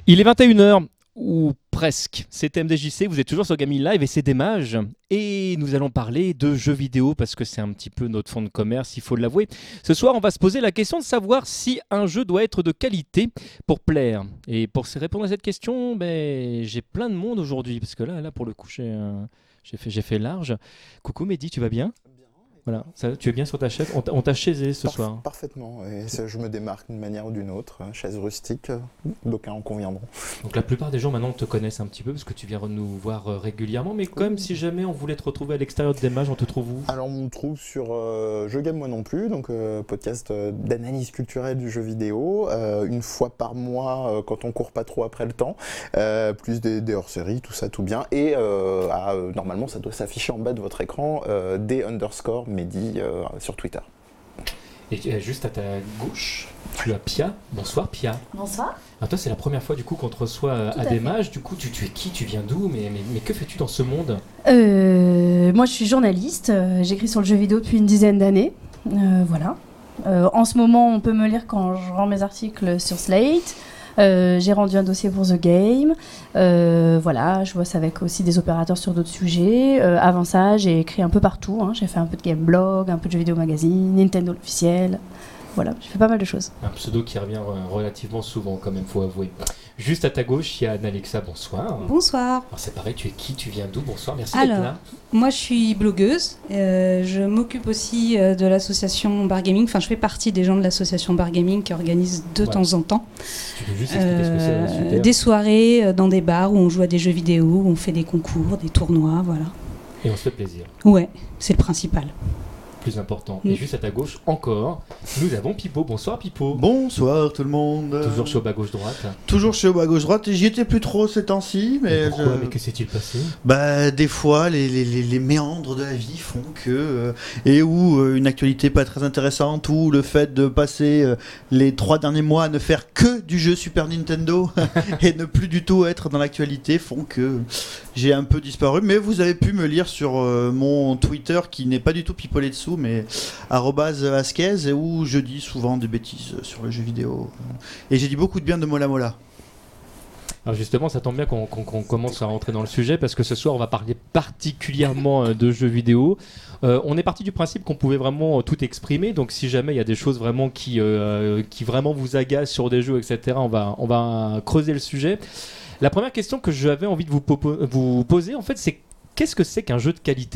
Il est 21h, ou presque. C'est MDJC, vous êtes toujours sur Gaming Live et c'est Démage. Et nous allons parler de jeux vidéo parce que c'est un petit peu notre fond de commerce, il faut l'avouer. Ce soir, on va se poser la question de savoir si un jeu doit être de qualité pour plaire. Et pour répondre à cette question, j'ai plein de monde aujourd'hui parce que là pour le coup, j'ai fait large. Coucou Mehdi, tu vas bien ? Voilà, tu es bien sur ta chaise. On t'a chaisé ce soir. Parfaitement, et je me démarque d'une manière ou d'une autre. Chaise rustique, d'aucuns en conviendront. Donc la plupart des gens maintenant te connaissent un petit peu parce que tu viens nous voir régulièrement, mais quand même si jamais on voulait te retrouver à l'extérieur de Démage, on te trouve où ? Alors on me trouve sur Je Game Moi Non Plus, donc podcast d'analyse culturelle du jeu vidéo, une fois par mois quand on court pas trop après le temps, plus des hors-séries, tout ça tout bien, et normalement ça doit s'afficher en bas de votre écran, des_ Mehdi sur Twitter. Et juste à ta gauche, tu as Pia. Bonsoir Pia. Bonsoir. Alors toi c'est la première fois du coup qu'on te reçoit à Démage. Du coup tu es qui ? Tu viens d'où ? mais que fais-tu dans ce monde ? Moi je suis journaliste, j'écris sur le jeu vidéo depuis une dizaine d'années. Voilà. En ce moment on peut me lire quand je rends mes articles sur Slate. J'ai rendu un dossier pour The Game. Voilà, je bosse avec aussi des opérateurs sur d'autres sujets. Avant ça, j'ai écrit un peu partout. J'ai fait un peu de Gameblog, un peu de jeux vidéo magazine, Nintendo l'officiel. Voilà, j'ai fait pas mal de choses. Un pseudo qui revient relativement souvent, quand même, faut avouer. Juste à ta gauche, il y a Anna-Alexa, bonsoir. Bonsoir. Alors c'est pareil, tu es qui ? Tu viens d'où ? Bonsoir, merci d'être là. Moi je suis blogueuse. Je m'occupe aussi de l'association Bar Gaming. Enfin, je fais partie des gens de l'association Bar Gaming qui organise de temps en temps tu peux juste expliquer ce que c'est, super. Des soirées dans des bars où on joue à des jeux vidéo, où on fait des concours, des tournois, voilà. Et on se fait plaisir. Ouais, c'est le principal. Plus important. Et juste à ta gauche, encore, nous avons Pipo. Bonsoir Pipo. Bonsoir tout le monde. Toujours chez au bas gauche-droite. Toujours chez au bas gauche-droite, et j'y étais plus trop ces temps-ci. Mais pourquoi ? Mais que s'est-il passé ? Des fois, les méandres de la vie font que... et où une actualité pas très intéressante, ou le fait de passer les 3 derniers mois à ne faire que du jeu Super Nintendo et ne plus du tout être dans l'actualité font que j'ai un peu disparu. Mais vous avez pu me lire sur mon Twitter qui n'est pas du tout pipolé dessous, mais @Asquez, où je dis souvent des bêtises sur le jeu vidéo. Et j'ai dit beaucoup de bien de Mola Mola. Alors justement, ça tombe bien qu'on commence à rentrer dans le sujet parce que ce soir, on va parler particulièrement de jeux vidéo. On est parti du principe qu'on pouvait vraiment tout exprimer. Donc si jamais il y a des choses vraiment qui vraiment vous agacent sur des jeux, etc., on va creuser le sujet. La première question que j'avais envie de vous poser, en fait, c'est qu'est-ce que c'est qu'un jeu de qualité ?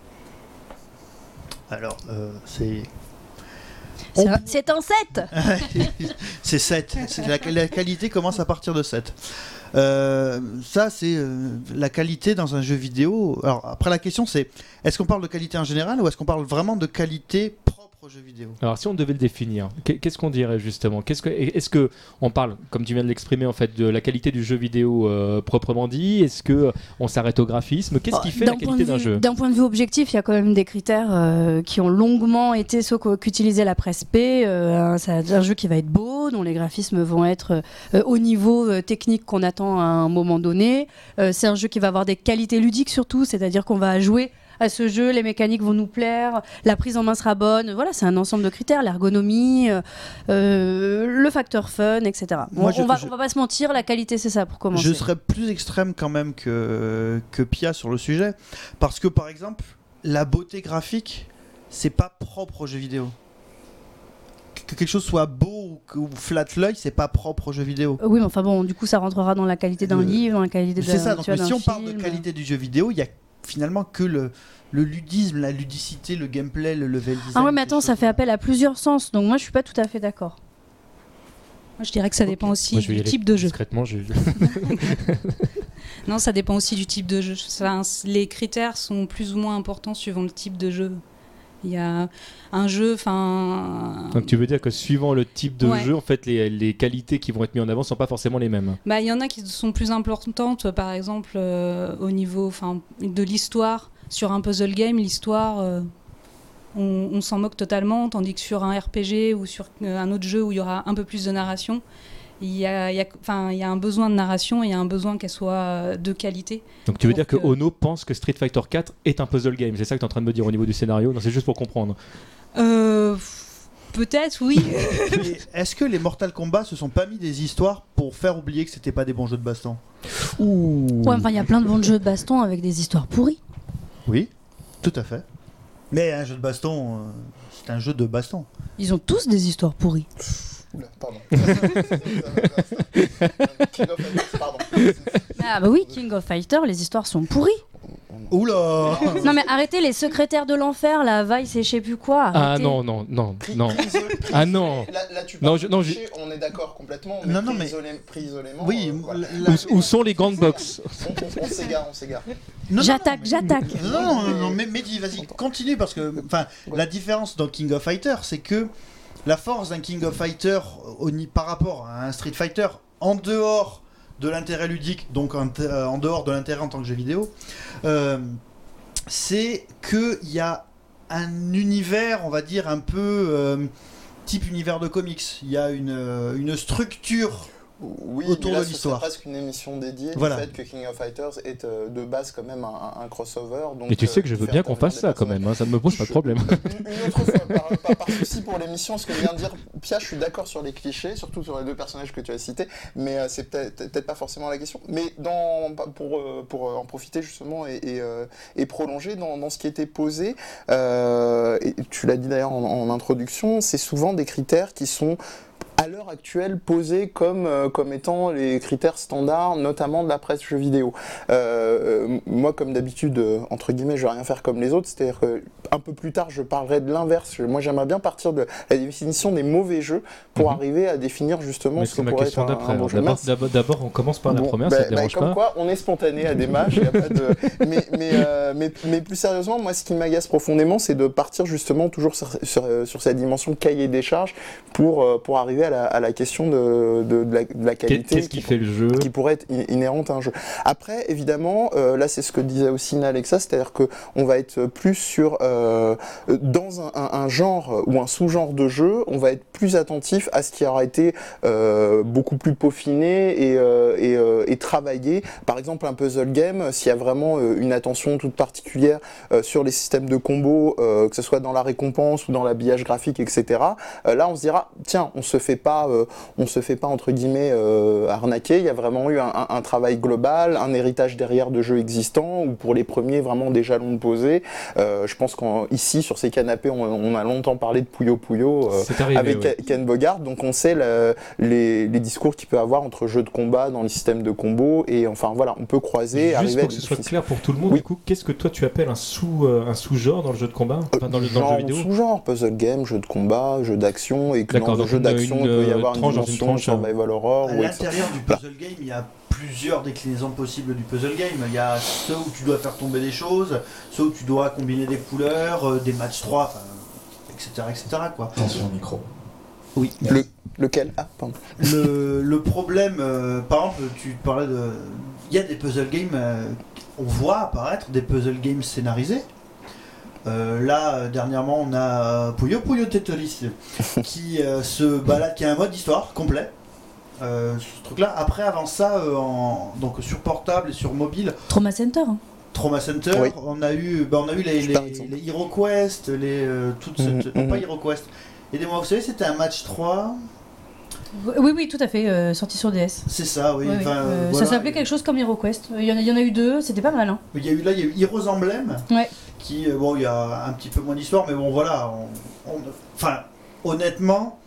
Alors, c'est... C'est un 7. C'est 7. La qualité commence à partir de 7. Ça, c'est la qualité dans un jeu vidéo. Alors, après, la question, c'est est-ce qu'on parle de qualité en général ou est-ce qu'on parle vraiment de qualité propre au jeu vidéo ? Alors, si on devait le définir, qu'est-ce qu'on dirait justement ? Est-ce que on parle, comme tu viens de l'exprimer, en fait, de la qualité du jeu vidéo proprement dit ? Est-ce que on s'arrête au graphisme ? Qu'est-ce qui fait la qualité d'un jeu ? D'un point de vue objectif, il y a quand même des critères qui ont longuement été ceux qu'utilisait la presse P. C'est un jeu qui va être beau, dont les graphismes vont être au niveau technique qu'on attend à un moment donné. C'est un jeu qui va avoir des qualités ludiques surtout, c'est-à-dire qu'on va jouer à ce jeu, les mécaniques vont nous plaire, la prise en main sera bonne. Voilà, c'est un ensemble de critères, l'ergonomie, le facteur fun, etc. On va pas se mentir, la qualité c'est ça pour commencer. Je serais plus extrême quand même que Pia sur le sujet, parce que par exemple, la beauté graphique, c'est pas propre au jeu vidéo. Que quelque chose soit beau ou flatte l'œil, c'est pas propre au jeu vidéo. Oui, mais enfin bon, du coup ça rentrera dans la qualité d'un livre, dans la qualité c'est ça, donc, mais si on parle de qualité du jeu vidéo, il y a finalement que le ludisme, la ludicité, le gameplay, le level design. Ah ouais, mais attends, ça fait appel à plusieurs sens, donc moi je suis pas tout à fait d'accord. Moi je dirais que ça dépend aussi du type de jeu. Discrètement, Non, ça dépend aussi du type de jeu. Les critères sont plus ou moins importants suivant le type de jeu. Il y a un jeu, Donc tu veux dire que suivant le type de jeu, en fait, les qualités qui vont être mises en avant sont pas forcément les mêmes. Il y en a qui sont plus importantes, par exemple au niveau de l'histoire. Sur un puzzle game, l'histoire, on s'en moque totalement, tandis que sur un RPG ou sur un autre jeu où il y aura un peu plus de narration, il y a un besoin de narration et il y a un besoin qu'elle soit de qualité. Donc tu veux dire que Ono pense que Street Fighter 4 est un puzzle game, c'est ça que tu es en train de me dire au niveau du scénario ? Non, c'est juste pour comprendre. Peut-être, oui. Mais est-ce que les Mortal Kombat se sont pas mis des histoires pour faire oublier que c'était pas des bons jeux de baston? Ouais, enfin, il y a plein de bons jeux de baston avec des histoires pourries. Oui, tout à fait. Mais un jeu de baston, c'est un jeu de baston. Ils ont tous des histoires pourries. Oula, pardon. King of Fighters, pardon. Ah bah oui, King of Fighters, les histoires sont pourries. Oula. Non mais arrêtez les secrétaires de l'enfer, la Vice et je sais plus quoi. Ah arrêtez. non, non, non, non. Ah non. Là, tu Non, parles je- de non, cliché, on est d'accord complètement. Mais Non, non, pris, mais- pris isolément. Oui, voilà. Où sont les grandes box? On s'égare. Non, J'attaque. Non, mais Mehdi, vas-y, continue parce que, enfin, la différence dans King of Fighter, c'est que la force d'un King of Fighter par rapport à un Street Fighter, en dehors de l'intérêt ludique, donc en dehors de l'intérêt en tant que jeu vidéo, c'est qu'il y a un univers, on va dire, un peu type univers de comics. Il y a une structure. Oui, Autour mais là, de l'histoire. C'est presque une émission dédiée Voilà. du fait que King of Fighters est de base quand même un crossover. Donc, Mais tu sais que je veux fait bien qu'on intervenir fasse des ça quand personnages. même, hein, ça ne me pose pas de problème. Une autre fois, par souci pour l'émission, ce que vient de dire Pia, je suis d'accord sur les clichés, surtout sur les deux personnages que tu as cités, mais c'est peut-être pas forcément la question. Mais pour en profiter justement et prolonger dans ce qui était posé, et tu l'as dit d'ailleurs en introduction, c'est souvent des critères qui sont à l'heure actuelle posés comme étant les critères standards, notamment de la presse jeux vidéo. Moi, comme d'habitude, entre guillemets, je vais rien faire comme les autres, c'est-à-dire que un peu plus tard, je parlerai de l'inverse. Moi, j'aimerais bien partir de la définition des mauvais jeux pour arriver à définir justement Mais ce que c'est ma pourrait question être d'après. un bon jeu. Merci. D'abord, on commence par la Bon, première, ça te dérange comme pas? quoi, on est spontané à des matchs, y a pas de... mais plus sérieusement, moi, ce qui m'agace profondément, c'est de partir justement toujours sur cette dimension cahier des charges pour arriver à la question de la qualité. Qu'est-ce qui fait le jeu? Qui pourrait être inhérente à un jeu. Après, évidemment, là, c'est ce que disait aussi Alexa, c'est-à-dire qu'on va être plus sur... dans un genre ou un sous-genre de jeu, on va être plus attentif à ce qui aura été beaucoup plus peaufiné et travaillé. Par exemple, un puzzle game, s'il y a vraiment une attention toute particulière sur les systèmes de combos, que ce soit dans la récompense ou dans l'habillage graphique, etc. Là, on se dira, tiens, on se fait pas entre guillemets arnaquer. Il y a vraiment eu un travail global, un héritage derrière de jeux existants ou pour les premiers vraiment des jalons posés. Je pense qu'ici sur ces canapés, on a longtemps parlé de Puyo Puyo avec Ken Bogard, donc on sait les discours qu'il peut avoir entre jeux de combat dans les systèmes de combo et enfin voilà, on peut croiser. Juste pour que ce soit clair pour tout le monde, oui. Du coup, qu'est-ce que toi tu appelles un sous-genre dans le jeu de combat, enfin, dans le jeu vidéo? Sous-genre, puzzle game, jeu de combat, jeu d'action, et que dans le jeu d'action, il peut y avoir une dimension survival horror. À l'intérieur du puzzle game, il y a plusieurs déclinaisons possibles du puzzle game. Il y a ceux où tu dois faire tomber des choses, ceux où tu dois combiner des couleurs, des matchs 3, etc. quoi. Attention au micro. Oui. Lequel? Ah, pardon. Le problème, par exemple, tu parlais de... Il y a des puzzle games, on voit apparaître des puzzle games scénarisés. Là, dernièrement, on a Puyo Puyo Tetris qui se balade, qui a un mode histoire complet. Ce truc-là. Après, avant ça, donc sur portable et sur mobile. Trauma Center. Hein. Trauma Center, oui. on a eu les Hero Quest, toutes non pas Hero Quest. Aidez-moi, vous savez, c'était un match 3. Oui, tout à fait, sorti sur DS. C'est ça, oui. Oui, Enfin, Ça voilà. s'appelait quelque chose comme HeroQuest. Il y en a eu deux, c'était pas mal. Hein. Il y a eu Heroes Emblem, Ouais. qui, bon, il y a un petit peu moins d'histoire, mais bon, voilà. Enfin, honnêtement,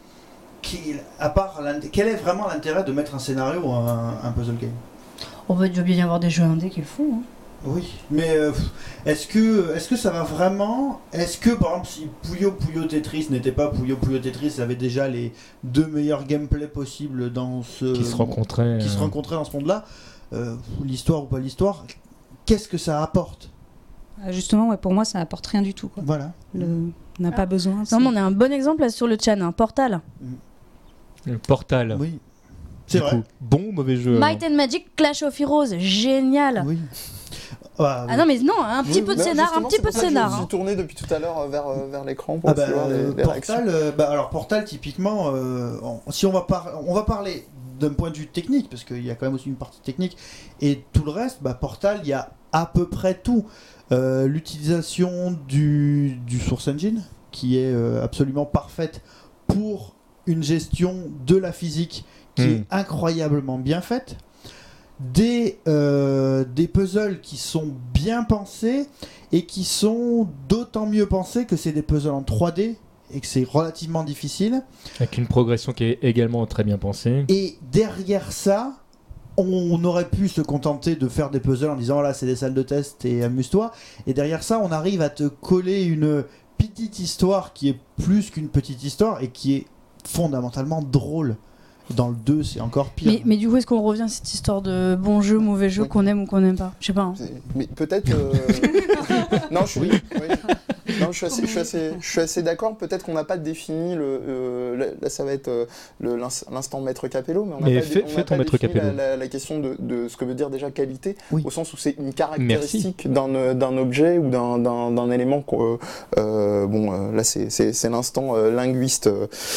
quel est vraiment l'intérêt de mettre un scénario ou un puzzle game? On va bien y avoir des jeux indés qui le font. Hein. Oui, mais est-ce que ça va vraiment? Est-ce que par exemple si Puyo Puyo Tetris n'était pas Puyo Puyo Tetris, ça avait déjà les deux meilleurs gameplays possibles dans ce qui se rencontraient dans ce monde-là, l'histoire ou pas l'histoire, qu'est-ce que ça apporte? Justement, ouais, pour moi, ça n'apporte rien du tout. Quoi. Voilà. On n'a pas besoin. Non, mais on a un bon exemple là sur le chat, un Portal. le Portal. Oui. C'est Du vrai. coup, bon ou mauvais jeu? Might and Magic Clash of Heroes, génial. Oui. Ah non, mais non, un petit peu de scénar, un petit peu de scénar. Je hein. suis tourné depuis tout à l'heure vers l'écran pour Ah voir les réactions. alors Portal typiquement, si on va parler d'un point de vue technique, parce qu'il y a quand même aussi une partie technique, et tout le reste, Portal, il y a à peu près tout. L'utilisation du Source Engine, qui est absolument parfaite pour une gestion de la physique qui est incroyablement bien faite, des puzzles qui sont bien pensés et qui sont d'autant mieux pensés que c'est des puzzles en 3D et que c'est relativement difficile. Avec une progression qui est également très bien pensée. Et derrière ça, on aurait pu se contenter de faire des puzzles en disant là c'est des salles de test et amuse-toi. Et derrière ça, on arrive à te coller une petite histoire qui est plus qu'une petite histoire et qui est fondamentalement drôle. Dans le 2, c'est encore pire. Mais du coup, est-ce qu'on revient à cette histoire de bon jeu, mauvais jeu, qu'on aime ou qu'on n'aime pas? Je sais pas. Hein. Mais peut-être. Non, je suis. Oui. Non, je suis assez d'accord. Peut-être qu'on n'a pas défini là, ça va être l'instant maître Capello, mais on n'a pas défini la question de ce que veut dire déjà qualité, au sens où c'est une caractéristique d'un objet ou d'un élément. Là, c'est l'instant linguiste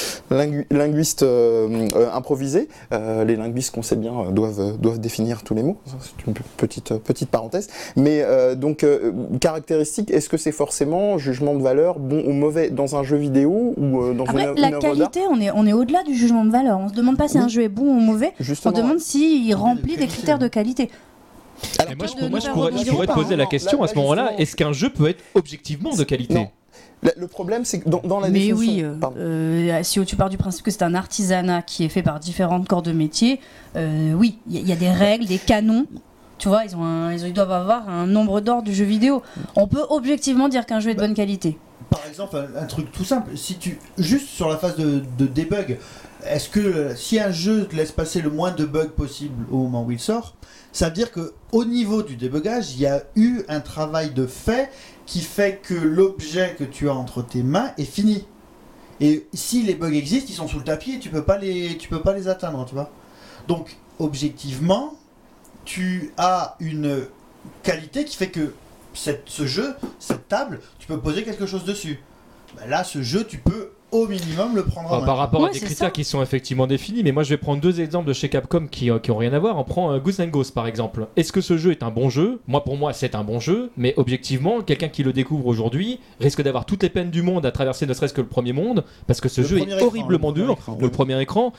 improvisé. Les linguistes, qu'on sait bien, doivent définir tous les mots. C'est une petite parenthèse. Mais caractéristique, est-ce que c'est forcément jugement de valeur, bon ou mauvais, dans un jeu vidéo ou dans Après, une la œuvre qualité, on est au-delà du jugement de valeur. On se demande pas si un jeu est bon ou mauvais. Justement, on demande s'il remplit des critères de qualité. Alors, moi, je pourrais te poser la question à ce moment-là. Est-ce qu'un jeu peut être objectivement de qualité? Non. Le problème, c'est que dans la définition... Mais oui, si tu pars du principe que c'est un artisanat qui est fait par différents corps de métier, oui, il y a des règles, des canons. Tu vois, ils doivent avoir un nombre d'or du jeu vidéo. On peut objectivement dire qu'un jeu est de bonne qualité. Par exemple, un truc tout simple, juste sur la phase de debug, est-ce que si un jeu te laisse passer le moins de bugs possible au moment où il sort, ça veut dire qu'au niveau du débugage, il y a eu un travail de fait qui fait que l'objet que tu as entre tes mains est fini. Et si les bugs existent, ils sont sous le tapis et tu peux pas les atteindre, tu vois. Donc, objectivement, tu as une qualité qui fait que ce jeu, cette table, tu peux poser quelque chose dessus. Ben là, ce jeu, tu peux au minimum le prendre en main. Par rapport à des critères qui sont effectivement définis, mais moi je vais prendre deux exemples de chez Capcom qui ont rien à voir. On prend Goose & Ghost par exemple. Est-ce que ce jeu est un bon jeu? Pour moi c'est un bon jeu, mais objectivement, quelqu'un qui le découvre aujourd'hui risque d'avoir toutes les peines du monde à traverser ne serait-ce que le premier monde, parce que ce jeu est horriblement dur, le premier écran.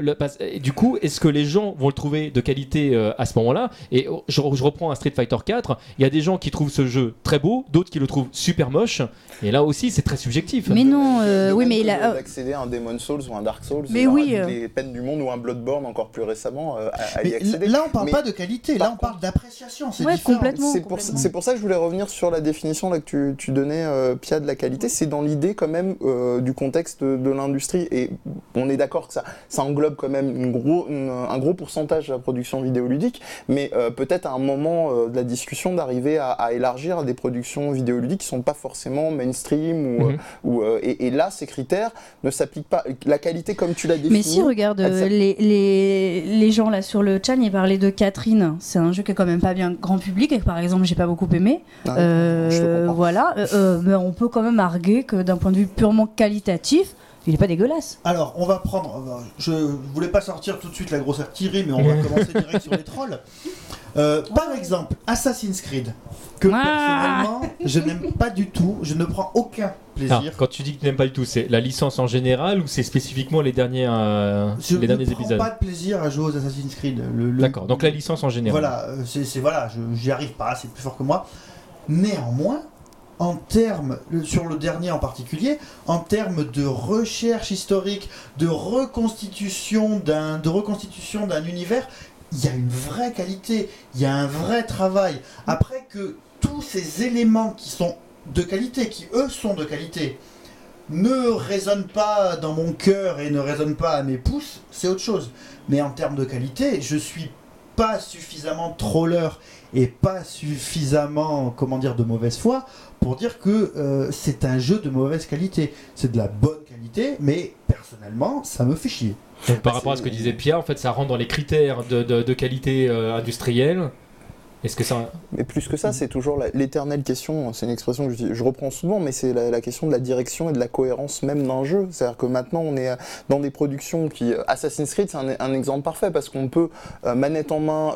Du coup, est-ce que les gens vont le trouver de qualité à ce moment-là? Et je reprends un Street Fighter 4, il y a des gens qui trouvent ce jeu très beau, d'autres qui le trouvent super moche, et là aussi c'est très subjectif. Mais non, oui, mais d'accéder à un Demon's Souls ou un Dark Souls, mais oui, les peines du monde, ou un Bloodborne encore plus récemment à y accéder. Là on parle pas de qualité, là on parle d'appréciation, c'est différent. Complètement. C'est pour ça que je voulais revenir sur la définition là, que tu donnais, Pia, de la qualité. C'est dans l'idée quand même du contexte de l'industrie, et on est d'accord que ça englobe quand même un gros pourcentage de la production vidéoludique, mais peut-être à un moment de la discussion d'arriver à élargir à des productions vidéoludiques qui sont pas forcément mainstream et là ces critères ne s'appliquent pas. La qualité comme tu l'as définie. Mais si, regarde, les gens là sur le chat, ils parlaient de Catherine. C'est un jeu qui est quand même pas bien grand public et que par exemple j'ai pas beaucoup aimé. Voilà, mais on peut quand même arguer que d'un point de vue purement qualitatif, il est pas dégueulasse. Alors, on va prendre... Je voulais pas sortir tout de suite la grosse artillerie, mais on va commencer direct sur les trolls. Par exemple, Assassin's Creed, que personnellement, je n'aime pas du tout, je ne prends aucun plaisir. Quand tu dis que tu n'aimes pas du tout, c'est la licence en général ou c'est spécifiquement les derniers épisodes? Je ne prends pas de plaisir à jouer aux Assassin's Creed. D'accord, donc la licence en général. Voilà, j'y arrive pas, c'est plus fort que moi. Néanmoins, en termes, sur le dernier en particulier, en termes de recherche historique, de reconstitution d'un univers, il y a une vraie qualité, il y a un vrai travail. Après que tous ces éléments qui sont de qualité, qui eux sont de qualité, ne résonnent pas dans mon cœur et ne résonnent pas à mes pouces, c'est autre chose. Mais en termes de qualité, je suis pas suffisamment troller et pas suffisamment, de mauvaise foi pour dire que c'est un jeu de mauvaise qualité. C'est de la bonne qualité, mais personnellement, ça me fait chier. Donc, par rapport à ce que disait Pierre, en fait, ça rentre dans les critères de qualité industrielle. Est-ce que ça... Mais plus que ça, c'est toujours l'éternelle question, c'est une expression que je reprends souvent, mais c'est la question de la direction et de la cohérence même d'un jeu. C'est-à-dire que maintenant, on est dans des productions qui... Assassin's Creed, c'est un exemple parfait, parce qu'on peut, manette en main,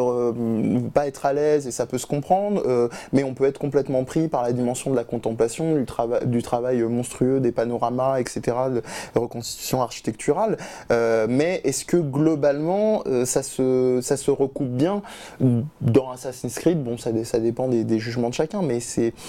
ne pas être à l'aise, et ça peut se comprendre, mais on peut être complètement pris par la dimension de la contemplation, du travail monstrueux, des panoramas, etc., de reconstitution architecturale. Mais est-ce que globalement, ça se recoupe bien dans Assassin's Creed? Bon, ça dépend des jugements de chacun, mais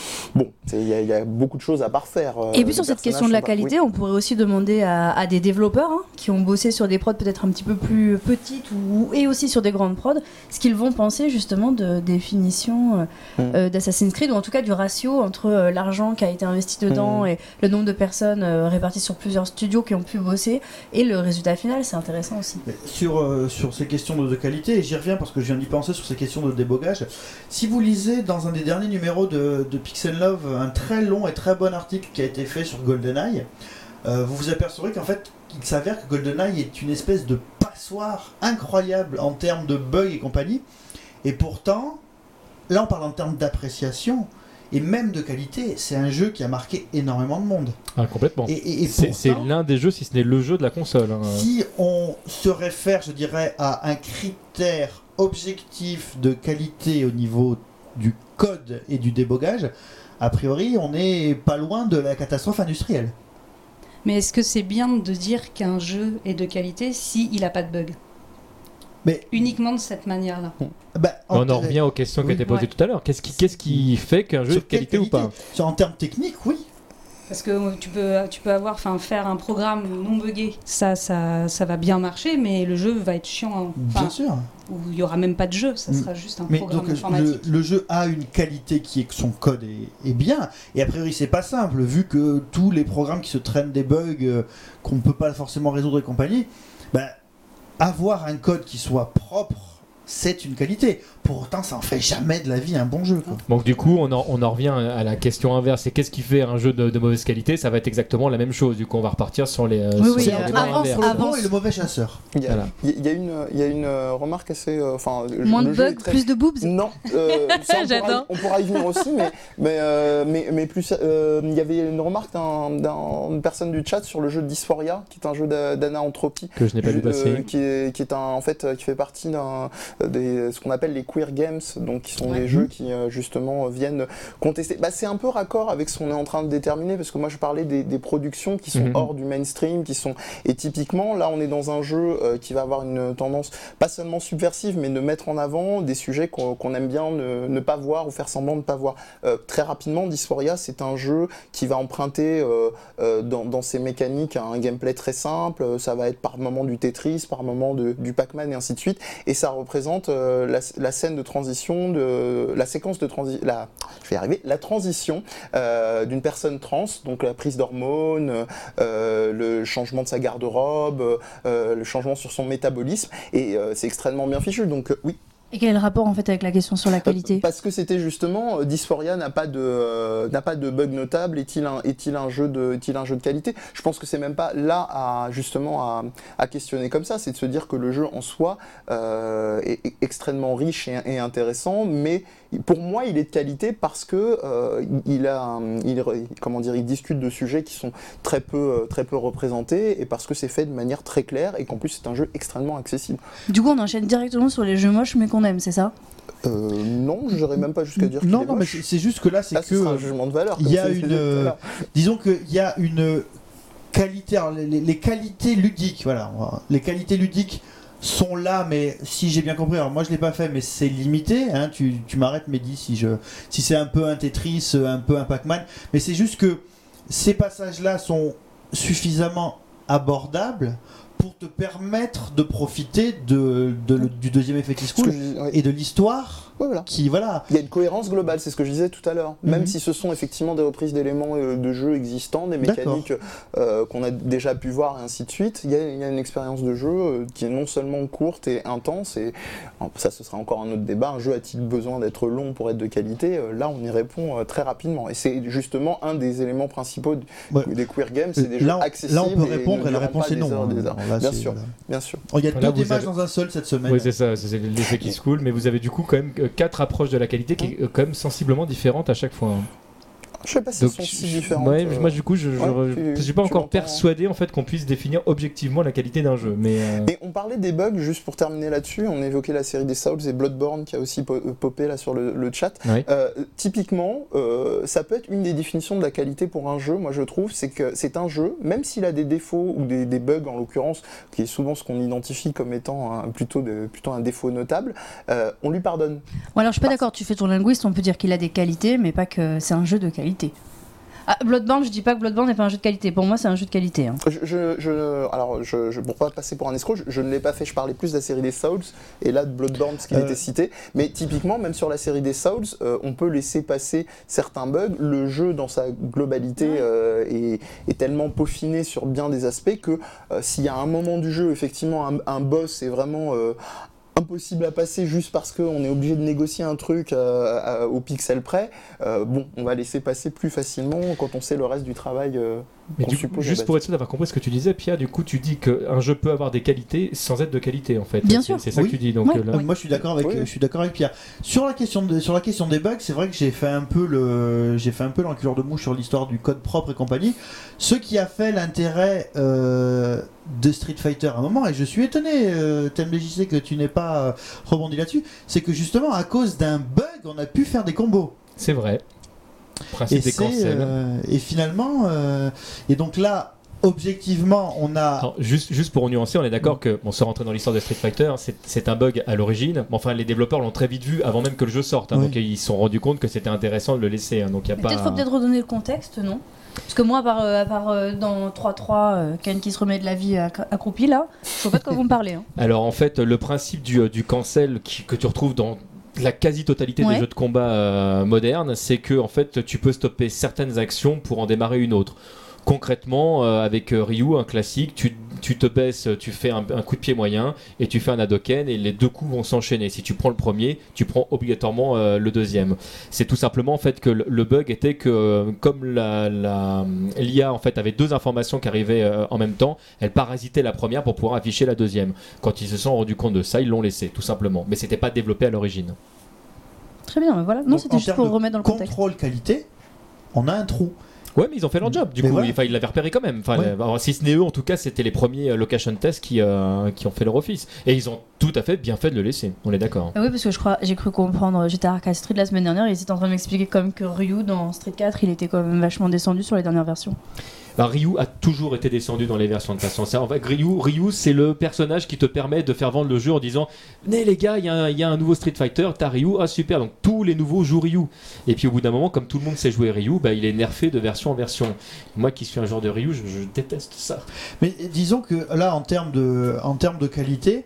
il y a beaucoup de choses à parfaire. Et puis sur cette question de la qualité, on pourrait aussi demander à des développeurs qui ont bossé sur des prods peut-être un petit peu plus petites et aussi sur des grandes prods, ce qu'ils vont penser justement des finitions d'Assassin's Creed, ou en tout cas du ratio entre l'argent qui a été investi dedans et le nombre de personnes réparties sur plusieurs studios qui ont pu bosser, et le résultat final. C'est intéressant aussi. Sur ces questions de qualité, et j'y reviens parce que je viens d'y penser sur ces questions de débogage, si vous lisez dans un des derniers numéros de Pixel Love un très long et très bon article qui a été fait sur GoldenEye, vous vous apercevrez qu'en fait il s'avère que GoldenEye est une espèce de passoire incroyable en termes de bugs et compagnie, et pourtant là on parle en termes d'appréciation et même de qualité, c'est un jeu qui a marqué énormément de monde. Ah, complètement. Et c'est l'un des jeux, si ce n'est le jeu de la console. Si on se réfère, je dirais, à un critère objectif de qualité au niveau du code et du débogage, a priori, on n'est pas loin de la catastrophe industrielle. Mais est-ce que c'est bien de dire qu'un jeu est de qualité s'il n'a pas de bug? Mais uniquement de cette manière-là. On en revient aux questions qui étaient posées tout à l'heure. Qu'est-ce qui fait qu'un jeu est de qualité ou pas? En termes techniques, oui. Parce que tu peux avoir, faire un programme non buggé, ça va bien marcher, mais le jeu va être chiant. Bien sûr. Ou il n'y aura même pas de jeu, ça sera juste un programme informatique. Le jeu a une qualité qui est que son code est bien, et a priori c'est pas simple, vu que tous les programmes qui se traînent des bugs qu'on ne peut pas forcément résoudre et compagnie, avoir un code qui soit propre, c'est une qualité. Pour autant, ça en fait jamais de la vie un bon jeu, quoi. Donc du coup, on en revient à la question inverse. Et qu'est-ce qui fait un jeu de mauvaise qualité? Ça va être exactement la même chose. Du coup, on va repartir sur les le bon et le mauvais chasseur. Il y a une remarque assez... moins de bugs, plus de boobs. Non, on pourra y venir aussi, mais plus... Il y avait une remarque d'une personne du chat sur le jeu Dysphoria, qui est un jeu d'Anna Entropy. Que je n'ai pas vu passer. Qui fait partie ce qu'on appelle les queer games, donc qui sont des jeux qui justement viennent contester. C'est un peu raccord avec ce qu'on est en train de déterminer, parce que moi je parlais des productions qui sont hors du mainstream, et typiquement là on est dans un jeu qui va avoir une tendance pas seulement subversive, mais de mettre en avant des sujets qu'on aime bien ne pas voir ou faire semblant de ne pas voir. Très rapidement, Dysphoria, c'est un jeu qui va emprunter dans ses mécaniques un gameplay très simple. Ça va être par moment du Tetris, par moment du Pac-Man et ainsi de suite, et ça représente la scène de transition, la séquence de transition, la transition d'une personne trans, donc la prise d'hormones, le changement de sa garde-robe, le changement sur son métabolisme, et c'est extrêmement bien fichu, donc oui. Et quel est le rapport en fait avec la question sur la qualité? Parce que c'était justement, Dysphoria n'a pas de bug notable, est-il un jeu de qualité? Je pense que c'est même pas là à questionner comme ça, c'est de se dire que le jeu en soi est extrêmement riche et intéressant, mais pour moi il est de qualité parce que il discute de sujets qui sont très peu représentés, et parce que c'est fait de manière très claire, et qu'en plus c'est un jeu extrêmement accessible. Du coup on enchaîne directement sur les jeux moches mais qu'on aime, c'est ça? Non, je n'irais même pas jusqu'à dire non, mais c'est juste que là c'est que un jugement de valeur. Il y a disons qu'il y a une qualité, alors les qualités ludiques, voilà, les qualités ludiques sont là, mais si j'ai bien compris, alors moi je l'ai pas fait, mais c'est limité, hein, tu m'arrêtes Mehdi si c'est un peu un Tetris, un peu un Pac-Man, mais c'est juste que ces passages-là sont suffisamment abordables pour te permettre de profiter du deuxième effet qui se coule et de l'histoire. Voilà. Qui, voilà. Il y a une cohérence globale, c'est ce que je disais tout à l'heure. Même si ce sont effectivement des reprises d'éléments de jeu existants, des mécaniques qu'on a déjà pu voir et ainsi de suite, il y a une expérience de jeu qui est non seulement courte et intense, et ça ce sera encore un autre débat, un jeu a-t-il besoin d'être long pour être de qualité? Là on y répond très rapidement, et c'est justement un des éléments principaux des queer games, c'est des jeux accessibles. Là on peut répondre et la réponse est non. Bien sûr. Il y a deux images dans un seul cette semaine. Oui, c'est ça, c'est l'effet qui se coule, mais vous avez du coup quand même 4 approches de la qualité qui est quand même sensiblement différente à chaque fois. Hein. Je sais pas si elles sont si différentes. Ouais, moi du coup, je suis pas encore l'entends. persuadé en fait qu'on puisse définir objectivement la qualité d'un jeu. Mais Et on parlait des bugs, juste pour terminer là-dessus, on évoquait la série des Souls et Bloodborne qui a aussi popé là sur le chat. Ouais. Typiquement, ça peut être une des définitions de la qualité pour un jeu, moi je trouve, c'est que c'est un jeu, même s'il a des défauts ou des bugs en l'occurrence, qui est souvent ce qu'on identifie comme étant plutôt un défaut notable, on lui pardonne. Bon, alors je suis pas d'accord, tu fais ton linguiste, on peut dire qu'il a des qualités, mais pas que c'est un jeu de qualité. Ah, Bloodborne, je dis pas que Bloodborne n'est pas un jeu de qualité. Pour moi, c'est un jeu de qualité. Hein. Pour pas passer pour un escroc, je ne l'ai pas fait. Je parlais plus de la série des Souls et là de Bloodborne, parce qu'il était cité. Mais typiquement, même sur la série des Souls, on peut laisser passer certains bugs. Le jeu, dans sa globalité, est tellement peaufiné sur bien des aspects que s'il y a un moment du jeu, effectivement, un boss est vraiment impossible à passer juste parce qu'on est obligé de négocier un truc au pixel près, on va laisser passer plus facilement quand on sait le reste du travail mais qu'on du coup, suppose. juste pour être sûr d'avoir compris ce que tu disais, Pierre, du coup, tu dis qu'un jeu peut avoir des qualités sans être de qualité, en fait. Bien sûr. C'est ça que tu dis. Donc, là... Moi, je suis d'accord avec Pierre. Sur la question des bugs, c'est vrai que j'ai fait un peu l'enculeur de mouche sur l'histoire du code propre et compagnie. Ce qui a fait l'intérêt de Street Fighter à un moment, et je suis étonné, TMDJC, que tu n'aies pas rebondi là-dessus, c'est que justement, à cause d'un bug, on a pu faire des combos. C'est vrai. Principe des cancels. Et finalement, et donc là, objectivement, on a... Alors, juste pour nuancer, on est d'accord que, sans rentrer dans l'histoire de Street Fighter, c'est un bug à l'origine. Enfin, les développeurs l'ont très vite vu avant même que le jeu sorte. Hein, donc ils se sont rendus compte que c'était intéressant de le laisser. Hein, donc, Faut peut-être redonner le contexte, non ? Parce que moi, à part dans 3-3, Ken qui se remet de la vie accroupi là, je vois pas de quoi vous me parlez. Hein. Alors en fait, le principe du cancel que tu retrouves dans la quasi-totalité des jeux de combat modernes, c'est que en fait, tu peux stopper certaines actions pour en démarrer une autre. Concrètement, avec Ryu, un classique, tu te baisses, tu fais un coup de pied moyen et tu fais un Hadoken et les deux coups vont s'enchaîner. Si tu prends le premier, tu prends obligatoirement le deuxième. C'est tout simplement en fait que le bug était que comme l'IA en fait avait deux informations qui arrivaient en même temps, elle parasitait la première pour pouvoir afficher la deuxième. Quand ils se sont rendus compte de ça, ils l'ont laissé tout simplement. Mais c'était pas développé à l'origine. Très bien, mais voilà. Non, c'était juste pour remettre dans le contexte. Contrôle qualité, on a un trou. Ouais, mais ils ont fait leur job, du coup, ils l'avaient repéré quand même. Alors, si ce n'est eux, en tout cas, c'était les premiers location tests qui ont fait leur office. Et ils ont tout à fait bien fait de le laisser, on est d'accord. Oui, parce que j'ai cru comprendre, j'étais à Arcade Street la semaine dernière, et ils étaient en train de m'expliquer quand même que Ryu, dans Street 4, il était quand même vachement descendu sur les dernières versions. Bah, Ryu a toujours été descendu dans les versions de toute façon. En fait, Ryu, c'est le personnage qui te permet de faire vendre le jeu en disant « Mais les gars, il y a un nouveau Street Fighter, t'as Ryu, ah super !» Donc tous les nouveaux jouent Ryu. Et puis au bout d'un moment, comme tout le monde sait jouer Ryu, bah, il est nerfé de version en version. Moi qui suis un joueur de Ryu, je déteste ça. Mais disons que là, en termes de qualité,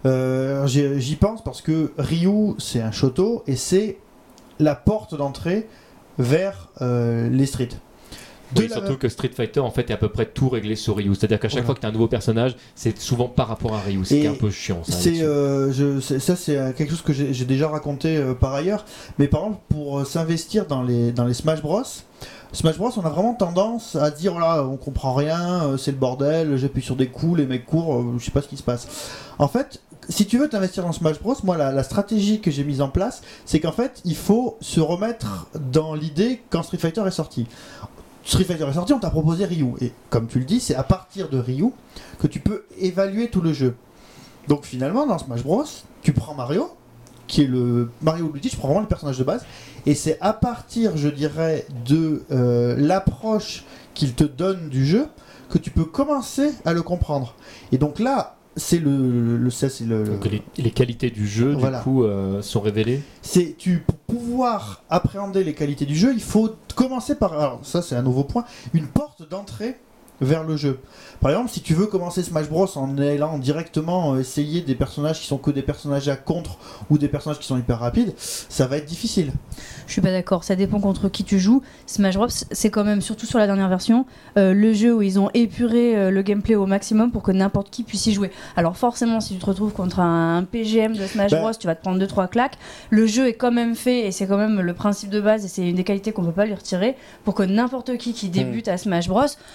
j'y pense parce que Ryu, c'est un Shoto et c'est la porte d'entrée vers les Street. Oui, surtout que Street Fighter en fait est à peu près tout réglé sur Ryu, c'est-à-dire qu'à chaque fois que tu as un nouveau personnage, c'est souvent par rapport à Ryu, c'est un peu chiant ça. Ça c'est quelque chose que j'ai déjà raconté par ailleurs, mais par exemple pour s'investir dans les Smash Bros, on a vraiment tendance à dire oh là, on comprend rien, c'est le bordel, j'appuie sur des coups, les mecs courent, je sais pas ce qui se passe. En fait, si tu veux t'investir dans Smash Bros, moi la stratégie que j'ai mise en place, c'est qu'en fait il faut se remettre dans l'idée quand Street Fighter est sorti. Street Fighter est sorti, on t'a proposé Ryu. Et comme tu le dis, c'est à partir de Ryu que tu peux évaluer tout le jeu. Donc finalement, dans Smash Bros, tu prends Mario, qui est le Mario Luigi, tu prends vraiment le personnage de base, et c'est à partir, je dirais, de l'approche qu'il te donne du jeu que tu peux commencer à le comprendre. Et donc là, c'est Donc les qualités du jeu, du coup, sont révélées. Pour pouvoir appréhender les qualités du jeu, il faut commencer par, alors ça c'est un nouveau point, une porte d'entrée vers le jeu. Par exemple, si tu veux commencer Smash Bros en allant directement essayer des personnages qui sont que des personnages à contre ou des personnages qui sont hyper rapides, ça va être difficile. Je suis pas d'accord, ça dépend contre qui tu joues. Smash Bros, c'est quand même, surtout sur la dernière version, le jeu où ils ont épuré le gameplay au maximum pour que n'importe qui puisse y jouer. Alors forcément, si tu te retrouves contre un PGM de Smash Bros, tu vas te prendre 2-3 claques. Le jeu est quand même fait, et c'est quand même le principe de base, et c'est une des qualités qu'on peut pas lui retirer, pour que n'importe qui débute à Smash Bros trouve sa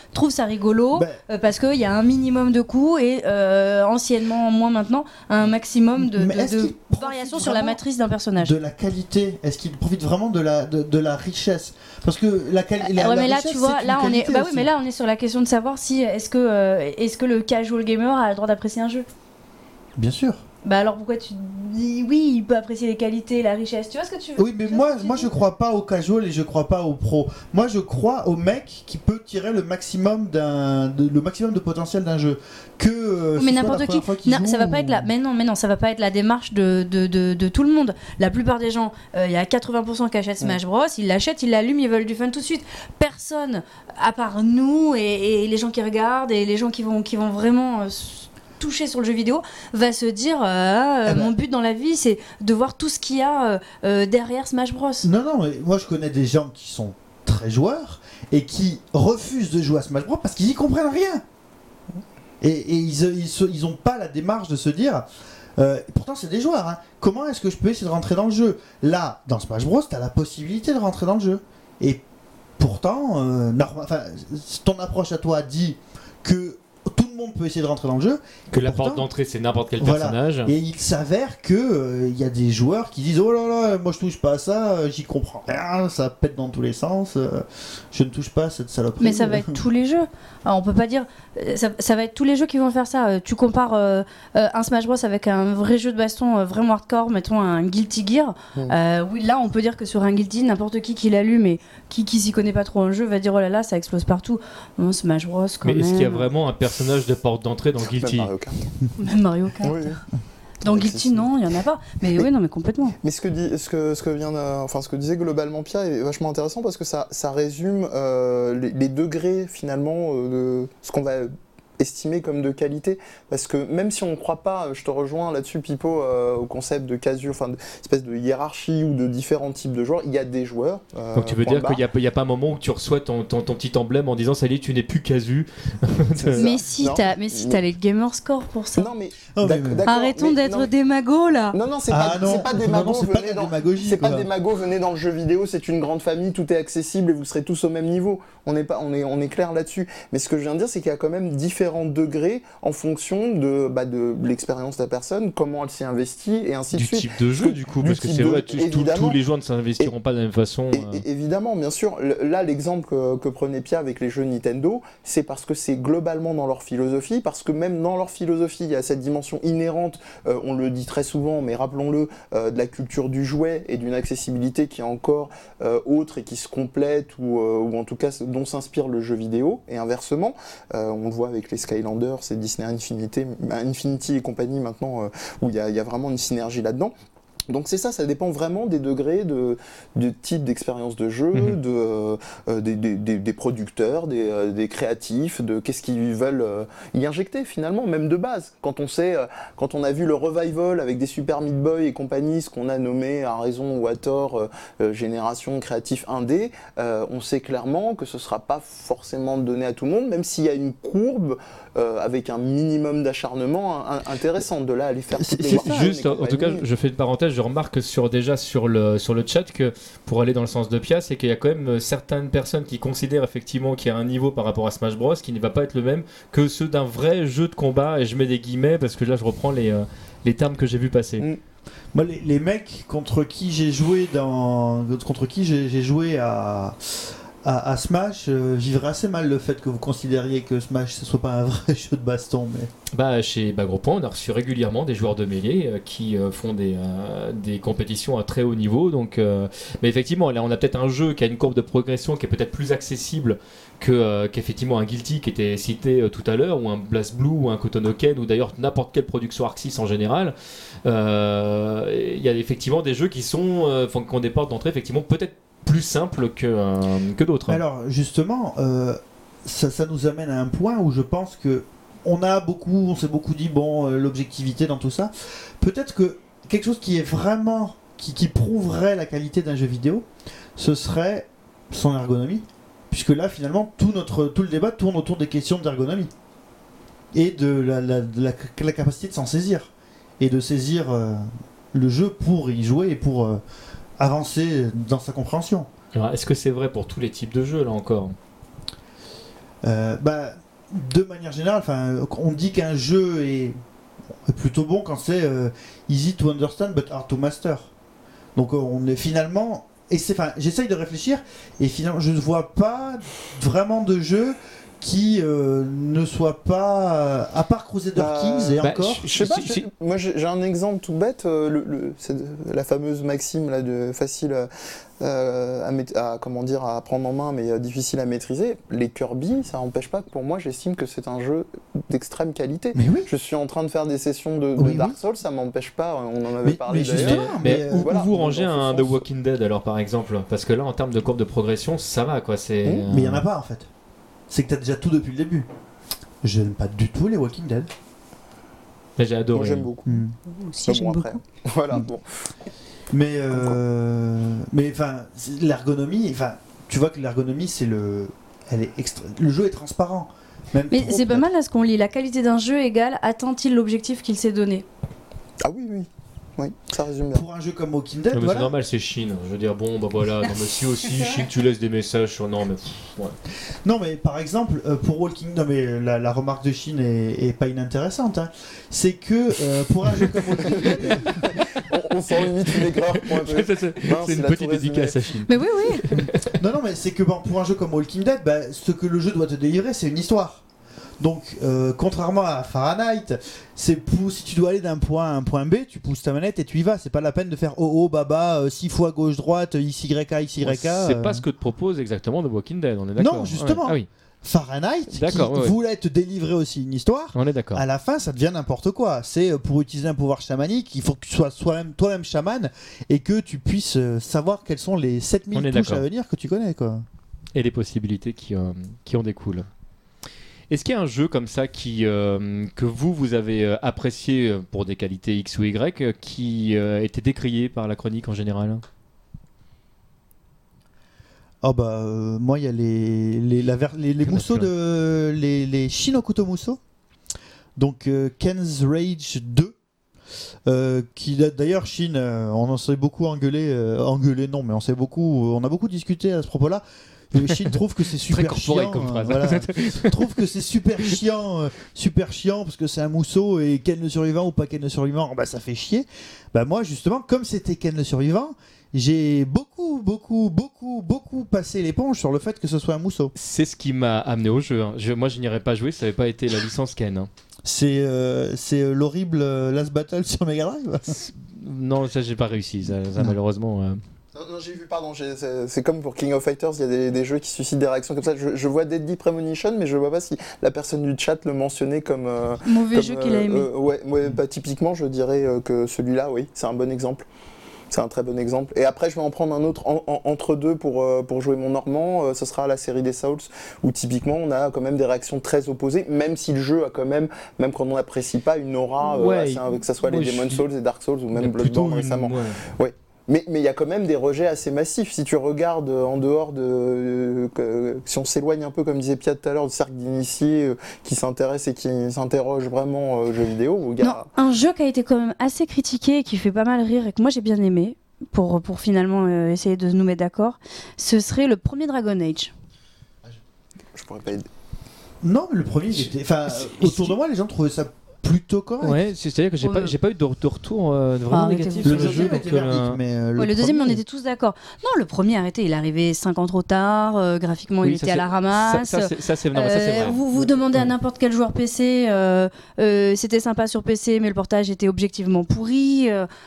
rigolo parce qu'il y a un minimum de coups et anciennement, moins maintenant, un maximum de variation sur la matrice d'un personnage. De la qualité, est-ce qu'il profite vraiment de la richesse? Parce que la mais là, richesse, tu vois, c'est là une on est, qualité oui, aussi. mais là on est sur la question de savoir si est-ce que le casual gamer a le droit d'apprécier un jeu. Bien sûr. Bah alors pourquoi tu dis oui, il peut apprécier les qualités, la richesse, tu vois ce que tu veux? Oui, mais moi je crois pas au casual et je crois pas au pro. Moi je crois au mec qui peut tirer le maximum de potentiel d'un jeu. Mais n'importe qui. Non, ça va pas être mais non, ça va pas être la démarche de tout le monde. La plupart des gens, il y a 80% qui achètent Smash Bros, ils l'achètent, ils l'allument, ils veulent du fun tout de suite. Personne, à part nous et les gens qui regardent et les gens qui vont vraiment touché sur le jeu vidéo va se dire mon but dans la vie c'est de voir tout ce qu'il y a derrière Smash Bros. Non, mais moi je connais des gens qui sont très joueurs et qui refusent de jouer à Smash Bros parce qu'ils y comprennent rien. Et ils ont pas la démarche de se dire pourtant c'est des joueurs, hein. Comment est-ce que je peux essayer de rentrer dans le jeu? Là, dans Smash Bros, t'as la possibilité de rentrer dans le jeu. Et pourtant, ton approche à toi dit que tout le monde peut essayer de rentrer dans le jeu. Que la porte d'entrée c'est n'importe quel personnage. Et il s'avère que y a des joueurs qui disent oh là là, moi je touche pas à ça, j'y comprends rien, ça pète dans tous les sens, je ne touche pas à cette saloperie. Mais ça va être tous les jeux. Alors, on peut pas dire ça va être tous les jeux qui vont faire ça. Tu compares un Smash Bros avec un vrai jeu de baston vraiment hardcore, mettons un Guilty Gear. Oui, là on peut dire que sur un Guilty, n'importe qui l'allume et qui s'y connaît pas trop en jeu va dire oh là là, ça explose partout. Non, Smash Bros quand même. Mais est-ce qu'il y a vraiment un personnage de porte d'entrée dans Guilty? Même Mario Kart. Oui. Dans Guilty, non, il y en a pas. Mais oui, non, mais complètement. Mais ce que disait globalement Pierre est vachement intéressant parce que ça résume les degrés finalement de ce qu'on va estimer comme de qualité, parce que même si on ne croit pas, je te rejoins là-dessus Pipo, au concept de casu, enfin d'espèce de hiérarchie ou de différents types de joueurs, il y a des joueurs. Donc tu veux dire qu'il n'y a pas un moment où tu reçois ton petit emblème en disant ça y est, tu n'es plus casu. Mais si t'as les gamer score pour ça. Non mais arrêtons d'être des magots là. Non, c'est pas des magots, c'est pas des magots, venez dans le jeu vidéo, c'est une grande famille, tout est accessible et vous serez tous au même niveau. On est clair là-dessus. Mais ce que je viens de dire, c'est qu'il y a quand même différents degrés en fonction de l'expérience de la personne, comment elle s'y investit et ainsi de suite. Du type de jeu du coup, parce que c'est vrai, tous les joueurs ne s'investiront pas de la même façon. Évidemment, bien sûr. Là, l'exemple que prenait Pierre avec les jeux Nintendo, c'est parce que c'est globalement dans leur philosophie, parce que même dans leur philosophie, il y a cette dimension inhérente, on le dit très souvent, mais rappelons-le, de la culture du jouet et d'une accessibilité qui est encore autre et qui se complète ou en tout cas dont s'inspire le jeu vidéo, et inversement, on le voit avec les Skylanders, c'est Disney Infinity et compagnie maintenant, où il y a vraiment une synergie là-dedans. Donc c'est ça dépend vraiment des degrés de type d'expérience de jeu, des producteurs, des créatifs, de qu'est-ce qu'ils veulent y injecter finalement, même de base. Quand on a vu le revival avec des Super Meat Boy et compagnie, ce qu'on a nommé à raison ou à tort génération créatif indé, on sait clairement que ce sera pas forcément donné à tout le monde, même s'il y a une courbe avec un minimum d'acharnement intéressant. De là à aller faire toutes les juste en tout cas, je fais une parenthèse, je remarque sur le chat que pour aller dans le sens de Pia, c'est qu'il y a quand même certaines personnes qui considèrent effectivement qu'il y a un niveau par rapport à Smash Bros qui ne va pas être le même que ceux d'un vrai jeu de combat, et je mets des guillemets parce que là je reprends les termes que j'ai vu passer. Moi, les mecs contre qui j'ai joué à Smash, vivrait assez mal le fait que vous considériez que Smash ce soit pas un vrai jeu de baston. Mais chez Gros Point, on a reçu régulièrement des joueurs de mêlée qui font des compétitions à très haut niveau. Donc, mais effectivement, là, on a peut-être un jeu qui a une courbe de progression qui est peut-être plus accessible qu'effectivement un Guilty qui était cité tout à l'heure, ou un BlazBlue, ou un Kotonoken, ou d'ailleurs n'importe quelle production Arxis en général. Il y a effectivement des jeux qui ont des portes d'entrée effectivement peut-être plus simple que d'autres. Alors justement, ça nous amène à un point où je pense que on s'est beaucoup dit l'objectivité dans tout ça. Peut-être que quelque chose qui est vraiment qui prouverait la qualité d'un jeu vidéo, ce serait son ergonomie, puisque là finalement tout le débat tourne autour des questions d'ergonomie et de la capacité de s'en saisir et de saisir le jeu pour y jouer et pour avancer dans sa compréhension. Alors, est-ce que c'est vrai pour tous les types de jeux là encore ? De manière générale, on dit qu'un jeu est plutôt bon quand c'est easy to understand but hard to master. Donc on est finalement... j'essaye de réfléchir et finalement je ne vois pas vraiment de jeu qui ne soit pas à part Crusader Kings et encore. Je sais pas. Moi j'ai un exemple tout bête. C'est la fameuse maxime là de facile à prendre en main mais difficile à maîtriser. Les Kirby, ça n'empêche pas que pour moi j'estime que c'est un jeu d'extrême qualité. Mais oui. Je suis en train de faire des sessions de Dark Souls, ça m'empêche pas. On en avait parlé d'ailleurs. Où vous rangez un The Walking Dead alors par exemple? Parce que là en termes de courbe de progression, ça va quoi. Mais il y en a pas en fait. C'est que t'as déjà tout depuis le début. Je n'aime pas du tout les Walking Dead. Mais j'ai adoré. Moi j'aime beaucoup. Aussi, j'aime beaucoup. Voilà, bon. Mais l'ergonomie, tu vois que l'ergonomie le jeu est transparent. Mais c'est pas mal à ce qu'on lit. La qualité d'un jeu égale atteint-il l'objectif qu'il s'est donné? Ah oui. Oui, ça résume bien. Pour un jeu comme Walking Dead, c'est normal, c'est Chine. Je veux dire, voilà. Non, mais si aussi, Chine, tu laisses des messages sur. Non, mais. Ouais. Non, mais par exemple, pour Walking Dead, la remarque de Chine est pas inintéressante. Hein. C'est que pour un jeu comme Walking Dead. on sent limite une aigreur pour un peu. C'est une petite dédicace à Chine. Mais oui. Non, mais c'est que pour un jeu comme Walking Dead, ce que le jeu doit te délivrer, c'est une histoire. Donc, contrairement à Fahrenheit, si tu dois aller d'un point à un point B, tu pousses ta manette et tu y vas. C'est pas la peine de faire baba, 6 fois gauche-droite, XYK. C'est pas ce que te propose exactement The Walking Dead, on est d'accord? Non, justement. Ah oui. Fahrenheit, voulait te délivrer aussi une histoire. On est d'accord. À la fin, ça devient n'importe quoi. C'est pour utiliser un pouvoir chamanique, il faut que tu sois toi-même chaman et que tu puisses savoir quelles sont les 7000 touches à venir que tu connais, quoi. Et les possibilités qui en découlent. Est-ce qu'il y a un jeu comme ça que vous avez apprécié pour des qualités X ou Y qui était décrié par la chronique en général? Moi il y a les mousseaux les Shinokuto Musso, donc Ken's Rage 2, qui d'ailleurs Shin, on en s'est beaucoup engueulé non mais on a beaucoup discuté à ce propos-là. Shin trouve que c'est super chiant. Trouve que c'est super chiant parce que c'est un mousseau et Ken le survivant ou pas Ken le survivant, ça fait chier. Moi justement, comme c'était Ken le survivant, j'ai beaucoup passé l'éponge sur le fait que ce soit un mousseau. C'est ce qui m'a amené au jeu. Moi, je n'irais pas jouer, ça n'avait pas été la licence Ken. C'est l'horrible Last Battle sur Mega Drive. Non, ça j'ai pas réussi. Ça malheureusement. Non, j'ai vu, pardon, c'est comme pour King of Fighters, il y a des jeux qui suscitent des réactions comme ça. Je vois Deadly Premonition, mais je vois pas si la personne du chat le mentionnait comme... mauvais jeu qu'il a aimé. Typiquement, je dirais que celui-là, oui, c'est un bon exemple. C'est un très bon exemple. Et après, je vais en prendre un autre entre deux pour jouer mon Normand. Ce sera la série des Souls, où typiquement, on a quand même des réactions très opposées, même si le jeu a quand même quand on n'apprécie pas, une aura, que ce soit les Demon's Souls et Dark Souls, ou même Bloodborne récemment. Ouais. Mais il y a quand même des rejets assez massifs. Si tu regardes en dehors si on s'éloigne un peu, comme disait Pia tout à l'heure, du cercle d'initiés qui s'intéressent et qui s'interrogent vraiment aux jeux vidéo. Non, un jeu qui a été quand même assez critiqué et qui fait pas mal rire et que moi j'ai bien aimé, pour finalement essayer de nous mettre d'accord, ce serait le premier Dragon Age. Je pourrais pas aider. Non, mais le premier, autour de moi, les gens trouvaient ça plutôt correct. Ouais, c'est-à-dire que j'ai pas eu de retour vraiment négatif. Le jeu était merdique, mais le deuxième, on était tous d'accord. Non, le premier, arrêtez, il est arrivé 5 ans trop tard, graphiquement il était à la ramasse. Ça c'est vrai. Vous demandez à n'importe quel joueur PC, c'était sympa sur PC, mais le portage était objectivement pourri.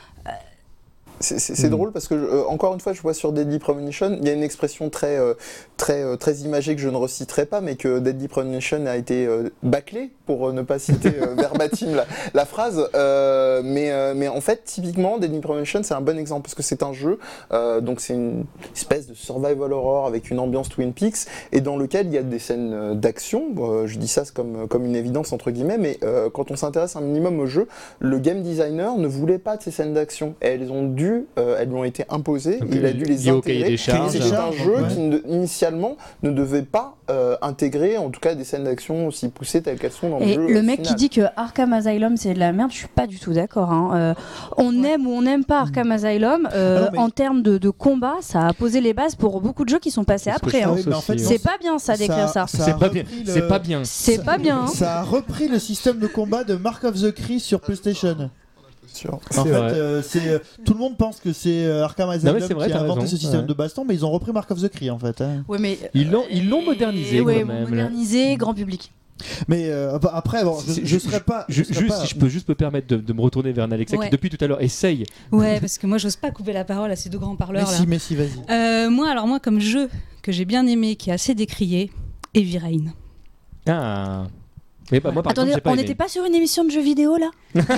C'est drôle parce que, encore une fois, je vois sur Deadly Premonition, il y a une expression très imagée que je ne reciterai pas, mais que Deadly Premonition a été bâclé, pour ne pas citer verbatim la phrase. Mais en fait, typiquement, Deadly Premonition, c'est un bon exemple parce que c'est un jeu, donc c'est une espèce de survival horror avec une ambiance Twin Peaks et dans lequel il y a des scènes d'action. Je dis ça comme une évidence, entre guillemets, mais quand on s'intéresse un minimum au jeu, le game designer ne voulait pas de ces scènes d'action et elles ont dû elles lui ont été imposées, Donc, il a dû les lié au cahier intégrer. des charges. C'est un jeu Ouais. qui initialement ne devait pas intégrer en tout cas des scènes d'action aussi poussées telles qu'elles sont dans le Et jeu. le mec final. qui dit que Arkham Asylum c'est de la merde, je suis pas du tout d'accord. Hein. On aime ou on n'aime pas Arkham Asylum. non, mais- En termes de combat, ça a posé les bases pour beaucoup de jeux qui sont passés C'est ce que après. je hein. pense Oui, mais en aussi, fait, ouais. C'est pas bien ça d'écrire ça. C'est pas bien. C'est pas bien. C'est pas bien. hein. Ça a repris le système de combat de Mark of the Cree sur PlayStation. Sûr. En C'est fait, vrai. tout le monde pense que c'est Arkham Asylum Non, mais c'est vrai, qui a t'as inventé raison. ce système Ouais. de baston, mais ils ont repris Mark of the Cree en fait. Hein. Ouais, mais Ils l'ont modernisé, ouais, quand même. modernisé, grand public. Mais après, bon, je serais pas. je serais Juste, pas- si je peux juste me permettre de me retourner vers Alexa Ouais. qui depuis tout à l'heure essaye. Ouais, parce que moi, j'ose pas couper la parole à ces deux grands parleurs là. Mais si, vas-y. Moi, comme jeu que j'ai bien aimé, qui est assez décrié, Heavy Rain. Ah. Mais bah, moi par Attendez, exemple, j'ai pas on aimé. n'était pas sur une émission de jeux vidéo là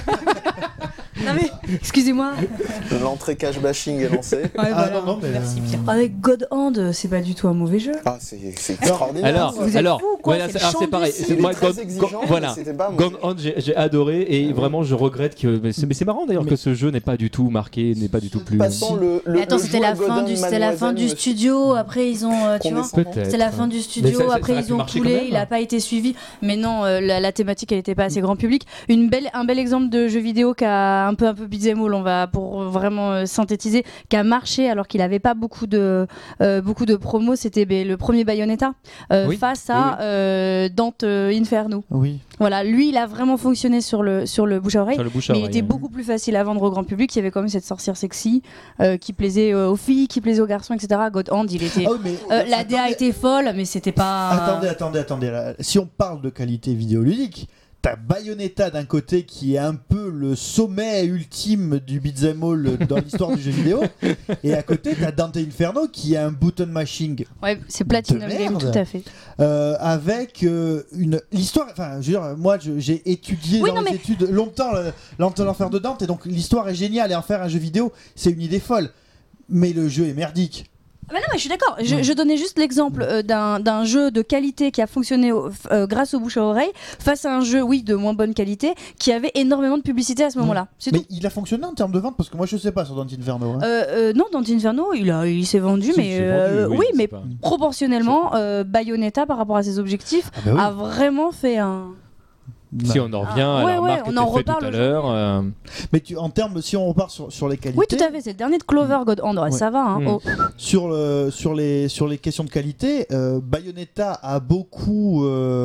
Non mais, excusez-moi. L'entrée cash bashing est lancée. Non, mais, Merci Pierre. Avec God Hand, c'est pas du tout un mauvais jeu. Ah, c'est extraordinaire. Alors, Vous êtes alors, fous, quoi, voilà, c'est le alors, champ c'est pareil. du C'est Il moi, est très Gone- exigeant, Gone- mais voilà. c'était pas Gone Hand, j'ai adoré et vraiment je regrette que. Mais c'est marrant d'ailleurs que ce jeu n'est pas du tout marqué, n'est pas du tout plus. Passant le Mais attends, le c'était jeu la à fin Godin, du, c'était la fin du Mademoiselle, studio. Après ils ont, tu vois. condescendant. Peut-être. C'est la fin du Mais studio, ça après aurait ils pu ont marcher quand coulé, même. il n'a pas été suivi. Mais non, la thématique elle n'était pas assez grand public. Un bel exemple de jeu vidéo qui a un peu beat'em all, on va pour vraiment synthétiser, qui a marché alors qu'il n'avait pas beaucoup de promos, c'était le premier Bayonetta Oui. face à Dante Inferno. Oui. Voilà, lui il a vraiment fonctionné sur le bouche à oreille. Sur le bouche à Mais il oreille, était hein. beaucoup plus facile à vendre au grand public. Il y avait quand même cette sorcière sexy qui plaisait aux filles, qui plaisait aux garçons, etc. God Hand, il était. Ah oui, mais, La DA était folle, mais c'était pas. Attendez. Là, si on parle de qualité vidéoludique, t'as Bayonetta d'un côté qui est un peu le sommet ultime du beat'em all dans l'histoire du jeu vidéo, et à côté t'as Dante Inferno qui est un button mashing Ouais, c'est Platinum de Game, merde. tout à fait. avec l'histoire. Enfin, je veux dire, moi j'ai étudié Oui, dans non, les mais- études longtemps l'enfer de Dante, et donc l'histoire est géniale, et en faire un jeu vidéo, c'est une idée folle. Mais le jeu est merdique. Ah bah non, mais je suis d'accord. Je donnais juste l'exemple d'un jeu de qualité qui a fonctionné grâce au bouche à oreille face à un jeu, oui, de moins bonne qualité, qui avait énormément de publicité à ce moment-là. C'est Mais tout. il a fonctionné en termes de vente, parce que moi je sais pas sur Dante Inferno. Hein. Non, Dante Inferno, il s'est vendu, Si, mais c'est vendu, oui, c'est mais pas- proportionnellement, Bayonetta par rapport à ses objectifs Ah bah oui. a vraiment fait un. Si on en revient Ah, à ouais, la remarque on que en t'as fait reparle tout à l'heure. Mais en termes, si on repart sur les qualités. Oui, tout à fait. C'est le dernier de Clover, God Hand. Ouais, Ouais. ça va. Hein. Mm. Oh. Sur les questions de qualité, Bayonetta a beaucoup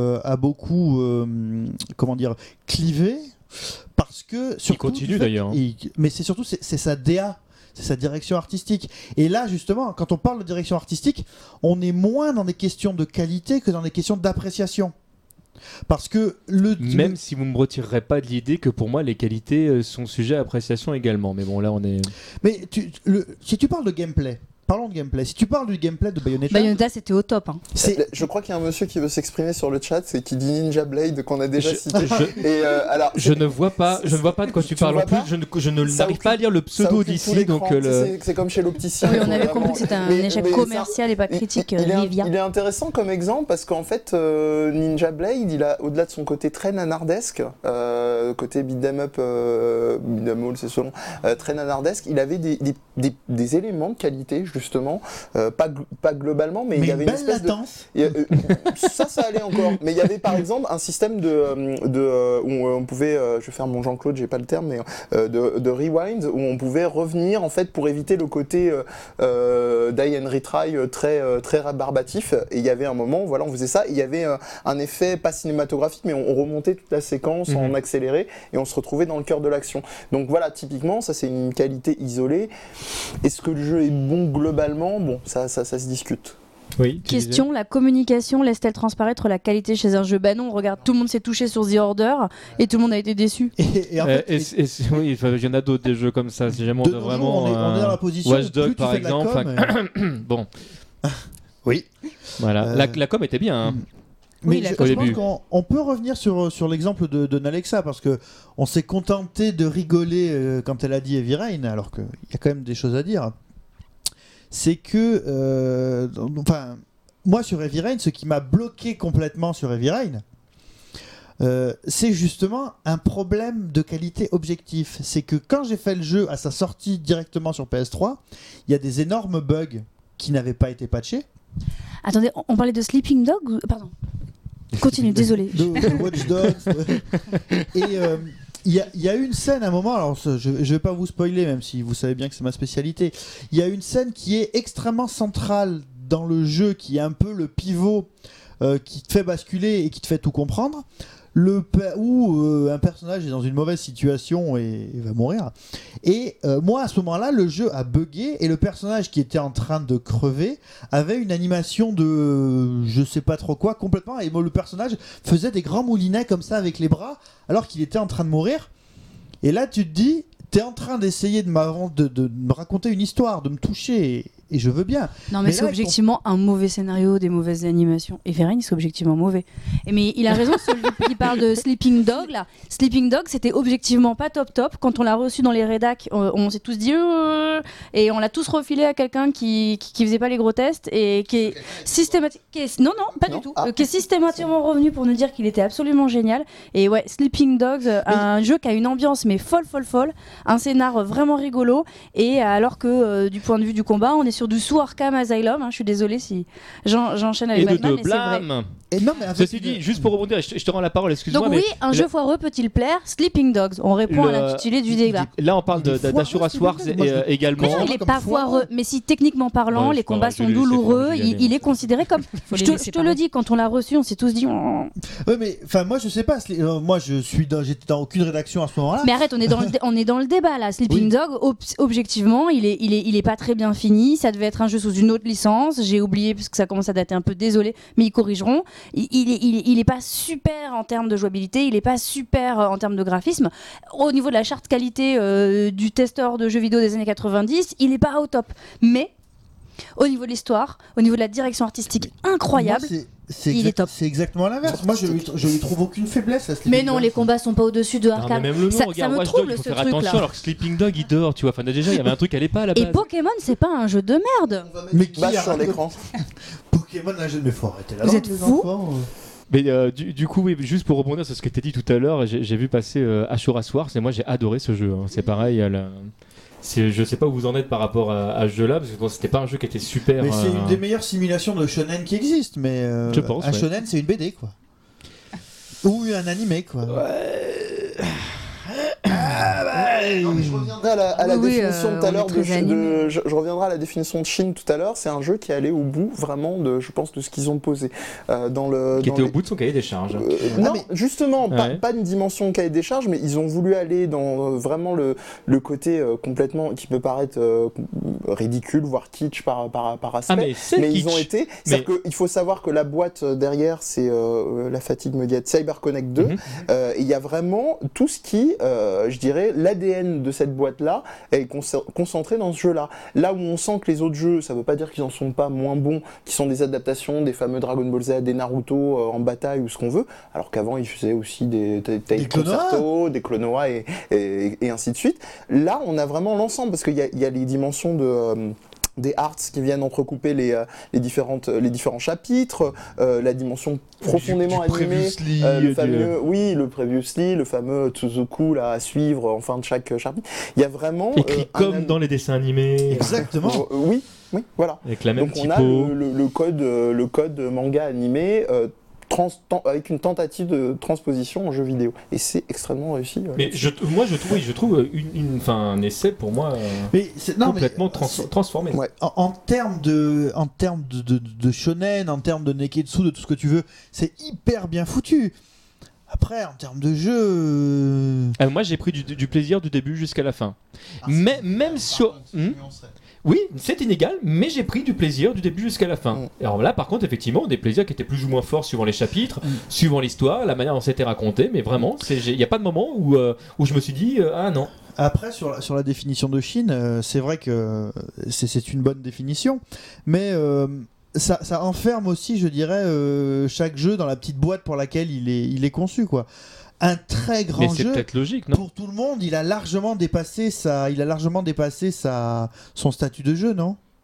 comment dire, clivé, parce que surtout continue du fait- d'ailleurs, hein. mais c'est surtout c'est sa DA. C'est sa direction artistique. Et là, justement, quand on parle de direction artistique, on est moins dans des questions de qualité que dans des questions d'appréciation. Parce que Même si vous ne me retirerez pas de l'idée que pour moi les qualités sont sujets à appréciation également. Mais bon, là on est. Mais si tu parles de gameplay, parlons de gameplay. Si tu parles du gameplay de Bayonetta, Bayonetta, c'était au top. Hein. Je crois qu'il y a un monsieur qui veut s'exprimer sur le chat, c'est qui dit Ninja Blade qu'on a déjà Je- cité. je- Et alors, Je ne vois pas de quoi tu Tu parles vois en plus. pas Je ne Ça n'arrive occupe- pas à lire le ça pseudo occupe tout d'ici, l'écran, donc tu sais, c'est comme chez l'opticien. Oui, il on faut avait vraiment- compris que c'était un Mais- échec mais ça- commercial et pas critique. Vivia. Il est intéressant comme exemple parce qu'en fait, Ninja Blade, il a, au-delà de son côté très nanardesque, côté beat'em up, beat'em all, c'est selon, très nanardesque, il avait des éléments de qualité, justement, pas globalement, mais il y une avait une belle espèce de... latence. Ça allait encore. Mais il y avait par exemple un système où on pouvait, je vais faire mon Jean-Claude, j'ai pas le terme, mais de rewind, où on pouvait revenir en fait pour éviter le côté die and retry très rabarbatif. Et il y avait un moment, voilà, on faisait ça. Il y avait un effet pas cinématographique, mais on remontait toute la séquence en accéléré et on se retrouvait dans le cœur de l'action. Donc voilà, typiquement, ça c'est une qualité isolée. Est-ce que le jeu est bon globalement? Bon, ça se discute. oui. Question, la communication laisse-t-elle transparaître la qualité chez un jeu? Bah non, regarde, tout le monde s'est touché sur The Order et tout le monde a été déçu. Et en fait, Oui, enfin, il y en a d'autres des jeux comme ça. Si jamais on de doit nos vraiment. jours, on est dans la position Watch où Dogs plus tu par fais de la exemple. com, Bon, Oui. voilà. La com était bien. Hein. Mais Oui, la je com. Au pense début. qu'on peut revenir sur l'exemple de Nalexa, parce que on s'est contenté de rigoler quand elle a dit Heavy Rain, alors qu'il y a quand même des choses à dire. C'est que, enfin, moi sur Heavy Rain, ce qui m'a bloqué complètement sur Heavy Rain, c'est justement un problème de qualité objectif. C'est que quand j'ai fait le jeu à sa sortie directement sur PS3, il y a des énormes bugs qui n'avaient pas été patchés. Attendez, on parlait de Sleeping Dog Pardon. Continue, désolé. De Watch Dogs. Et il y a une scène à un moment, alors je vais pas vous spoiler, même si vous savez bien que c'est ma spécialité. Il y a une scène qui est extrêmement centrale dans le jeu, qui est un peu le pivot qui te fait basculer et qui te fait tout comprendre. Où un personnage est dans une mauvaise situation et va mourir. Et moi, à ce moment-là, le jeu a bugué et le personnage qui était en train de crever avait une animation de je sais pas trop quoi complètement. Et le personnage faisait des grands moulinets comme ça avec les bras alors qu'il était en train de mourir. Et là, tu te dis, t'es en train d'essayer de me raconter une histoire, de me toucher. Et je veux bien. Non, mais c'est là, objectivement un mauvais scénario, des mauvaises animations. Et Vérine, c'est objectivement mauvais. Mais il a raison, celui qui parle de Sleeping Dog, là. Sleeping Dog, c'était objectivement pas top. Quand on l'a reçu dans les rédacs, on s'est tous dit et on l'a tous refilé à quelqu'un qui faisait pas les gros tests et qui est systématique. Non, pas du tout. Qui est systématiquement revenu pour nous dire qu'il était absolument génial. Et ouais, Sleeping Dogs, un jeu qui a une ambiance mais folle, un scénar vraiment rigolo. Et alors que du point de vue du combat, on est sur du sous Arkham Asylum, je suis désolée si j'enchaîne avec Batman, mais c'est vrai. Et non, mais Ceci dit, juste pour rebondir, je te rends la parole, excuse-moi. Donc mais oui, un jeu foireux peut-il plaire? Sleeping Dogs, on répond à l'intitulé du débat. Là, on parle d'Ashura Wars également. Non, il est pas foireux, mais si techniquement parlant, Ouais, les combats sont douloureux, il est considéré comme... Je te le dis, quand on l'a reçu, on s'est tous dit... Ouais, mais enfin, moi je sais pas, moi j'étais dans aucune rédaction à ce moment-là. Mais arrête, on est dans le débat là. Sleeping Dog, objectivement, il est pas très bien fini. Ça devait être un jeu sous une autre licence. J'ai oublié parce que ça commence à dater un peu. Désolé, mais ils corrigeront. Il est pas super en termes de jouabilité. Il est pas super en termes de graphisme. Au niveau de la charte qualité du testeur de jeux vidéo des années 90, il est pas au top. Mais au niveau de l'histoire, au niveau de la direction artistique incroyable. Moi, il est top. C'est exactement l'inverse. Moi, je lui trouve aucune faiblesse à Sleeping Mais non, Dogs. les combats sont pas au-dessus de Arkham. Même le nom, ça regarde, me Watch trouble Dogs, il faut ce faire truc attention là. alors que Sleeping Dog il dort, tu vois. Enfin, déjà, il y avait un truc, elle est pas à la base. Et Pokémon, c'est pas un jeu de merde. Mais qui Bâche a sur l'écran. Pokémon, là, mais faut arrêter là. Vous êtes fous. Mais du coup, oui, juste pour rebondir sur ce que tu as dit tout à l'heure, j'ai vu passer Ashura Wars et moi j'ai adoré ce jeu. C'est pareil, je sais pas où vous en êtes par rapport à ce jeu-là, parce que bon, c'était pas un jeu qui était super. Mais c'est une des meilleures simulations de shonen qui existent. Mais je pense, un shonen, c'est une BD, quoi. Ou un animé, quoi. Non, mais je reviendrai à la définition tout à l'heure je reviendrai à la définition de Shin tout à l'heure. C'est un jeu qui est allé au bout vraiment je pense de ce qu'ils ont posé qui était au bout de son cahier des charges. Non, justement, ouais. pas une dimension cahier des charges, mais ils ont voulu aller dans vraiment le côté complètement qui peut paraître ridicule, voire kitsch par aspect. Mais ils ont été. C'est-à-dire qu'il faut savoir que la boîte derrière, c'est la fatigue me guette, CyberConnect 2. Et il y a vraiment tout ce qui, je dirais, l'ADN de cette boîte-là est concentré dans ce jeu-là. Là où on sent que les autres jeux, ça veut pas dire qu'ils en sont pas moins bons, qui sont des adaptations des fameux Dragon Ball Z, des Naruto en bataille ou ce qu'on veut, alors qu'avant ils faisaient aussi des Concerto, des Clonoa et ainsi de suite. Là, on a vraiment l'ensemble, parce qu'il y a les dimensions des arts qui viennent entrecouper les différents chapitres, la dimension profondément animée, le previously, le fameux Tsuzuku là, à suivre en fin de chaque chapitre. Il y a vraiment écrit comme dans les dessins animés. Exactement. Oui, voilà. Avec la même Donc on a le code manga animé. Avec une tentative de transposition en jeu vidéo, et c'est extrêmement réussi. Mais je trouve un essai pour moi complètement transformé. Ouais. En termes de shonen, en termes de neketsu, de tout ce que tu veux, c'est hyper bien foutu. Après, en termes de jeu, moi j'ai pris du plaisir du début jusqu'à la fin. Mais même sur oui, c'est inégal, mais j'ai pris du plaisir du début jusqu'à la fin. Alors là, par contre, effectivement, des plaisirs qui étaient plus ou moins forts suivant les chapitres, suivant l'histoire, la manière dont c'était raconté, mais vraiment, il n'y a pas de moment où je me suis dit ah non. Après, sur la définition de Chine, c'est vrai que c'est une bonne définition, mais ça enferme aussi, je dirais, chaque jeu dans la petite boîte pour laquelle il est conçu, quoi. Un très grand jeu. Mais c'est peut-être logique, non ? Pour tout le monde, il a largement dépassé son statut de jeu, non ?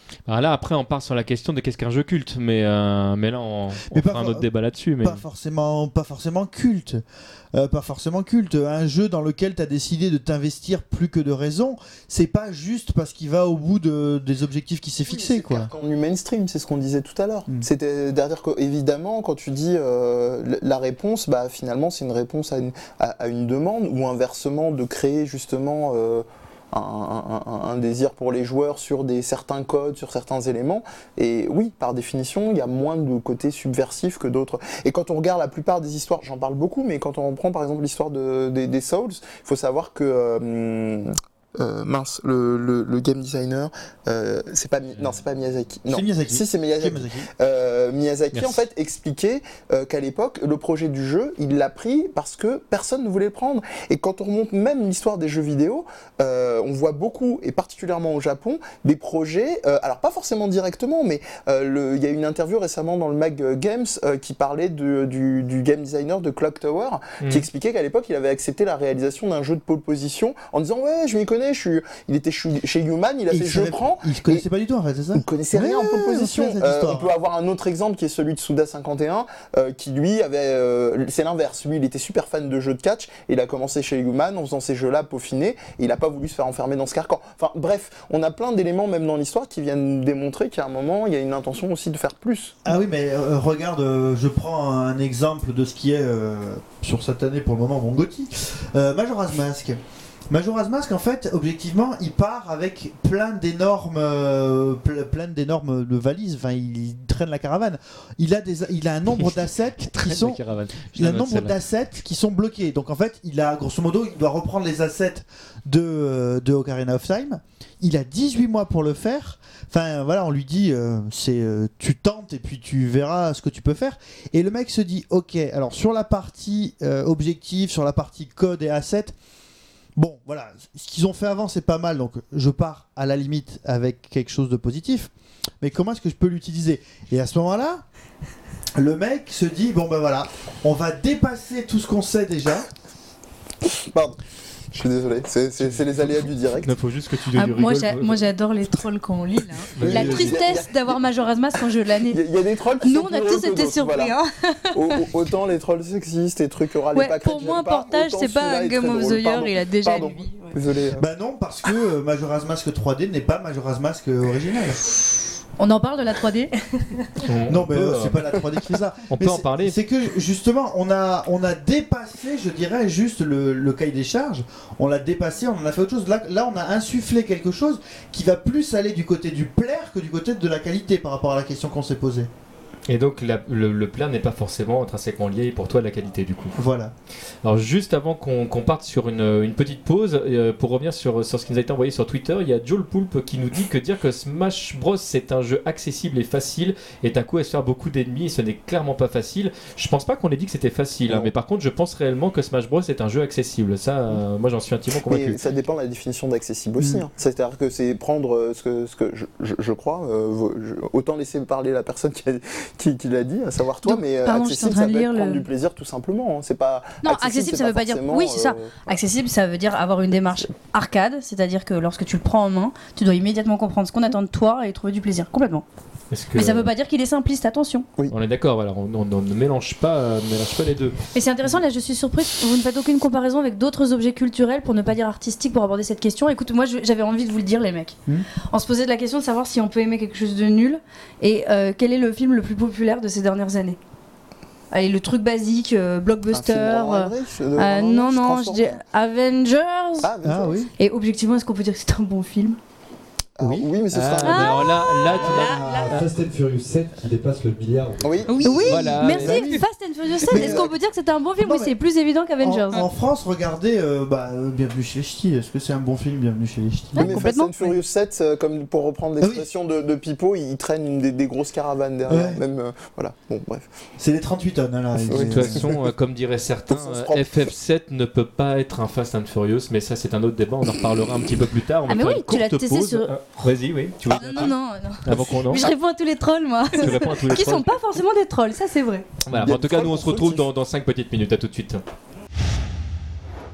Alors là, après, on part sur la question de qu'est-ce qu'un jeu culte, mais là, on fera un autre débat là-dessus. Mais... Pas forcément culte. Pas forcément culte. Un jeu dans lequel tu as décidé de t'investir plus que de raison, c'est pas juste parce qu'il va au bout des objectifs qu'il s'est fixés. C'est clair qu'en mainstream, c'est ce qu'on disait tout à l'heure. C'est-à-dire qu'évidemment, quand tu dis la réponse, bah, finalement, c'est une réponse à une demande, ou inversement, de créer justement... un désir pour les joueurs sur certains codes, sur certains éléments. Et oui, par définition, il y a moins de côté subversif que d'autres. Et quand on regarde la plupart des histoires, j'en parle beaucoup, mais quand on prend par exemple l'histoire des Souls, il faut savoir que... le game designer, c'est pas Miyazaki. Non, c'est Miyazaki. Si, c'est Miyazaki. Miyazaki en fait expliquait qu'à l'époque, le projet du jeu, il l'a pris parce que personne ne voulait le prendre. Et quand on remonte même l'histoire des jeux vidéo, on voit beaucoup, et particulièrement au Japon, des projets, alors pas forcément directement, mais il y a une interview récemment dans le mag Games qui parlait du game designer de Clock Tower, qui expliquait qu'à l'époque, il avait accepté la réalisation d'un jeu de pole position en disant ouais, je m'y connais. Il était chez Human, il a fait je prends. Il ne connaissait pas du tout en fait, c'est ça? Il ne connaissait rien en pole position. On peut avoir un autre exemple qui est celui de Suda51, qui lui avait. C'est l'inverse. Lui, il était super fan de jeux de catch. Et il a commencé chez Human en faisant ces jeux-là peaufinés. Et il n'a pas voulu se faire enfermer dans ce carcan. Enfin bref, on a plein d'éléments même dans l'histoire qui viennent démontrer qu'à un moment, il y a une intention aussi de faire plus. Ah oui, mais regarde, je prends un exemple de ce qui est sur cette année pour le moment mon GOTY. Majora's Mask. Majora's Mask, en fait, objectivement, il part avec plein d'énormes valises. Enfin, il traîne la caravane. Il a un nombre d'assets qui sont bloqués. Donc, en fait, il a, grosso modo, il doit reprendre les assets de Ocarina of Time. Il a 18 mois pour le faire. Enfin, voilà, on lui dit, tu tentes et puis tu verras ce que tu peux faire. Et le mec se dit, ok, alors sur la partie objectif, sur la partie code et assets, bon, voilà, ce qu'ils ont fait avant, c'est pas mal, donc je pars à la limite avec quelque chose de positif, mais comment est-ce que je peux l'utiliser? Et à ce moment-là, le mec se dit, bon ben voilà, on va dépasser tout ce qu'on sait déjà. Pardon. Je suis désolé, c'est les aléas du direct. Il faut juste que tu rigoles. Moi j'adore les trolls quand on lit là. La tristesse d'avoir Majora's Mask quand je l'année. Il y a des trolls qui nous sont on a tous été surpris. Voilà. Autant les trolls sexistes, les trucs orales et pas pour moi un portage c'est pas un Game of the Year, il a déjà une vie. Désolé. Bah non, parce que Majora's Mask 3D n'est pas Majora's Mask original. On en parle de la 3D? Non, mais c'est pas la 3D qui fait ça. On peut en parler. C'est que justement, on a dépassé, je dirais, juste le cahier des charges. On l'a dépassé, on en a fait autre chose. Là, on a insufflé quelque chose qui va plus aller du côté du plaire que du côté de la qualité par rapport à la question qu'on s'est posée. Et donc le plaire n'est pas forcément intrinsèquement lié pour toi à la qualité du coup. Voilà. Alors juste avant qu'on parte sur une petite pause, pour revenir sur ce qui nous a été envoyé sur Twitter, il y a Joe le Poulpe qui nous dit que dire que Smash Bros c'est un jeu accessible et facile est un coup à se faire beaucoup d'ennemis et ce n'est clairement pas facile. Je pense pas qu'on ait dit que c'était facile, hein, mais par contre je pense réellement que Smash Bros est un jeu accessible. Ça, moi j'en suis intimement convaincu. Mais ça dépend de la définition d'accessible aussi. Hein. C'est-à-dire que c'est prendre ce que je crois, autant laisser parler la personne qui l'a dit, à savoir toi, donc, mais accessible, ça veut prendre du plaisir tout simplement. Hein. C'est pas non, accessible, ça veut pas dire. Oui, c'est ça. Accessible, ça veut dire avoir une démarche arcade, c'est-à-dire que lorsque tu le prends en main, tu dois immédiatement comprendre ce qu'on attend de toi et trouver du plaisir complètement. Mais ça veut pas dire qu'il est simpliste, attention. Oui. On est d'accord, alors on ne mélange pas les deux. Mais c'est intéressant, là je suis surprise, vous ne faites aucune comparaison avec d'autres objets culturels, pour ne pas dire artistiques, pour aborder cette question. Écoute, moi j'avais envie de vous le dire les mecs. On se posait la question de savoir si on peut aimer quelque chose de nul, et quel est le film le plus populaire de ces dernières années? Allez, le truc basique, blockbuster. Non, je dis Avengers. Ah oui. Et objectivement, est-ce qu'on peut dire que c'est un bon film? Oui, mais ce sera. Alors là, Fast and Furious 7 qui dépasse le milliard. Oui, voilà, merci. Fast and Furious 7, est-ce qu'on peut dire que c'est un bon film? Oui, c'est plus évident qu'Avengers. En France, regardez Bienvenue chez les Ch'tis. Est-ce que c'est un bon film, Bienvenue chez les Ch'tis? Oui, mais Fast and Furious 7, comme pour reprendre l'expression de Pipo, il traîne des grosses caravanes derrière. Même, voilà, bon, bref. C'est les 38 tonnes, hein, là. De toute façon, comme diraient certains, FF7 ne peut pas être un Fast and Furious, mais ça, c'est un autre débat. On en reparlera un petit peu plus tard. On va faire une courte pause. Vas-y, oui. Tu veux non. Avant qu'on Mais je réponds à tous les trolls, moi. Tu réponds à tous les qui trolls. sont pas forcément des trolls, ça c'est vrai. Voilà, en tout cas, nous on se retrouve dans 5 petites minutes. À tout de suite.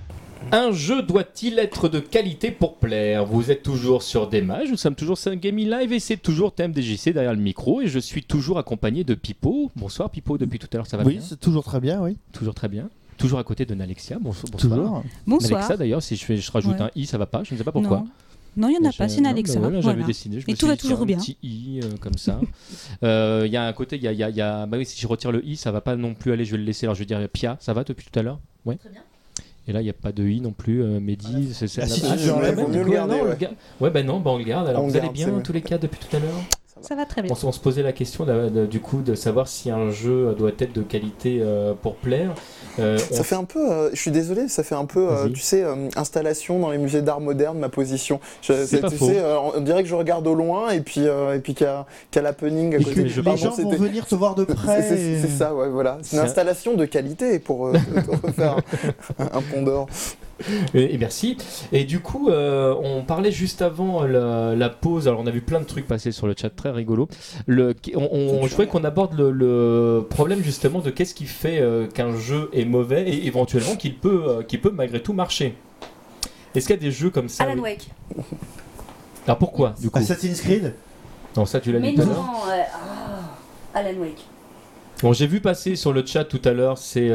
Un jeu doit-il être de qualité pour plaire? Vous êtes toujours sur Démage, nous sommes toujours sur Gaming Live et c'est toujours TMDJC derrière le micro et je suis toujours accompagné de Pipo. Bonsoir Pipo, depuis tout à l'heure ça va bien? Oui, c'est toujours très bien, oui. Toujours très bien. Toujours à côté de Nalexia. Bonsoir. Toujours. Bonsoir. Nalexia d'ailleurs, si je rajoute Ouais. un i, ça va pas, je ne sais pas pourquoi. Non, il n'y en a pas, c'est une Alexa. J'avais Voilà. dessiné, je Et me tout suis va dit, toujours tiens, bien. un petit i comme ça. Il y a un côté, bah oui, si je retire le i, ça va pas non plus aller, je vais le laisser. Alors je vais dire Pia, ça va depuis tout à l'heure? Ouais. Très bien. Et là, il n'y a pas de i non plus, Mehdi. Ah, si, Ah, tu enlèves, vaut mieux le garder, ouais. Ouais, ben non, on le garde. Alors On vous le allez garde, bien c'est en mieux. tous les cas depuis tout à l'heure? Ça va très bien. On se posait la question du coup de savoir si un jeu doit être de qualité pour plaire. Ça fait un peu, je suis désolé, ça fait un peu, Vas-y. tu sais, installation dans les musées d'art moderne, ma position. C'est pas Tu faux. sais, on dirait que je regarde au loin et puis qu'il y a l'happening à Et côté. que je les pardon, gens vont venir te voir de près. C'est ça, ouais, voilà. C'est une C'est- installation de qualité pour te refaire un pont d'or. Et merci. Et du coup, on parlait juste avant la pause. Alors, on a vu plein de trucs passer sur le chat, très rigolo. Je voulais qu'on aborde le problème justement de qu'est-ce qui fait qu'un jeu est mauvais et éventuellement qu'il peut malgré tout marcher. Est-ce qu'il y a des jeux comme ça? Alan oui. Wake. Alors pourquoi du coup? Assassin's Creed. Non, ça tu l'as Mais dit tout à non, l'heure. Alan Wake. Bon, j'ai vu passer sur le chat tout à l'heure, c'est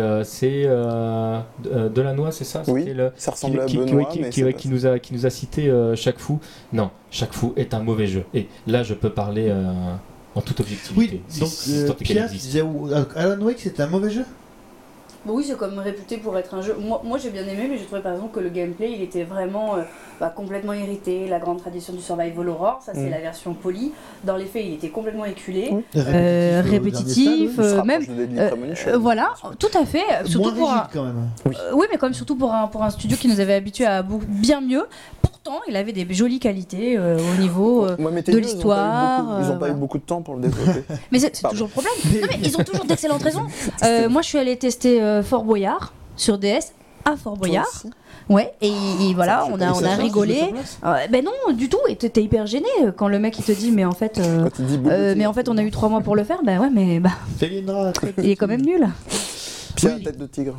Delannoy, c'est ça? Oui, C'était le- ça ressemble à qui Benoît, mais c'est qui nous a cité Chaque Fou. Non, Chaque Fou est un mauvais jeu. Et là, je peux parler en toute objectivité. Oui, donc tant qu'elle Pierre existe. disait Alan Wake c'était un mauvais jeu. Bon, oui, c'est comme réputé pour être un jeu. Moi j'ai bien aimé, mais j'ai trouvé par exemple que le gameplay il était vraiment complètement irrité. La grande tradition du survival horror, ça c'est la version polie. Dans les faits, il était complètement éculé. Oui. Répétitif, Il se rapproche même. de Deadly Premonition. Voilà, tout à fait. Surtout Moins pour un. rigide quand même. Oui, mais quand même surtout pour un studio qui nous avait habitués à bien mieux. Pourtant, il avait des jolies qualités au niveau. Ouais, mais de TDE, l'histoire, Ils n'ont pas eu voilà. beaucoup de temps pour le développer. Mais c'est Pardon. toujours le problème. Non, mais ils ont toujours d'excellentes raisons. Moi, je suis allée tester Fort Boyard sur DS à Fort Boyard. Toi aussi. Ouais, et voilà, on a rigolé. Ben non, du tout, et t'es hyper gêné quand le mec il te dit, mais en fait, Quand il dit beaucoup, mais en fait, on a eu 3 mois pour le faire. Ben ouais, mais bah, Felindra, il est quand même nul. Pierre, Oui. tête de tigre.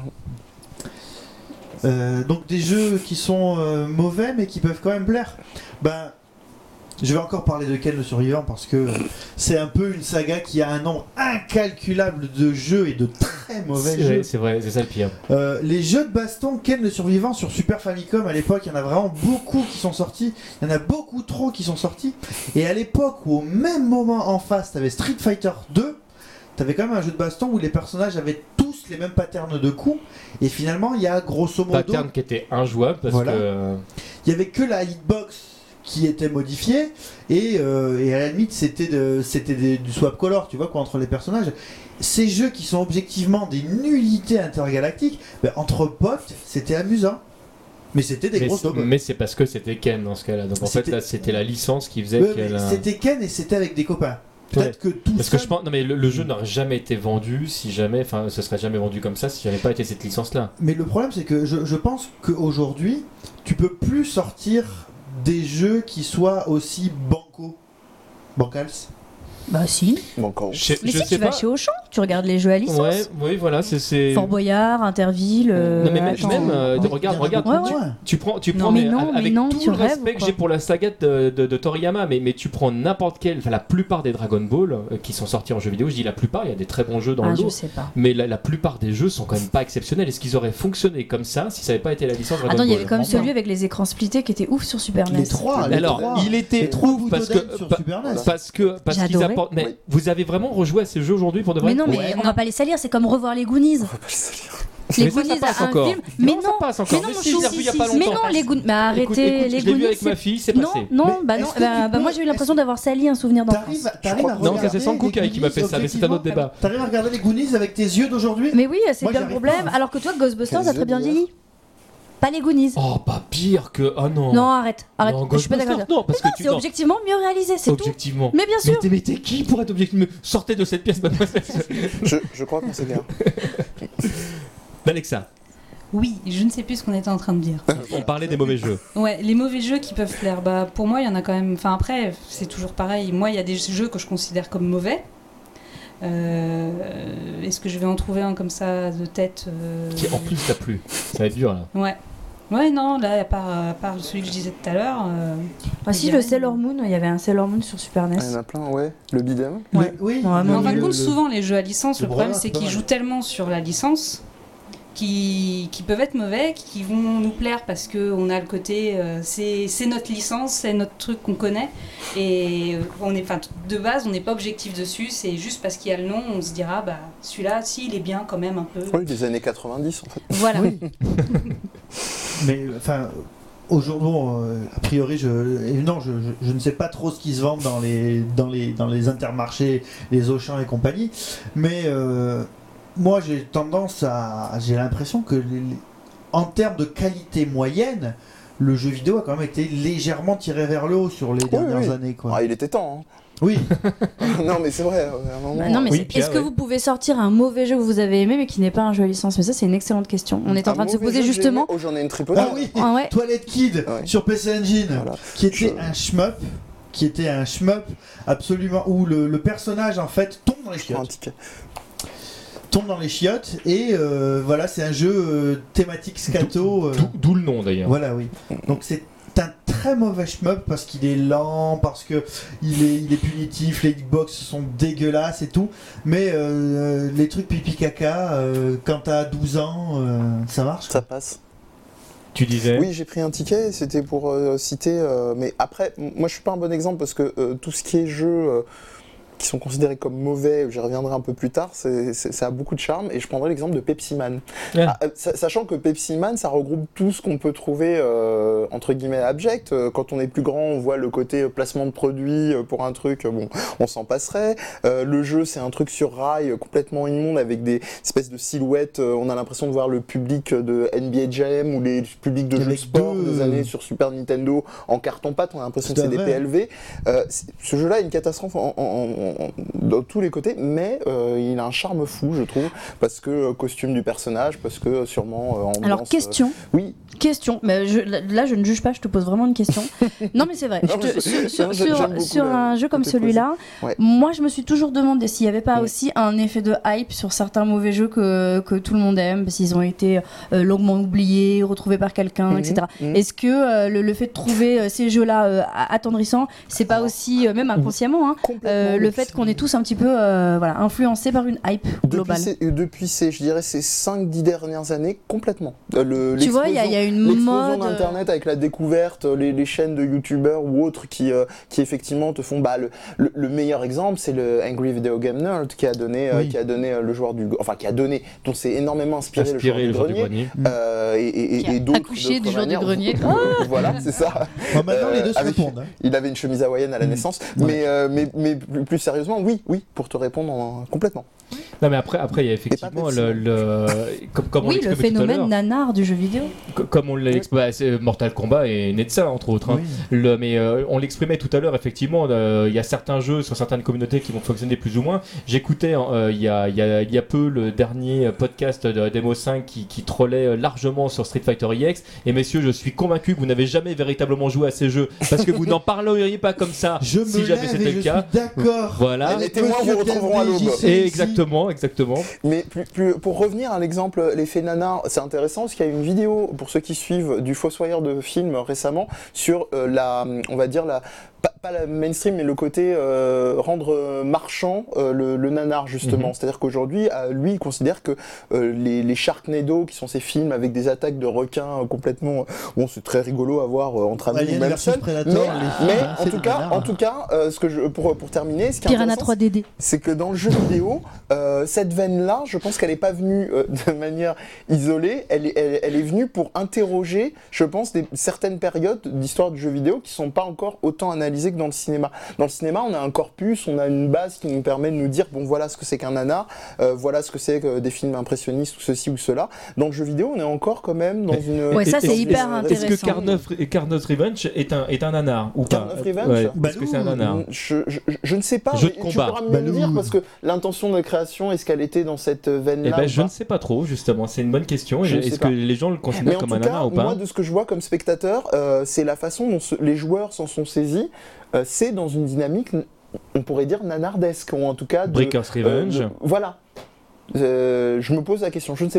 Donc des jeux qui sont mauvais mais qui peuvent quand même plaire. Ben, je vais encore parler de Ken le Survivant parce que c'est un peu une saga qui a un nombre incalculable de jeux et de très mauvais jeux. C'est vrai, c'est ça le pire. Les jeux de baston Ken le Survivant sur Super Famicom à l'époque, il y en a vraiment beaucoup qui sont sortis. Il y en a beaucoup trop qui sont sortis. Et à l'époque où au même moment en face, t'avais Street Fighter 2, t'avais quand même un jeu de baston où les personnages avaient tous les mêmes patterns de coups. Et finalement, il y a grosso modo... Pattern qui était injouable parce Voilà. que. Il y avait que la hitbox qui était modifiée et à la limite c'était du swap color, tu vois quoi, entre les personnages. Ces jeux qui sont objectivement des nullités intergalactiques, ben, entre potes c'était amusant, mais c'était des grosses daubes. Mais c'est parce que c'était Ken dans ce cas-là. Donc en fait, C'était- là, c'était la licence qui faisait Ouais, qu'elle. mais c'était Ken et c'était avec des copains. Peut-être que tout Parce que seul- je pense, non mais le jeu n'aurait jamais été vendu si jamais, enfin, ce serait jamais vendu comme ça si j'avais pas été cette licence-là. Mais le problème c'est que je pense qu'aujourd'hui tu peux plus sortir des jeux qui soient aussi bancals. Bah si. Bon, encore. Mais si tu vas chez Auchan, tu regardes les jeux à licence. Ouais, oui, voilà, c'est. Fort Boyard, Interville. Non mais attends. même, Mais regarde, il y en a regarde, beaucoup ouais, moins. tu prends, mais non, avec mais non, tout tu le rêves, respect que quoi. j'ai pour la saga de Toriyama, mais tu prends n'importe quel, enfin la plupart des Dragon Ball qui sont sortis en jeu vidéo, je dis la plupart, il y a des très bons jeux dans Ah, le je lot, sais pas. mais la plupart des jeux sont quand même pas exceptionnels. Est-ce qu'ils auraient fonctionné comme ça si ça n'avait pas été la licence Dragon Attends, il y Ball avait quand même vraiment celui avec les écrans splittés qui était ouf sur Super NES. Les trois, Alors, il était les trois ouf parce Butoden que sur pa- Super NES. parce J'ai qu'ils adoré. apportent. Mais Oui. vous avez vraiment rejoué à ces jeux aujourd'hui pour de vrai? Mais non, mais Ouais. on va pas les salir, c'est comme revoir les Goonies. On va pas le salir. Les Mais ça Goonies, passe un encore. film. Mais ça non, passe mais encore. non, Mais mon si, je l'ai chou, revu il y a pas longtemps. mais non, les Goonies. Mais arrêtez, Écoute, les je l'ai vu Goonies. avec ma fille, c'est Non, passé. non, Mais bah non, est-ce que tu peux- moi j'ai eu l'impression d'avoir sali un souvenir d'enfance. T'arrives à Non, ça, regarder c'est Sankook les qui m'a fait ça, mais c'est un autre débat. T'arrives à regarder les Goonies avec tes yeux d'aujourd'hui? Mais oui, c'est Moi, bien le j'arrive problème. pas. Alors que toi, Ghostbusters Quels a très bien yeux vieilli. Pas les Goonies. Oh, pas pire que. Oh non. Non, arrête, arrête. Non, Je suis pas d'accord. Ghostbusters, non, parce que tu C'est objectivement mieux réalisé, c'est tout. objectivement. Mais bien sûr. Mais t'es qui pour être objectif? Sortez de cette pièce, mademoiselle. Je crois qu'on s'égare. Alexa, Oui, je ne sais plus ce qu'on était en train de dire. on parlait des mauvais jeux. Ouais, les mauvais jeux qui peuvent plaire. Bah, pour moi, il y en a quand même. Enfin, après, c'est toujours pareil. Moi, il y a des jeux que je considère comme mauvais. Est-ce que je vais en trouver un comme ça de tête Qui en plus t'a plu. Ça va être dur là. Ouais. Ouais, non, là, à part celui que je disais tout à l'heure. Ah si, le Sailor Moon, il y avait un Sailor Moon sur Super NES. Ah, il y en a plein, ouais. Le beat'em. Ouais. Oui, Ouais, Mais en le- fin de le- compte, souvent, les jeux à licence, le le problème, Brawler, c'est c'est pas qu'ils mal. jouent tellement sur la licence qui peuvent être mauvais, qui vont nous plaire parce qu'on a le côté c'est notre licence, c'est notre truc qu'on connaît et de base on n'est pas objectif dessus, c'est juste parce qu'il y a le nom, on se dira bah celui-là si il est bien quand même un peu. Oui, des années 90 en fait. Voilà. Oui. Mais enfin, aujourd'hui, bon, a priori, je ne sais pas trop ce qui se vend dans les Intermarchés, les Auchan et compagnie, mais moi j'ai l'impression que en termes de qualité moyenne, le jeu vidéo a quand même été légèrement tiré vers le haut sur les dernières années, quoi. Ah, il était temps. Oui. Non, mais c'est vrai. À un moment, Bah non, mais Oui, est-ce Pierre, que ouais. vous pouvez sortir un mauvais jeu que vous avez aimé mais qui n'est pas un jeu à licence? Mais ça, c'est une excellente question. On est en un train de se mauvais poser jeu que j'ai justement. aimé. Oh, j'en ai une tripotée. Ah oui. Ah ouais. Toilet Kid Ouais. sur PC Engine, Voilà. qui était Je- un shmup absolument où le personnage en fait tombe dans les Je prends un chiottes. ticket. Tombe dans les chiottes et voilà, c'est un jeu thématique scato. D'où le nom d'ailleurs. Voilà, oui. Donc c'est un très mauvais shmup parce qu'il est lent, parce que il est punitif, les hitbox sont dégueulasses et tout. Mais les trucs pipi caca, quand t'as 12 ans, ça marche. Ça passe. Tu disais. Oui, j'ai pris un ticket, c'était pour citer. Mais après, moi je suis pas un bon exemple parce que tout ce qui est jeu qui sont considérés comme mauvais, j'y reviendrai un peu plus tard, ça a beaucoup de charme. Et je prendrai l'exemple de Pepsi Man. Ah. Sachant que Pepsi Man, ça regroupe tout ce qu'on peut trouver entre guillemets abject. Quand on est plus grand, on voit le côté placement de produits pour un truc, bon, on s'en passerait. Le jeu, c'est un truc sur rail complètement immonde avec des espèces de silhouettes. On a l'impression de voir le public de NBA Jam ou les publics de jeux de Avec sport deux- des années sur Super Nintendo en carton-pâte. On a l'impression que Tout c'est à des fait. PLV. Ce jeu-là est une catastrophe dans tous les côtés, mais il a un charme fou, je trouve, parce que costume du personnage, parce que sûrement ambiance. Alors question. Oui. Question, mais là je ne juge pas, je te pose vraiment une question. Non mais c'est vrai, Non, mais j'aime beaucoup sur un jeu comme côté celui-là, Ouais. moi je me suis toujours demandé s'il n'y avait pas Mm. aussi un effet de hype sur certains mauvais jeux que tout le monde aime, parce qu'ils ont été longuement oubliés, retrouvés par quelqu'un, Mhm, etc. mhm. Est-ce que le fait de trouver ces jeux-là attendrissants, c'est pas Alors, aussi, même inconsciemment, hein, Complètement, le fait qu'on est tous un petit peu voilà, influencés par une hype globale? Depuis je dirais, ces 5-10 dernières années, complètement. Tu vois, il y a une l'explosion mode. d'Internet avec la découverte, les chaînes de youtubeurs ou autres qui effectivement te font. Le meilleur exemple, c'est le Angry Video Game Nerd qui a donné, Oui. le joueur du. Enfin, qui a donné, dont c'est énormément inspiré, Inspiré le joueur du grenier. Qui a Et d'autres. accouché du d'autres joueur du manières. grenier. Voilà, c'est ça. Bon, maintenant les deux se avec- répondent. Hein. Il avait une chemise hawaïenne à la naissance. Ouais. Mais plus sérieusement, oui, pour te répondre complètement. Non mais après il y a effectivement Pepsi Man. comme on Oui, le l'exprimait tout à phénomène l'heure, nanar du jeu vidéo. comme on l'a exprimé, c'est Mortal Kombat est né de ça entre autres. Hein. Oui. Mais on l'exprimait tout à l'heure, effectivement, il y a certains jeux sur certaines communautés qui vont fonctionner plus ou moins. J'écoutais il y a peu le dernier podcast de Demo 5 qui trollait largement sur Street Fighter EX. Et messieurs, je suis convaincu que vous n'avez jamais véritablement joué à ces jeux parce que vous n'en parleriez pas comme ça Je me si jamais lève c'était et le je cas. suis d'accord. Voilà. Les témoins vous retrouveront à l'aube. Et exactement. Mais pour revenir à l'exemple, l'effet nanar, c'est intéressant parce qu'il y a une vidéo, pour ceux qui suivent, du Fossoyeur de film récemment, sur on va dire pas la mainstream, mais le côté rendre marchand le nanar, justement. Mhm. C'est-à-dire qu'aujourd'hui, lui, il considère que les Sharknado, qui sont ces films avec des attaques de requins complètement... Bon, c'est très rigolo à voir entre amis Alien ou même versus seul. Predator, Mais, les films, en c'est tout du cas, nanar. ce que pour terminer, ce qui est Piranha intéressant, 3DD. c'est que dans le jeu vidéo, cette veine-là, je pense qu'elle n'est pas venue de manière isolée, elle est venue pour interroger, je pense, certaines périodes d'histoire du jeu vidéo qui ne sont pas encore autant analysées que dans le cinéma. Dans le cinéma, on a un corpus, on a une base qui nous permet de nous dire, bon, voilà ce que c'est qu'un nanar, voilà ce que c'est que des films impressionnistes, ou ceci ou cela. Dans le jeu vidéo, on est encore quand même dans une... Ouais, ça, c'est hyper Est-ce que intéressant. Carnot Revenge est un nanar ou pas? Carnot Revenge Ouais, Bah est-ce que c'est un non, nanar? Je ne sais pas, Jeu de mais tu combat. pourras mieux Balou. me dire, parce que l'intention de création, est-ce qu'elle était dans cette veine-là Eh ben, ou je pas ne sais pas trop, justement. C'est une bonne question. Je ne sais Est-ce pas. que les gens le Mais considèrent en comme tout un cas, nanar ou pas? moi, de ce que je vois comme spectateur, c'est la façon dont les joueurs s'en sont saisis. C'est dans une dynamique, on pourrait dire, nanardesque, ou en tout cas... Breaker's Revenge. voilà. Je me pose la question, je ne sais pas.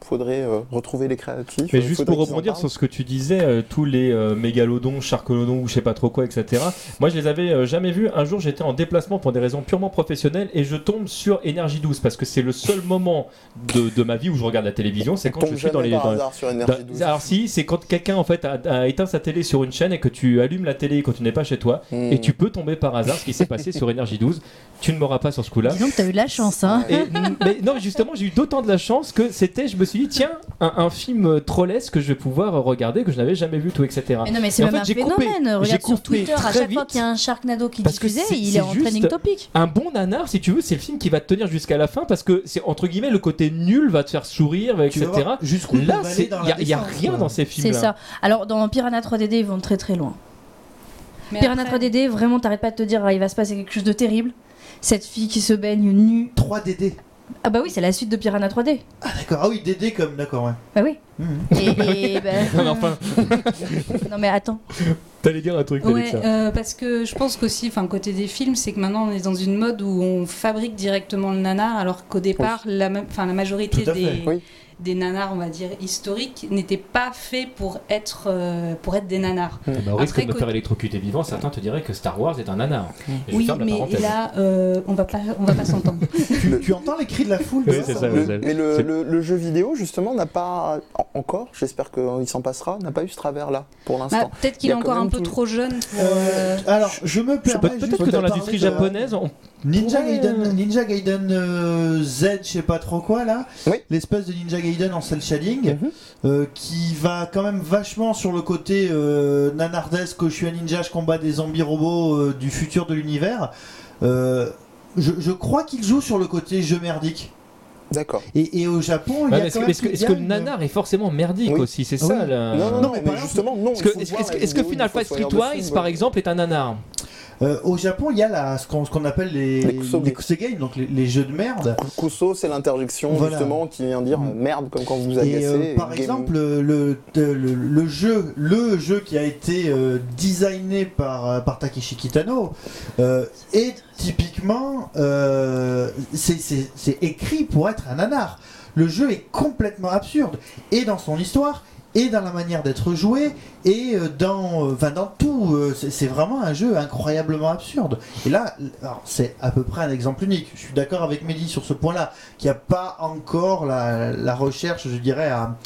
faudrait retrouver les créatifs. Mais juste faudrait pour qu'ils en rebondir parlent. sur ce que tu disais, tous les mégalodons, charcolodons ou je sais pas trop quoi, etc. Moi je les avais jamais vus. Un jour j'étais en déplacement pour des raisons purement professionnelles et je tombe sur Énergie 12 parce que c'est le seul moment de ma vie où je regarde la télévision, c'est On quand je tombe suis dans jamais les... par hasard sur Énergie 12. Alors si, c'est quand quelqu'un en fait a éteint sa télé sur une chaîne et que tu allumes la télé quand tu n'es pas chez toi et tu peux tomber par hasard, ce qui s'est passé sur Énergie 12. Tu ne m'auras pas sur ce coup-là. Dis donc, t'as eu de la chance, hein. Mais non, justement, j'ai eu d'autant de la chance que je me suis dit, tiens, un film trollesque que je vais pouvoir regarder, que je n'avais jamais vu, tout, etc. Mais non, mais c'est Et en même fait, un phénomène. Regarde sur Twitter, à très chaque fois vite, qu'il y a un Sharknado qui parce que diffusait, il c'est est en juste trending topic. un bon nanar, si tu veux, c'est le film qui va te tenir jusqu'à la fin parce que c'est entre guillemets le côté nul va te faire sourire, etc. Jusqu'où Là, on va aller dans la il y a descente, rien quoi. dans ces films-là. C'est ça. Alors, dans Piranha 3DD, ils vont très très loin. Mais Piranha après- 3DD, vraiment, t'arrêtes pas de te dire, ah, il va se passer quelque chose de terrible. Cette fille qui se baigne nue. 3DD. Ah bah oui, c'est la suite de Piranha 3D. Ah d'accord, ah oui, DD comme, d'accord, ouais. Bah oui. Et Non, mais enfin, non mais attends. t'allais dire un truc, Ouais, Alexa. parce que je pense qu'aussi, enfin, côté des films, c'est que maintenant on est dans une mode où on fabrique directement le nanar, alors qu'au départ, la majorité Tout à fait. Oui. des nanars, on va dire historiques, n'étaient pas faits pour être des nanars. Bah, au risque Après, de me faire électrocuter vivant, certains te diraient que Star Wars est un nanar. Et je Oui, ferme la mais parenthèse. là, on va pas s'entendre. Tu entends les cris de la foule Oui, de c'est ça, ça, ouais. ouais. Mais le jeu vidéo, justement, n'a pas encore, j'espère qu'il s'en passera, n'a pas eu ce travers-là pour Bah, l'instant. peut-être qu'il Il y est a quand encore un même peu tout- trop jeune pour. Alors, je me permets Peut-être juste que dans de l'industrie parler de- japonaise, on Ninja pourrait, Gaiden Z, je sais pas trop quoi là, Oui. l'espèce de Ninja Gaiden en cel shading, Mhm. qui va quand même vachement sur le côté nanardesque, je suis un ninja, je combats des zombies robots du futur de l'univers. Je crois qu'il joue sur le côté jeu merdique. D'accord. Et au Japon, il y Ouais, a mais quand même est-ce que le nanar est forcément merdique Oui. aussi, c'est Oui. ça là. Non, Non, mais par exemple, justement, non. Est-ce que, il faut est-ce, voir est-ce la que- est-ce que vidéo, Final il faut Fight choisir Streetwise, dessus, par ouais. exemple, est un nanar? Au Japon, il y a ce qu'on appelle les kusegame, donc les jeux de merde. Kuso, c'est l'interjection Voilà. justement qui vient dire merde comme quand vous Et agacez. par game- exemple, le jeu qui a été designé par Takeshi Kitano est typiquement c'est écrit pour être un nanar. Le jeu est complètement absurde et dans son histoire et dans la manière d'être joué et dans tout. C'est vraiment un jeu incroyablement absurde. Et là, alors, c'est à peu près un exemple unique. Je suis d'accord avec Mehdi sur ce point-là, qu'il n'y a pas encore la recherche, je dirais,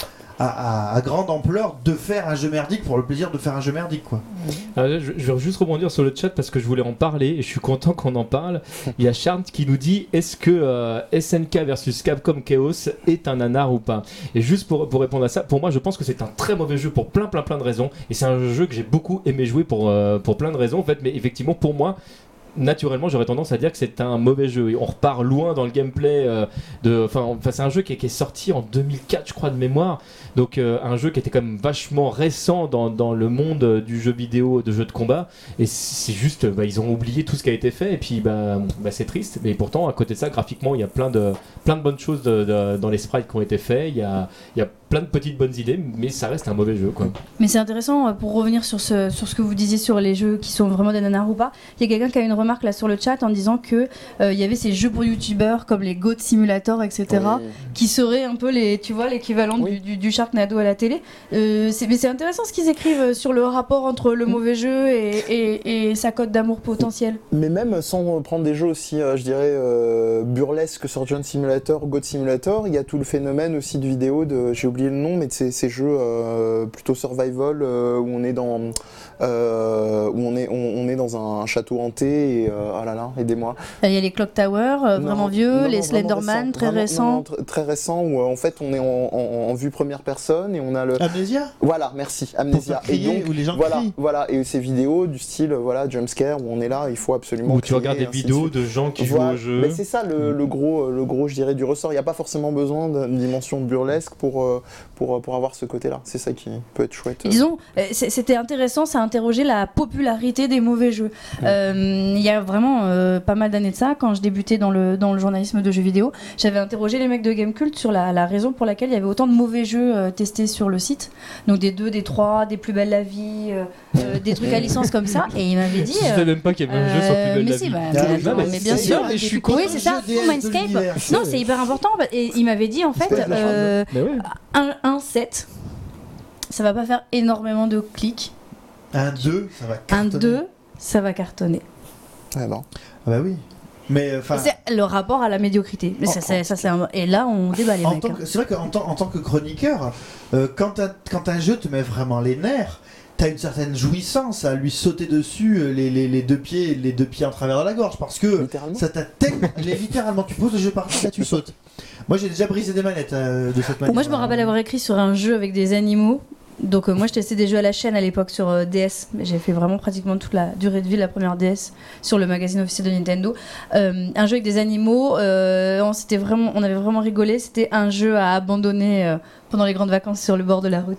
à grande ampleur de faire un jeu merdique pour le plaisir de faire un jeu merdique, quoi. Je vais juste rebondir sur le chat parce que je voulais en parler et je suis content qu'on en parle. Il y a Charles qui nous dit est-ce que SNK versus Capcom Chaos est un nanar ou pas? Et juste pour répondre à ça, pour moi je pense que c'est un très mauvais jeu pour plein de raisons et c'est un jeu que j'ai beaucoup aimé jouer pour plein de raisons en fait, mais effectivement pour moi naturellement j'aurais tendance à dire que c'est un mauvais jeu et on repart loin dans le gameplay c'est un jeu qui est sorti en 2004 je crois de mémoire, donc un jeu qui était quand même vachement récent dans le monde du jeu vidéo, de jeux de combat, et c'est juste ils ont oublié tout ce qui a été fait et puis c'est triste, mais pourtant à côté de ça graphiquement il y a plein de bonnes choses dans les sprites qui ont été faits, il y a plein de petites bonnes idées, mais ça reste un mauvais jeu quoi. Mais c'est intéressant pour revenir sur ce que vous disiez sur les jeux qui sont vraiment des nanars ou pas. Il y a quelqu'un qui a une remarque là sur le chat en disant que il y avait ces jeux pour youtubeurs comme les Goat Simulator, etc. Oui. qui seraient un peu l'équivalent Oui. du Sharknado à la télé. Mais c'est intéressant ce qu'ils écrivent sur le rapport entre le mauvais jeu et sa cote d'amour potentielle. Mais même sans prendre des jeux aussi, je dirais, burlesques que Surgeon Simulator, God Simulator, il y a tout le phénomène aussi de vidéos j'ai oublié le nom, mais de ces jeux plutôt survival où on est dans on est dans un château hanté et oh là là, aidez-moi. Il y a les Clock Tower, vraiment vieux, les Slenderman, très récents. Très récents où en fait on est en vue première personne et on a le... Amnesia. Voilà, merci, Pour Amnesia. faire crier, où les gens crient. Voilà, et ces vidéos du style jumpscare où on est là, il faut absolument Où tu crier, regardes des ainsi de vidéos suite. de gens qui Voilà. jouent au jeu. Mais c'est ça le gros, je dirais, du ressort. Il n'y a pas forcément besoin d'une dimension burlesque pour pour avoir ce côté-là. C'est ça qui peut être chouette. Disons, c'était intéressant, ça a interrogé la popularité des mauvais jeux. Il y a vraiment pas mal d'années de ça, quand je débutais dans le journalisme de jeux vidéo, j'avais interrogé les mecs de Gamecult sur la raison pour laquelle il y avait autant de mauvais jeux testés sur le site. Donc des 2, des 3, des Plus belles la vie, des trucs à licence comme ça. Et il m'avait dit... Je savais même pas qu'il y avait un jeu sur Plus belle la vie. Mais bien sûr, mais je suis oui, c'est ça, Mindscape. Non, c'est hyper important. Et il m'avait dit en fait, un 7, ça va pas faire énormément de clics. Un 2, ça va cartonner. Un 2, ça va cartonner. Ah bon. Ah bah oui. Mais c'est le rapport à la médiocrité. Mais et là, on débat les mecs. C'est vrai qu'en tant que chroniqueur, quand un jeu te met vraiment les nerfs, t'as une certaine jouissance à lui sauter dessus les deux pieds en travers de la gorge, parce que ça t'a littéralement, tu poses le jeu par terre, là tu sautes. Moi j'ai déjà brisé des manettes de cette manière. Moi je me rappelle avoir écrit sur un jeu avec des animaux. Donc moi je testais des jeux à la chaîne à l'époque sur DS, mais j'ai fait vraiment pratiquement toute la durée de vie de la première DS sur le magazine officiel de Nintendo. Un jeu avec des animaux, on avait vraiment rigolé. C'était un jeu à abandonner pendant les grandes vacances sur le bord de la route.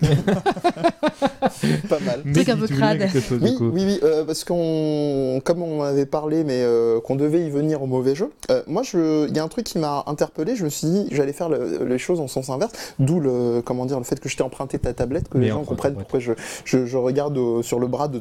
Pas mal. Truc un peu crade. Oui, parce comme on en avait parlé, mais qu'on devait y venir au mauvais jeu. Moi, il y a un truc qui m'a interpellé. Je me suis dit, j'allais faire les choses en sens inverse. D'où le fait que je t'ai emprunté ta tablette, que les gens comprennent pourquoi je regarde sur le bras de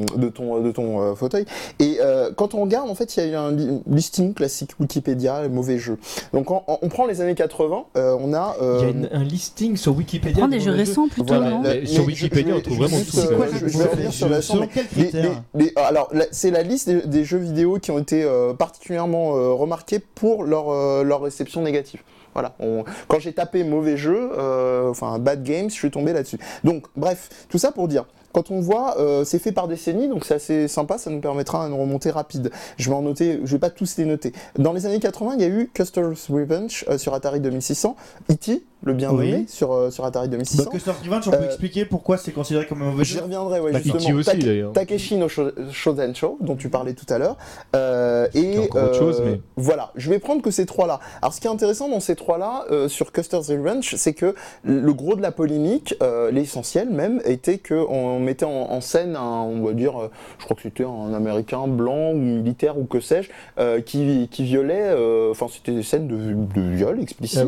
ton fauteuil. Et quand on regarde, en fait, il y a eu un listing classique Wikipédia, mauvais jeux. Donc, on prend les années 80. On a. Il y a un listing sur Wikipédia. On prend des jeux récents plutôt, non ? Sur Wikipédia, on trouve vraiment tout. Je vais revenir sur la selon quel critère ? Alors, c'est la liste des jeux vidéo qui ont été particulièrement remarqués pour leur réception négative. Voilà. Quand j'ai tapé mauvais jeu, bad games, je suis tombé là-dessus. Donc, bref, tout ça pour dire. Quand on voit, c'est fait par décennies, donc c'est assez sympa, ça nous permettra une remontée rapide. Je vais en noter, je vais pas tous les noter. Dans les années 80, il y a eu Custer's Revenge sur Atari 2600, E.T., le bien nommé, sur Atari 2600. Donc Custer's Revenge, on peut expliquer pourquoi c'est considéré comme un mauvais jeu ? J'y reviendrai, justement. E.T. aussi, d'ailleurs. Takeshi no Shoten Show, dont tu parlais tout à l'heure. Encore autre chose, mais... Voilà, je vais prendre que ces trois-là. Alors, ce qui est intéressant dans ces trois-là, sur Custer's Revenge, c'est que le gros de la polémique, l'essentiel même, était qu'on mettait en scène on va dire, je crois que c'était un Américain blanc ou militaire ou que sais-je, qui violait, c'était des scènes de viol explicite,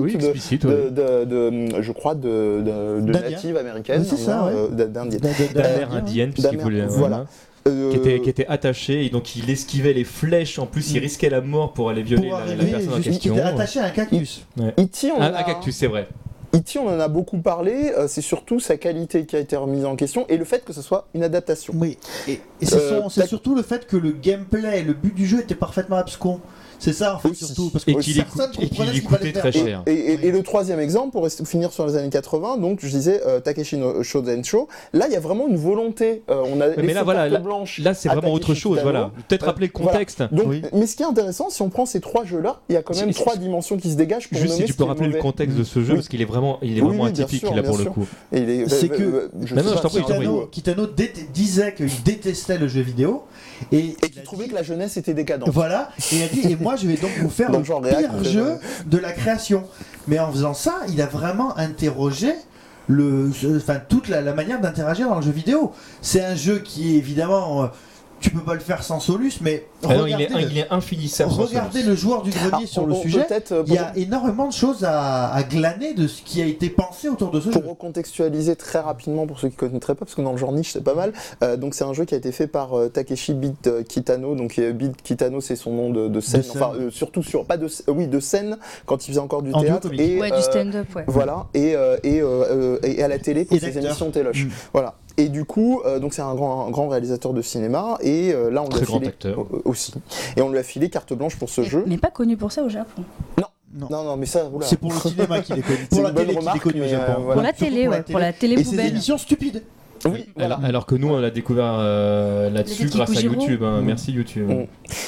je crois de natives américaines, c'est ça, d'indiennes, puisqu'il voulait, voilà. Qui était attaché, et donc il esquivait les flèches, en plus il risquait la mort pour aller violer la personne en question. Il était attaché à un cactus. Un cactus, c'est vrai. E.T., on en a beaucoup parlé, c'est surtout sa qualité qui a été remise en question et le fait que ce soit une adaptation. Oui, et c'est surtout le fait que le gameplay et le but du jeu étaient parfaitement abscons. C'est ça, en fait, surtout. Parce que qu'il coûtait très cher. Et le troisième exemple, pour finir sur les années 80, donc je disais Takeshi no Shoten Show, là il y a vraiment une volonté. On a mais là, voilà, là c'est vraiment autre chose. Voilà. Peut-être rappeler le contexte. Voilà. Donc, mais ce qui est intéressant, si on prend ces trois jeux-là, il y a quand même trois dimensions qui se dégagent. Pour juste si tu peux rappeler le contexte de ce jeu, parce qu'il est vraiment atypique là pour le coup. C'est que Kitano disait qu'il détestait le jeu vidéo. Et qu'il trouvait que la jeunesse était décadente. Voilà, et il a dit, et moi je vais donc vous faire le pire jeu de la création. Mais en faisant ça, il a vraiment interrogé toute la manière d'interagir dans le jeu vidéo. C'est un jeu qui est évidemment... tu peux pas le faire sans Solus, mais il est infinissable. Regardez le joueur du grenier sur le sujet. Il y a énormément de choses à glaner de ce qui a été pensé autour de ce jeu. Pour recontextualiser très rapidement pour ceux qui ne connaîtraient pas, parce que dans le genre niche c'est pas mal. Donc c'est un jeu qui a été fait par Takeshi Beat Kitano. Donc Beat Kitano c'est son nom de scène. Surtout sur de scène quand il faisait encore du théâtre et du stand-up. Voilà et à la télé pour ses émissions téloches. Voilà. Et du coup, donc c'est un grand réalisateur de cinéma et là on lui a filé aussi. Et on lui a filé carte blanche pour ce jeu. Il n'est pas connu pour ça au Japon. Non, mais ça, c'est pour le cinéma qu'il est connu. Pour la télé qu'il est connu au Japon. Pour la télé, pour la télé poubelle. Et ses émissions stupides. Oui, alors que nous on l'a découvert là-dessus grâce à YouTube. Merci YouTube.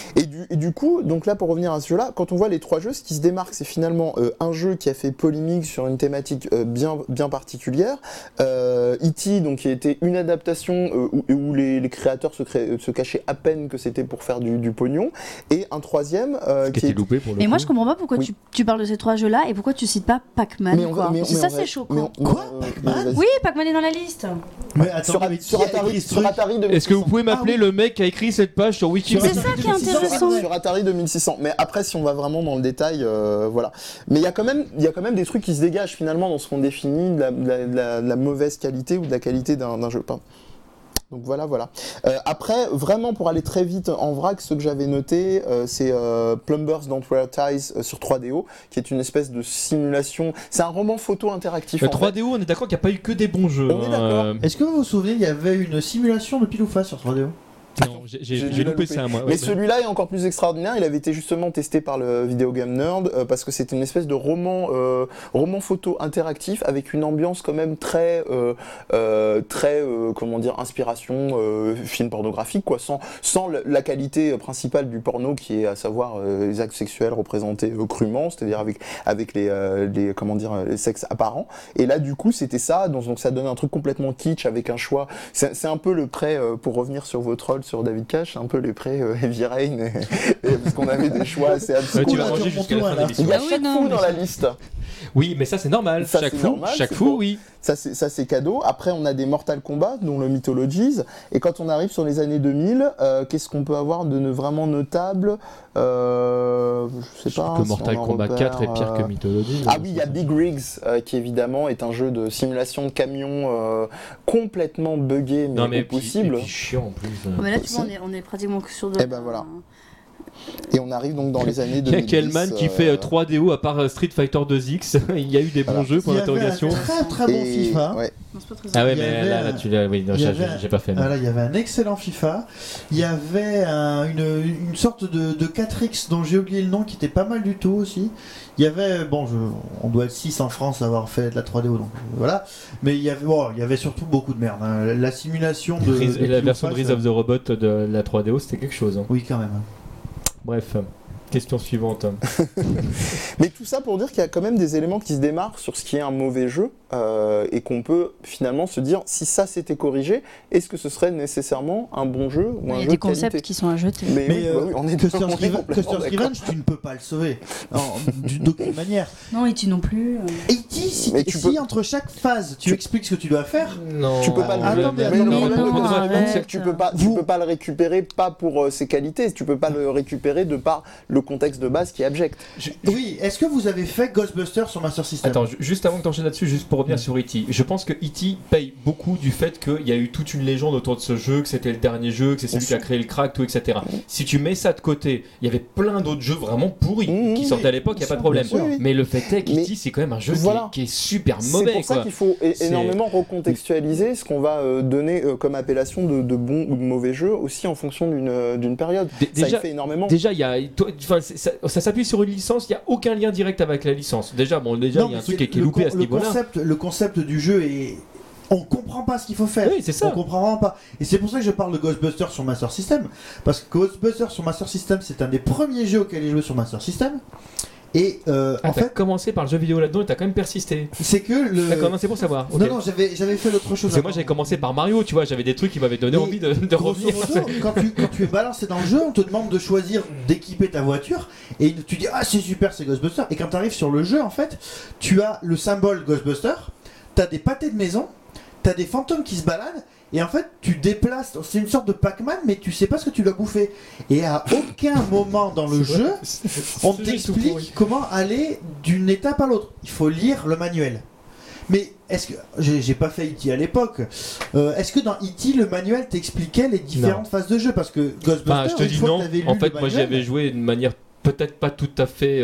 du coup, donc là pour revenir à ce jeu-là, quand on voit les 3 jeux, ce qui se démarque, c'est finalement un jeu qui a fait polémique sur une thématique bien particulière. E.T., donc qui a été une adaptation où les créateurs se cachaient à peine que c'était pour faire du pognon, et un troisième qui était loupé pour le Mais coup. moi je comprends pas pourquoi Oui. tu parles de ces 3 jeux-là et pourquoi tu cites pas Pac-Man. Quoi. Ça c'est choquant. Quoi, Pac-Man Oui, Pac-Man est dans la liste. Mais attends, mais qui sur a écrit ce truc Atari 2600. Est-ce que vous pouvez m'appeler le mec qui a écrit cette page sur Wiki? C'est ça qui est intéressant. Sur Atari 2600. Mais après, si on va vraiment dans le détail, voilà. Mais il y a quand même des trucs qui se dégagent finalement dans ce qu'on définit de la mauvaise qualité ou de la qualité d'un jeu. Donc voilà. Après, vraiment pour aller très vite en vrac, ce que j'avais noté, c'est Plumbers Don't Wear Ties sur 3DO, qui est une espèce de simulation. C'est un roman photo interactif. Le en 3DO, on est d'accord qu'il n'y a pas eu que des bons jeux. On est d'accord. Est-ce que vous vous souvenez, il y avait une simulation de pile ou face sur 3DO? Non, j'ai loupé ça moi. Mais Ouais, celui-là est encore plus extraordinaire. Il avait été justement testé par le Video Game Nerd parce que c'était une espèce de roman photo interactif avec une ambiance quand même très comment dire, inspiration film pornographique, quoi, sans la qualité principale du porno qui est à savoir les actes sexuels représentés crûment, c'est-à-dire avec les comment dire, les sexes apparents. Et là du coup c'était ça, donc ça donne un truc complètement kitsch avec un choix. C'est un peu le prêt pour revenir sur vos trolls sur David Cage, un peu les prêts Heavy Rain, parce qu'on avait des choix assez absurdes. tu vas ranger jusqu'à la fin de l'émission. Il y a Ah oui, chaque non, fou mais dans ça- la liste. Oui, mais ça c'est normal. Ça, Chaque c'est fou, normal, chaque c'est fou, pour- oui. Ça c'est cadeau. Après on a des Mortal Kombat, dont le Mythologies. Et quand on arrive sur les années 2000, qu'est-ce qu'on peut avoir de vraiment notable? Je sais Je pas. trouve que si Mortal on en Kombat repère, 4 est pire que Mythology. Ah oui, il y a Big Rigs, qui évidemment est un jeu de simulation de camion complètement buggé, mais Non mais au possible. et puis chiant en plus. Mais là tu vois, on est pratiquement que sur de. Eh ben voilà. Et on arrive donc dans les années Il y a 2010. Kellman qui fait 3DO à part Street Fighter 2X. Il y a eu des bons Voilà. jeux pour Il y avait l'interrogation. un très bon et- FIFA. ouais. Non, c'est pas très Ah ouais, Il y mais avait là tu l'as. Oui, non, il y avait j'ai pas fait. moi. Voilà, il y avait un excellent FIFA. Il y avait une sorte de 4X dont j'ai oublié le nom qui était pas mal du tout aussi. Il y avait, bon, on doit être 6 en France à avoir fait de la 3DO, donc voilà. Mais il y avait surtout beaucoup de merde. Hein. La simulation de. Et la Pile ou version de Face, Rise of the Robot de la 3DO, c'était quelque chose. hein. Oui, quand même. Bref, question suivante. Mais tout ça pour dire qu'il y a quand même des éléments qui se démarquent sur ce qui est un mauvais jeu et qu'on peut finalement se dire si ça s'était corrigé, est-ce que ce serait nécessairement un bon jeu ou un Il y a jeu des de qualité. concepts qui sont à jeter. Mais oui, bah oui, on est Custer's on est complètement Revenge, d'accord. tu ne peux pas le sauver. D'aucune manière. Non, E.T. non plus. E.T., si, Mais tu si peux- entre chaque phase, tu expliques ce que tu dois faire. Non. Tu peux pas Attendez, mais le mais problème, non, arrête. c'est que tu peux pas le récupérer pas pour ses qualités, tu peux pas le récupérer de par le contexte de base qui est abject. Oui, est-ce que vous avez fait Ghostbusters sur Master System? Attends, juste avant que tu enchaînes là-dessus, juste pour revenir sur E.T. Je pense que E.T. paye beaucoup du fait qu'il y a eu toute une légende autour de ce jeu, que c'était le dernier jeu, que c'est celui qui a créé le crack, tout, etc. Si tu mets ça de côté, il y avait plein d'autres jeux vraiment pourris qui sortaient à l'époque, il n'y a pas de problème. bien sûr. Mais le fait est Mais qu'E.T. c'est quand même un jeu voilà. qui est super C'est mauvais. pour ça quoi. qu'il faut C'est- énormément recontextualiser ce qu'on va donner comme appellation de bon ou de mauvais jeu aussi en fonction d'une période. Ça Déjà, y fait énormément. Déjà, il y a, ça s'appuie sur une licence, il n'y a aucun lien direct avec la licence. Déjà, Non, il y a un mais truc c'est qui est loupé à ce niveau-là. Le concept du jeu est. On comprend pas ce qu'il faut faire. Oui, c'est ça. On comprend vraiment pas. Et c'est pour ça que je parle de Ghostbusters sur Master System. Parce que Ghostbusters sur Master System, c'est un des premiers jeux auxquels j'ai joué sur Master System. Et en T'as fait, commencé par le jeu vidéo là-dedans et t'as quand même persisté. c'est que le. T'as commencé pour savoir. Ok. Non, j'avais fait l'autre chose. Parce que moi avant. j'avais commencé par Mario, tu vois, j'avais des trucs qui m'avaient donné Mais envie de Grosso revenir. modo, quand tu es balancé dans le jeu, on te demande de choisir d'équiper ta voiture et tu dis ah c'est super, c'est Ghostbuster. Et quand tu arrives sur le jeu, en fait, tu as le symbole Ghostbuster, tu as des pâtés de maison, tu as des fantômes qui se baladent et en fait tu déplaces. C'est une sorte de Pac-Man, mais tu sais pas ce que tu dois bouffer. Et à aucun moment dans le jeu, on C'est juste tout pourri. t'explique comment aller d'une étape à l'autre. Il faut lire le manuel. Mais est-ce que j'ai pas fait E.T. à l'époque est-ce que dans E.T. le manuel t'expliquait les différentes phases de jeu? Parce que Ghostbusters, Enfin, je te une dis fois non. que t'avais lu En fait, le moi j'y manuel, avais joué d'une manière peut-être pas tout à fait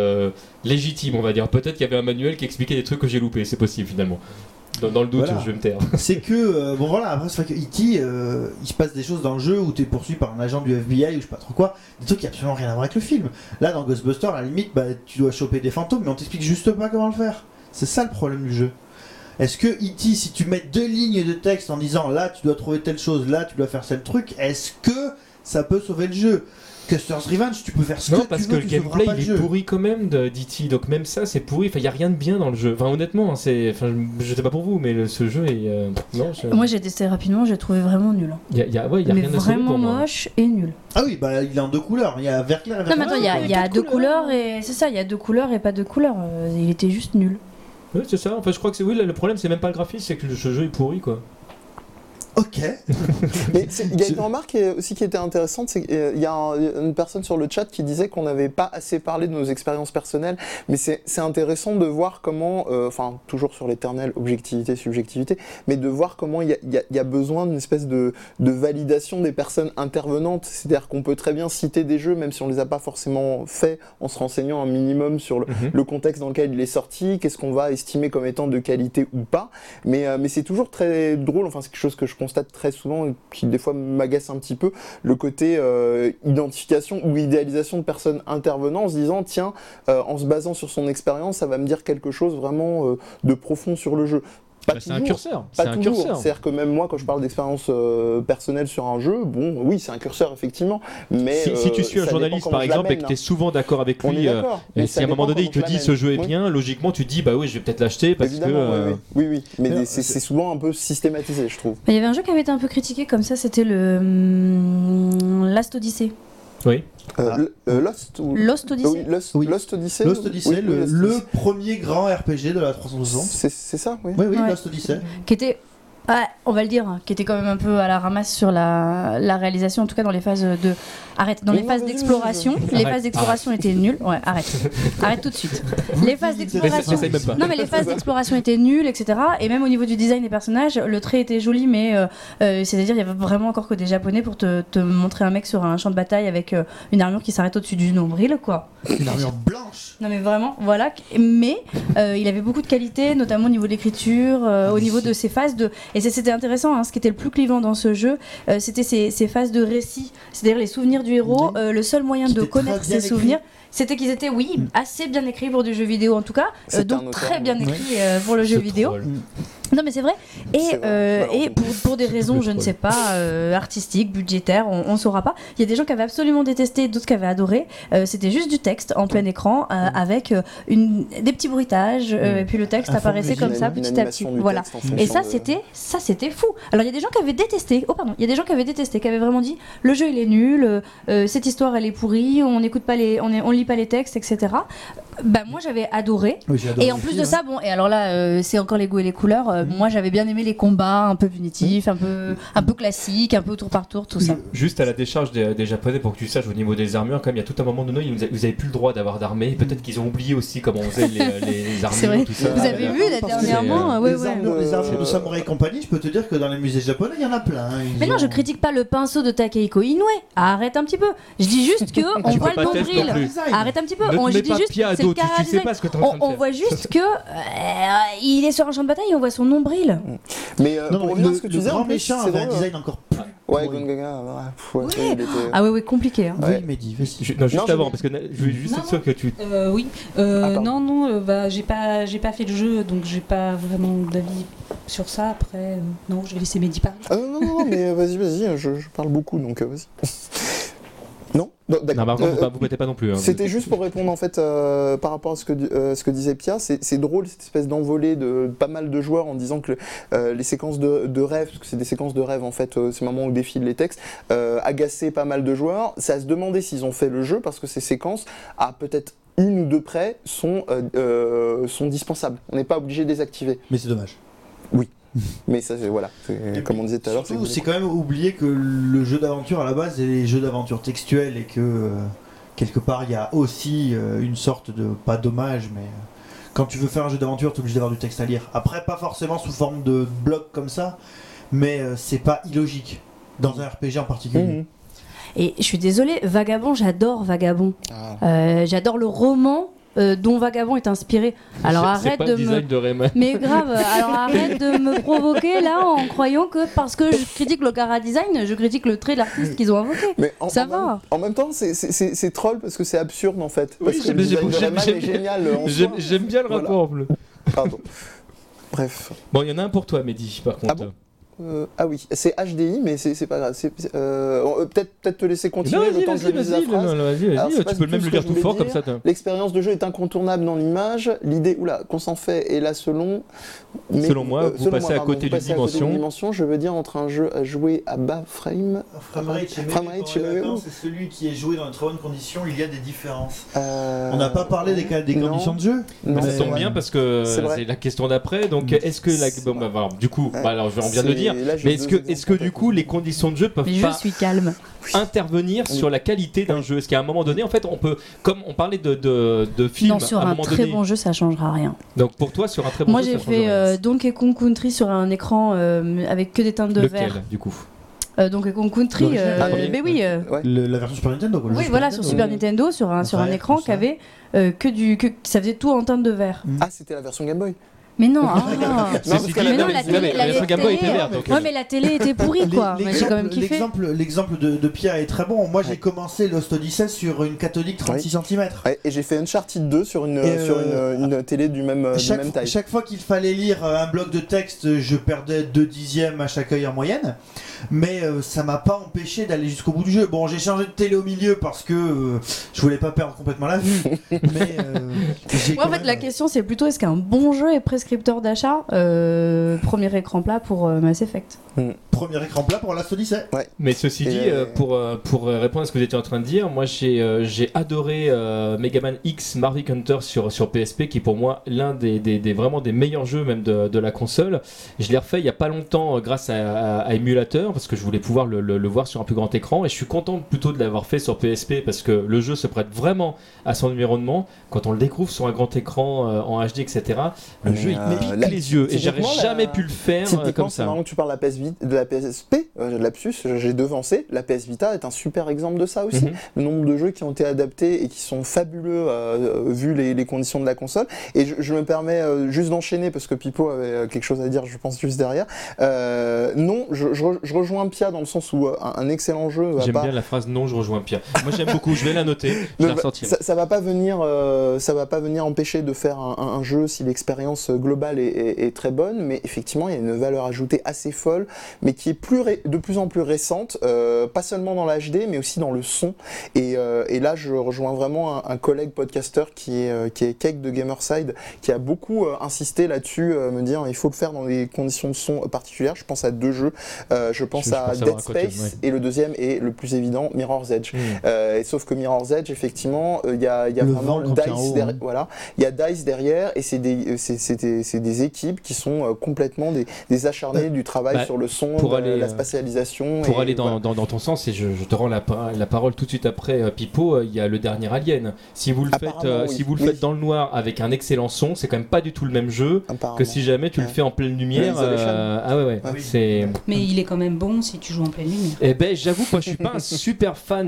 légitime, on va dire. Peut-être qu'il y avait un manuel qui expliquait des trucs que j'ai loupés, c'est possible finalement. Dans le doute, Voilà. je vais me taire. c'est que bon voilà, après c'est vrai que E.T. Il se passe des choses dans le jeu où t'es poursuivi par un agent du FBI ou je sais pas trop quoi, des trucs qui ont absolument rien à voir avec le film. Là dans Ghostbusters, à la limite, bah, tu dois choper des fantômes, mais on t'explique juste pas comment le faire. C'est ça le problème du jeu. Est-ce que E.T., si tu mets 2 lignes de texte en disant là tu dois trouver telle chose, là tu dois faire tel truc, est-ce que ça peut sauver le jeu? Custer's Revenge, tu peux faire ce Non, que parce tu que veux, le tu sauveras gameplay pas il le est jeu. pourri quand même d'E.T. Donc même ça c'est pourri. Enfin, il y a rien de bien dans le jeu. Enfin, honnêtement, je sais pas pour vous, mais ce jeu est non. Moi j'ai testé rapidement, j'ai trouvé vraiment nul. Il y a Mais rien de solide vraiment pour moi. moche et nul. Ah oui, bah il est en 2 couleurs. Il y a vert clair et vert Non mais attends, il y a quatre deux couleurs. couleurs et c'est ça, il y a deux couleurs et pas deux couleurs. Il était juste nul. Oui, c'est ça. Enfin, je crois que c'est oui. Là, le problème, c'est même pas le graphisme, c'est que ce jeu est pourri, quoi. Ok. Mais il y a une remarque aussi qui était intéressante, c'est qu'il y a une personne sur le chat qui disait qu'on n'avait pas assez parlé de nos expériences personnelles, mais c'est intéressant de voir comment, enfin toujours sur l'éternelle objectivité, subjectivité, mais de voir comment il y a besoin d'une espèce de validation des personnes intervenantes, c'est-à-dire qu'on peut très bien citer des jeux, même si on les a pas forcément faits, en se renseignant un minimum sur le contexte dans lequel il est sorti, qu'est-ce qu'on va estimer comme étant de qualité ou pas, mais c'est toujours très drôle, enfin c'est quelque chose que je constate très souvent et qui des fois m'agace un petit peu, le côté identification ou idéalisation de personnes intervenant en se disant tiens, en se basant sur son expérience, ça va me dire quelque chose vraiment de profond sur le jeu. Pas C'est un toujours. curseur. Pas C'est un toujours. curseur. C'est-à-dire que même moi, quand je parle d'expérience personnelle sur un jeu, bon, oui, c'est un curseur effectivement, mais Si tu suis un ça journaliste dépend par comment je exemple et l'amène, que tu es souvent d'accord avec On lui, est d'accord. et mais si ça à un moment dépend donné il te comment dit je ce jeu est l'amène. bien, logiquement tu te dis bah oui, je vais peut-être l'acheter parce Évidemment, que. oui. Mais Alors, c'est souvent un peu systématisé, je trouve. Il y avait un jeu qui avait été un peu critiqué comme ça, c'était le Last Odyssey. Oui. Lost ou... Lost Odyssey. Oui, Lost, Oui. Lost Odyssey. Lost Odyssey, Oui, le Lost premier grand RPG de la 360. C'est ça, oui. Oui, Ouais. Lost Odyssey. Qui était, on va le dire, qui était quand même un peu à la ramasse sur la réalisation, en tout cas dans les phases de. Arrête, dans les Non, phases vas-y, d'exploration, vas-y. les Arrête, phases d'exploration étaient nulles. Ouais, arrête tout de suite. Les phases d'exploration. J'essaye même pas. Non mais les phases d'exploration étaient nulles, etc. Et même au niveau du design des personnages, le trait était joli, mais c'est-à-dire il y avait vraiment encore que des Japonais pour te montrer un mec sur un champ de bataille avec une armure qui s'arrête au-dessus du nombril, quoi. Une armure blanche. Non mais vraiment, voilà. Mais il avait beaucoup de qualité, notamment au niveau de l'écriture, au niveau de ses phases de. Et c'était intéressant, hein, ce qui était le plus clivant dans ce jeu, c'était ces phases de récit, c'est-à-dire les souvenirs du héros. Le seul moyen de C'était connaître très bien ses souvenirs, c'était qu'ils étaient, oui, assez bien écrits pour du jeu vidéo en tout cas, C'était un donc auteur, très bien oui. écrits pour le jeu Ce vidéo. troll. Non mais c'est vrai. Et, C'est vrai, et pour des raisons, je ne sais pas, artistiques, budgétaires, on saura pas. Il y a des gens qui avaient absolument détesté, d'autres qui avaient adoré. C'était juste du texte en plein écran avec des petits bruitages et puis le texte Un fond apparaissait de comme musique, ça Une petit à petit. animation du Voilà. texte en Et fonction ça c'était fou. Alors il y a des gens qui avaient détesté. Oh pardon, il y a des gens qui avaient détesté, qui avaient vraiment dit le jeu il est nul, cette histoire elle est pourrie, on n'écoute pas on lit pas les textes, etc. Bah moi j'avais adoré. Oui, j'ai adoré Et en plus de ça, bon, et alors là, c'est encore les goûts et les couleurs. Moi, j'avais bien aimé les combats un peu punitifs, un peu classiques, un peu tour par tour, tout ça. Juste à la décharge des Japonais, pour que tu saches au niveau des armures, comme il y a tout un moment donné, vous avez plus le droit d'avoir d'armée. Peut-être qu'ils ont oublié aussi comment on faisait les armures, C'est vrai. tout ça. Vous avez vu là parce que dernièrement ouais, les ouais. armures, les armures de samouraï et compagnie, je peux te dire que dans les musées japonais, il y en a plein. hein. Mais non, je critique pas le pinceau de Takehiko Inoue. Arrête un petit peu. Je dis juste que on Tu voit peux le pas tester non nombril. plus. Arrête un petit peu. Ne te Je mets dis pas juste pied à c'est le dos, tu sais chara-design. pas ce que t'es en train de On faire. voit juste que il est sur un champ de bataille et on voit son nombril. Mais Non, pour non, revenir à le, ce que tu le disais, en grand plus, méchant c'est avait vrai, un design encore plus. Ouais, pourri. Gongaga, ouais, il était... Ah ouais, compliqué. Hein. Ouais. Oui, Mehdi, vas-y. Non, juste Non, je- avant, parce que je veux juste être sûr que tu. Oui. pardon. Non, j'ai pas fait le jeu, donc j'ai pas vraiment d'avis sur ça. Après, non, je vais laisser Mehdi parler. Non, mais vas-y, je parle beaucoup, donc vas-y. Non, d'accord. Non, par contre, vous mettez pas non plus. Hein. C'était juste pour répondre en fait par rapport à ce que disait Pia, c'est drôle cette espèce d'envolée de pas mal de joueurs en disant que les séquences de rêve, parce que c'est des séquences de rêve en fait, ces moments où défilent les textes, agaçaient pas mal de joueurs. C'est à se demander s'ils ont fait le jeu parce que ces séquences, à peut-être une ou deux près, sont dispensables. On n'est pas obligé de les activer. Mais c'est dommage. Mais ça, voilà, comme on disait tout à l'heure, Surtout, c'est quand même oublier que le jeu d'aventure à la base est les jeux d'aventure textuels et que quelque part il y a aussi une sorte de, pas dommage, mais quand tu veux faire un jeu d'aventure, tu es obligé d'avoir du texte à lire. Après, pas forcément sous forme de bloc comme ça, mais c'est pas illogique dans un RPG en particulier. Mhm. Et je suis désolée, Vagabond, j'adore Vagabond. Ah. J'adore le roman dont Vagabond est inspiré. Alors C'est arrête pas de le me. design de Rayman. Mais grave, alors arrête de me provoquer là en croyant que parce que je critique le chara design, je critique le trait de l'artiste qu'ils ont invoqué. Mais Ça va. En même temps, c'est troll parce que c'est absurde en fait. Oui, Parce que j'aime- le design de j'aime- Rayman j'aime- est génial en J'aime soi. j'aime bien le Voilà. rapport en bleu. Pardon. Bref. Bon, il y en a un pour toi, Mehdi, par contre. Ah bon Ah oui, c'est HDI, mais c'est pas grave. Peut-être te laisser continuer le temps que je lise la phrase. Alors, c'est pas tu peux du même tout le ce lire que tout je fort voulais comme ça. dire. L'expérience de jeu est incontournable dans l'image. L'idée qu'on s'en fait est là selon. Mais, Selon moi, vous passez à côté d'une dimension. Je veux dire entre un jeu à jouer à bas frame. Framerate chez MMO, c'est celui qui est joué dans de très bonnes conditions. Il y a des différences. On n'a pas parlé des conditions de jeu. Mais ça tombe bien parce que c'est la question d'après. Donc, est-ce que du coup, alors on vient de le dire. Mais est-ce que du coup, les conditions de jeu peuvent Mais pas je suis calme. intervenir sur la qualité d'un jeu? Est-ce qu'à un moment donné, en fait, on peut, comme on parlait de films, Non, sur à un un moment très donné. bon jeu, ça changera rien. Donc pour toi, sur un très bon Moi, jeu, j'ai ça change rien. fait Donkey Kong Country sur un écran avec que des teintes de Lequel, verre. du coup? Donkey Kong Country, L'original, mais oui. La version Super Nintendo. Quoi, Oui, voilà, sur Super Nintendo, sur un écran qui avait ça faisait tout en teinte de verre. Ah, c'était la version Game Boy. Mais non, la version Game Boy était verte. Ouais, mais la télé était pourrie, quoi. Mais j'ai quand même kiffé. L'exemple de Pierre est très bon. Moi, j'ai commencé Lost Odyssey sur une cathodique 36 cm. Ouais, et j'ai fait Uncharted 2 sur une télé du même taille. Chaque fois qu'il fallait lire un bloc de texte, je perdais 2/10 à chaque œil en moyenne. Mais ça m'a pas empêché d'aller jusqu'au bout du jeu. Bon, j'ai changé de télé au milieu parce que je voulais pas perdre complètement la vue. Mais en fait, la question c'est plutôt est-ce qu'un bon jeu est prescripteur d'achat? Premier écran plat pour Mass Effect. Premier écran plat pour Lost Odyssey. Ouais. Mais ceci dit, pour répondre à ce que vous étiez en train de dire, moi j'ai adoré Megaman X Marvick Hunter sur PSP, qui est pour moi l'un vraiment des meilleurs jeux même de la console. Je l'ai refait il y a pas longtemps grâce à émulateur, parce que je voulais pouvoir le voir sur un plus grand écran, et je suis content plutôt de l'avoir fait sur PSP parce que le jeu se prête vraiment à son environnement. Quand on le découvre sur un grand écran en HD, etc., le jeu il pique les yeux, et j'aurais jamais pu le faire comme ça. C'est marrant que tu parles de la PSP, lapsus, j'ai devancé. La PS Vita est un super exemple de ça aussi. Le nombre de jeux qui ont été adaptés et qui sont fabuleux vu les conditions de la console. Et je me permets juste d'enchaîner parce que Pipo avait quelque chose à dire, je pense, juste derrière. Non, je rejoins Pia dans le sens où un excellent jeu. J'aime bien la phrase non, je rejoins Pia. Moi j'aime beaucoup, je vais la noter, je vais la ressortir. Ça va pas venir empêcher de faire un jeu si l'expérience globale est très bonne, mais effectivement il y a une valeur ajoutée assez folle, mais qui est de plus en plus récente, pas seulement dans l'HD, mais aussi dans le son. Et là je rejoins vraiment un collègue podcasteur qui est Cake de Gamerside, qui a beaucoup insisté là-dessus, me dire il faut le faire dans des conditions de son particulières. Je pense à deux jeux. Je pense à Dead Space, et le deuxième est le plus évident, Mirror's Edge. Et sauf que Mirror's Edge, effectivement, il y a vraiment DICE derrière. Voilà, il y a DICE derrière, et c'est des équipes qui sont complètement des acharnés du travail sur le son, la spatialisation. Pour aller dans ton sens, et je te rends la parole tout de suite après, Pipo, il y a le dernier Alien. Si vous le faites dans le noir avec un excellent son, c'est quand même pas du tout le même jeu que si jamais tu le fais en pleine lumière. Mais il est quand même bon si tu joues en pleine lumière. Eh ben, j'avoue que moi je suis pas un super fan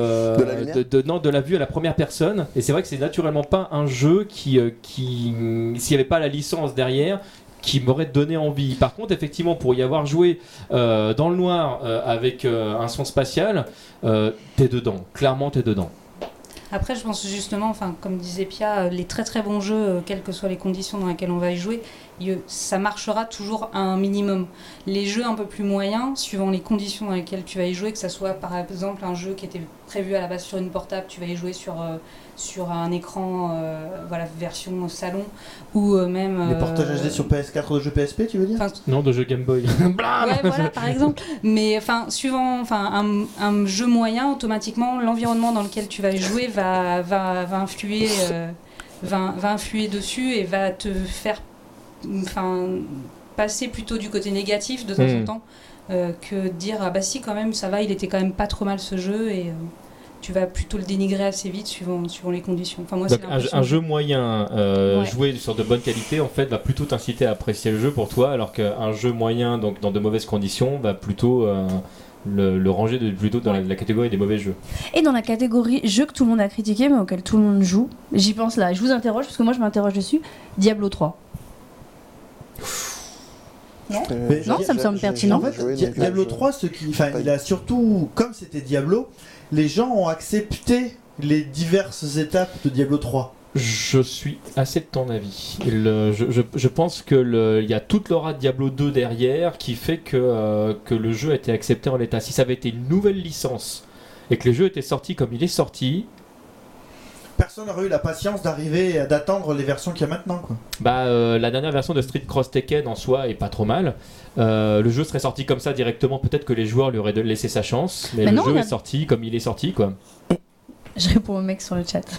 de la vue à la première personne, et c'est vrai que c'est naturellement pas un jeu qui s'il n'y avait pas la licence derrière, qui m'aurait donné envie. Par contre, effectivement, pour y avoir joué dans le noir avec un son spatial, t'es dedans. Clairement, t'es dedans. Après, je pense justement, comme disait Pia, les très très bons jeux, quelles que soient les conditions dans lesquelles on va y jouer, ça marchera toujours à un minimum. Les jeux un peu plus moyens, suivant les conditions dans lesquelles tu vas y jouer, que ça soit par exemple un jeu qui était prévu à la base sur une portable, tu vas y jouer sur un écran, version salon, ou même... Les portages HD sur PS4 de jeux PSP, tu veux dire? Non, de jeux Game Boy. Ouais, voilà, par exemple. Mais suivant un jeu moyen, automatiquement, l'environnement dans lequel tu vas y jouer va influer dessus et va te faire passer plutôt du côté négatif de temps en temps que dire ah bah si quand même ça va, il était quand même pas trop mal ce jeu, et tu vas plutôt le dénigrer assez vite suivant les conditions. Moi, donc un jeu moyen joué sur de bonnes qualités en fait va plutôt t'inciter à apprécier le jeu pour toi, alors qu'un jeu moyen donc dans de mauvaises conditions va plutôt le ranger plutôt dans la catégorie des mauvais jeux. Et dans la catégorie jeux que tout le monde a critiqué mais auquel tout le monde joue, j'y pense là, je vous interroge parce que moi je m'interroge dessus, Diablo 3. Non, ça me semble pertinent. En fait, Diablo 3, il a surtout, comme c'était Diablo, les gens ont accepté les diverses étapes de Diablo 3. Je suis assez de ton avis. Je pense que il y a toute l'aura de Diablo 2 derrière qui fait que le jeu a été accepté en l'état. Si ça avait été une nouvelle licence et que le jeu était sorti comme il est sorti, personne n'aurait eu la patience d'attendre les versions qu'il y a maintenant, quoi. la dernière version de Street Cross Tekken en soi est pas trop mal. Le jeu serait sorti comme ça directement, peut-être que les joueurs lui auraient laissé sa chance, mais le jeu est sorti comme il est sorti, quoi. Je réponds au mec sur le chat.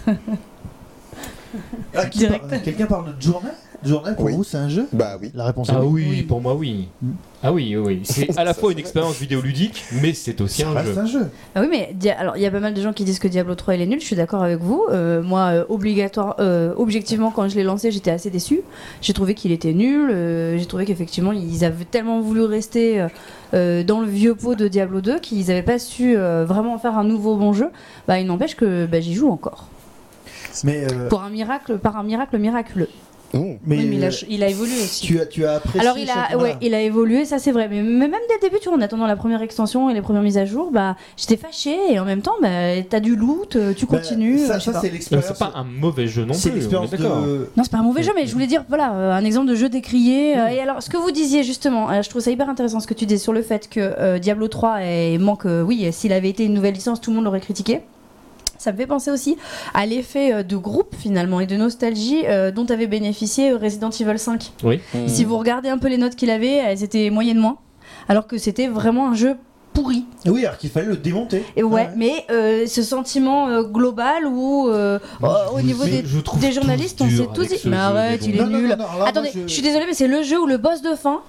Quelqu'un parle de Journey ? Journey, pour vous, c'est un jeu ? Bah oui. La réponse est oui, pour moi, oui. Ah oui. C'est à la fois une expérience vidéoludique, mais c'est aussi un jeu. Ah oui, mais alors il y a pas mal de gens qui disent que Diablo 3 il est nul. Je suis d'accord avec vous. Moi, objectivement, quand je l'ai lancé, j'étais assez déçue. J'ai trouvé qu'il était nul. J'ai trouvé qu'effectivement, ils avaient tellement voulu rester dans le vieux pot de Diablo 2 qu'ils n'avaient pas su vraiment faire un nouveau bon jeu. Il n'empêche que j'y joue encore. Mais par un miracle miraculeux. Mais, il a évolué aussi. Tu as apprécié. Alors il a évolué, ça c'est vrai. Mais même dès le début, tu vois, en attendant la première extension et les premières mises à jour, j'étais fâchée et en même temps, t'as du loot, tu continues. Ça c'est l'expérience. C'est pas un mauvais jeu non plus. C'est l'expérience Non, c'est pas un mauvais jeu, mais je voulais dire, un exemple de jeu décrié. Et alors, ce que vous disiez justement, je trouve ça hyper intéressant ce que tu dis sur le fait que Diablo 3 manque. S'il avait été une nouvelle licence, tout le monde l'aurait critiqué. Ça me fait penser aussi à l'effet de groupe finalement et de nostalgie dont avait bénéficié Resident Evil 5. Oui. Si vous regardez un peu les notes qu'il avait, elles étaient moyennement, alors que c'était vraiment un jeu pourri. Oui, alors qu'il fallait le démonter. Et mais ce sentiment global où au niveau des journalistes, on s'est tous dit mais arrête, il est nul. Attendez, je suis désolée, mais c'est le jeu où le boss de fin,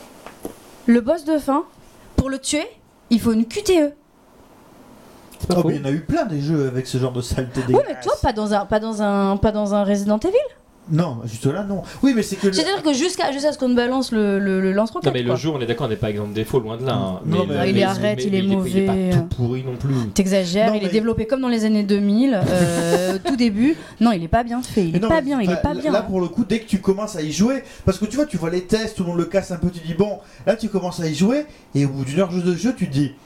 pour le tuer, il faut une QTE. Mais il y en a eu plein des jeux avec ce genre de saleté dégueulasse. Oui, mais toi, pas dans un Resident Evil. Non, juste là, non. Oui, mais c'est que. C'est-à-dire que jusqu'à ce qu'on balance le lance-roquette. Non, mais le jeu, on est d'accord, on n'est pas exemple défaut, loin de là. Hein. Non, mais il est mauvais. Il est pas tout pourri non plus. T'exagères, il est développé comme dans les années 2000, tout début. Non, il est pas bien fait, il est pas bien. Là, pour le coup, dès que tu commences à y jouer, parce que tu vois les tests, tout le monde le casse un peu, tu dis bon, là tu commences à y jouer, et au bout d'une heure de jeu, tu te dis.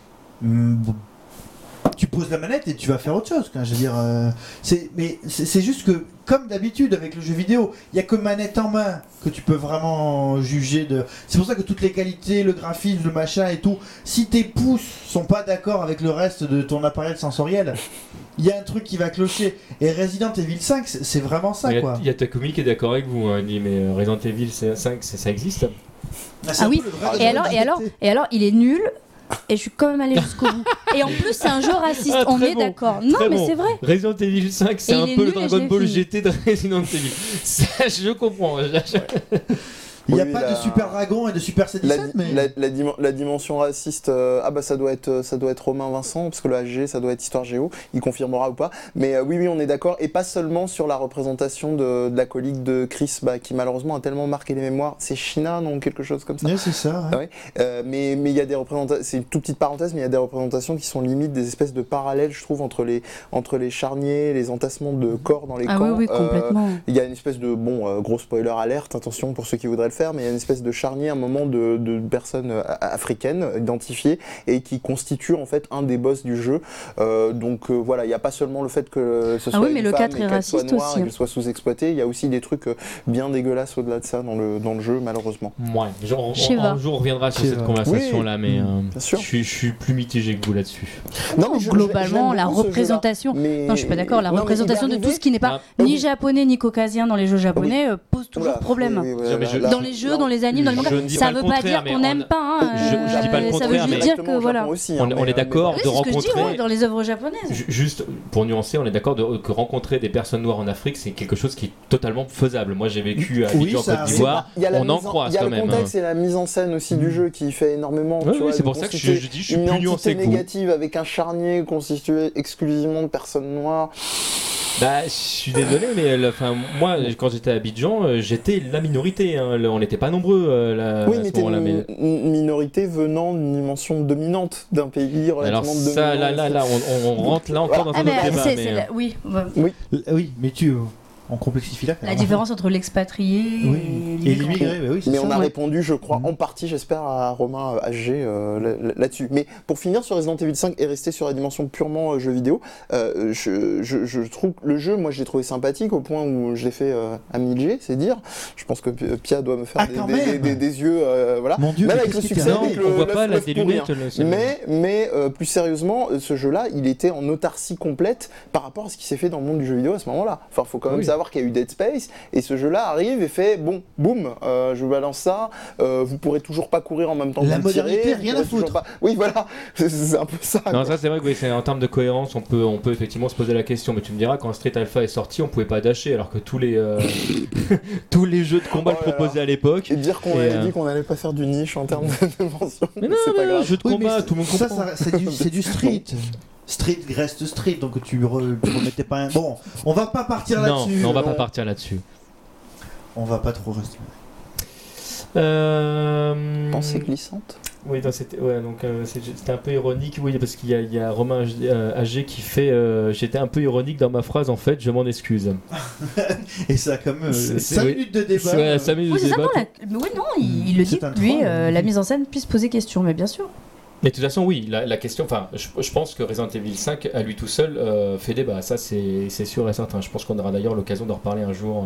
Tu poses la manette et tu vas faire autre chose. Quoi. Je veux dire, c'est juste que, comme d'habitude avec le jeu vidéo, il n'y a que manette en main que tu peux vraiment juger de. C'est pour ça que toutes les qualités, le graphisme, le machin et tout, si tes pouces sont pas d'accord avec le reste de ton appareil sensoriel, il y a un truc qui va clocher. Et Resident Evil 5, c'est vraiment ça, quoi. Il y a Takumi qui est d'accord avec vous, hein. Il dit mais Resident Evil 5, ça existe. Ah oui. Et alors, il est nul. Et je suis quand même allée jusqu'au bout. Et en plus, c'est un jeu raciste, on est d'accord. Non, mais c'est vrai. Resident Evil 5, c'est un peu le Dragon Ball GT de Resident Evil. Ça, je comprends. Il n'y a pas de Super Dragon et de Super C17, mais... La dimension raciste, ça doit être Romain Vincent, parce que le HG, ça doit être Histoire Géo, il confirmera ou pas. Mais oui, on est d'accord, et pas seulement sur la représentation de la colique de Chris, qui malheureusement a tellement marqué les mémoires. C'est China, non, quelque chose comme ça. Oui, c'est ça. Ouais. Mais il y a des représentations, c'est une toute petite parenthèse, mais il y a des représentations qui sont limite des espèces de parallèles, je trouve, entre les charniers, les entassements de corps dans les camps. Oui, complètement. Il y a une espèce de, gros spoiler alerte, attention pour ceux qui voudraient le faire, mais il y a une espèce de charnier, un moment de personnes africaines identifiées et qui constituent en fait un des boss du jeu. Voilà, il n'y a pas seulement le fait que ce soit une femme et qu'elle soit noire et qu'elle soit sous-exploitée, il y a aussi des trucs bien dégueulasses au-delà de ça dans le jeu, malheureusement. Ouais, un jour on reviendra sur cette conversation-là, mais je suis plus mitigé que vous là-dessus. Non, globalement, la représentation... Non, je suis pas d'accord, la représentation de tout ce qui n'est pas ni japonais ni caucasien dans les jeux japonais pose toujours problème. Dans les jeux, dans les animes, dans les mangas, ça veut pas dire qu'on n'aime pas. Je dis pas le contraire, mais dire que voilà. On est d'accord de rencontrer. Dans les œuvres japonaises. Juste pour nuancer, on est d'accord que rencontrer des personnes noires en Afrique, c'est quelque chose qui est totalement faisable. Moi, j'ai vécu à Abidjan, en Côte d'Ivoire. On en croise quand même. Il y a le contexte et la mise en scène aussi du jeu qui fait énormément. Oui, c'est pour ça que je dis je suis plus nuancé que vous. Une entité négative avec un charnier constitué exclusivement de personnes noires. Je suis désolé, mais moi, quand j'étais à Abidjan, j'étais la minorité. Hein. On n'était pas nombreux à ce moment-là. Mais une minorité venant d'une dimension dominante d'un pays relativement dominant. Alors ça, là, on rentre là encore dans un autre débat. Oui, mais on complexifie la La différence entre l'expatrié et l'immigré, bah oui, c'est Mais ça. on a répondu, je crois, en partie, j'espère, à Romain HG là-dessus. Mais pour finir sur Resident Evil 5 et rester sur la dimension purement jeu vidéo, je trouve que le jeu, moi, je l'ai trouvé sympathique au point où je l'ai fait à 1000G, c'est dire. Je pense que Pia doit me faire des yeux, voilà. Mon Dieu, même mais avec le qu'est-ce succès, qu'il Non, avec on voit le pas 9 des pour rien. lunettes. Mais plus sérieusement, ce jeu-là, il était en autarcie complète par rapport à ce qui s'est fait dans le monde du jeu vidéo à ce moment-là. Enfin, faut quand même savoir qu'il y a eu Dead Space, et ce jeu-là arrive et fait, bon, boum, je vous balance ça, vous pourrez toujours pas courir en même temps que La vous tirez, modernité, vous rien pourrez à foutre. toujours pas- Oui, voilà, c'est un peu ça. Non, ça c'est vrai que oui, c'est en termes de cohérence, on peut effectivement se poser la question. Mais tu me diras, quand Street Alpha est sorti, on pouvait pas dasher, alors que tous les tous les jeux de combat Oh le là proposaient à l'époque. Et dire qu'on Et, avait dit qu'on allait pas faire du niche en termes de mention, Mais non, c'est pas grave. jeu de Oui, combat, mais tout le monde ça, comprend. c'est du street. Street reste street, donc tu remettais pas un... Bon, on va pas partir Non, là-dessus. on va pas partir là-dessus. On va pas trop rester. Pensée glissante. Oui, non, c'était un peu ironique, oui, parce qu'il y a Romain AG qui fait j'étais un peu ironique dans ma phrase, en fait, je m'en excuse. Et ça a quand même C'est- 5 oui. minutes de débat. Ouais, 5 minutes Oui, de c'est ça, débat. non, oui, non, il le dit, C'est un lui, troll, la mise en scène puisse poser question, mais bien sûr. Mais de toute façon, oui, la question, enfin, je pense que Resident Evil 5, à lui tout seul, fait débat, ça c'est sûr et certain. Je pense qu'on aura d'ailleurs l'occasion d'en reparler un jour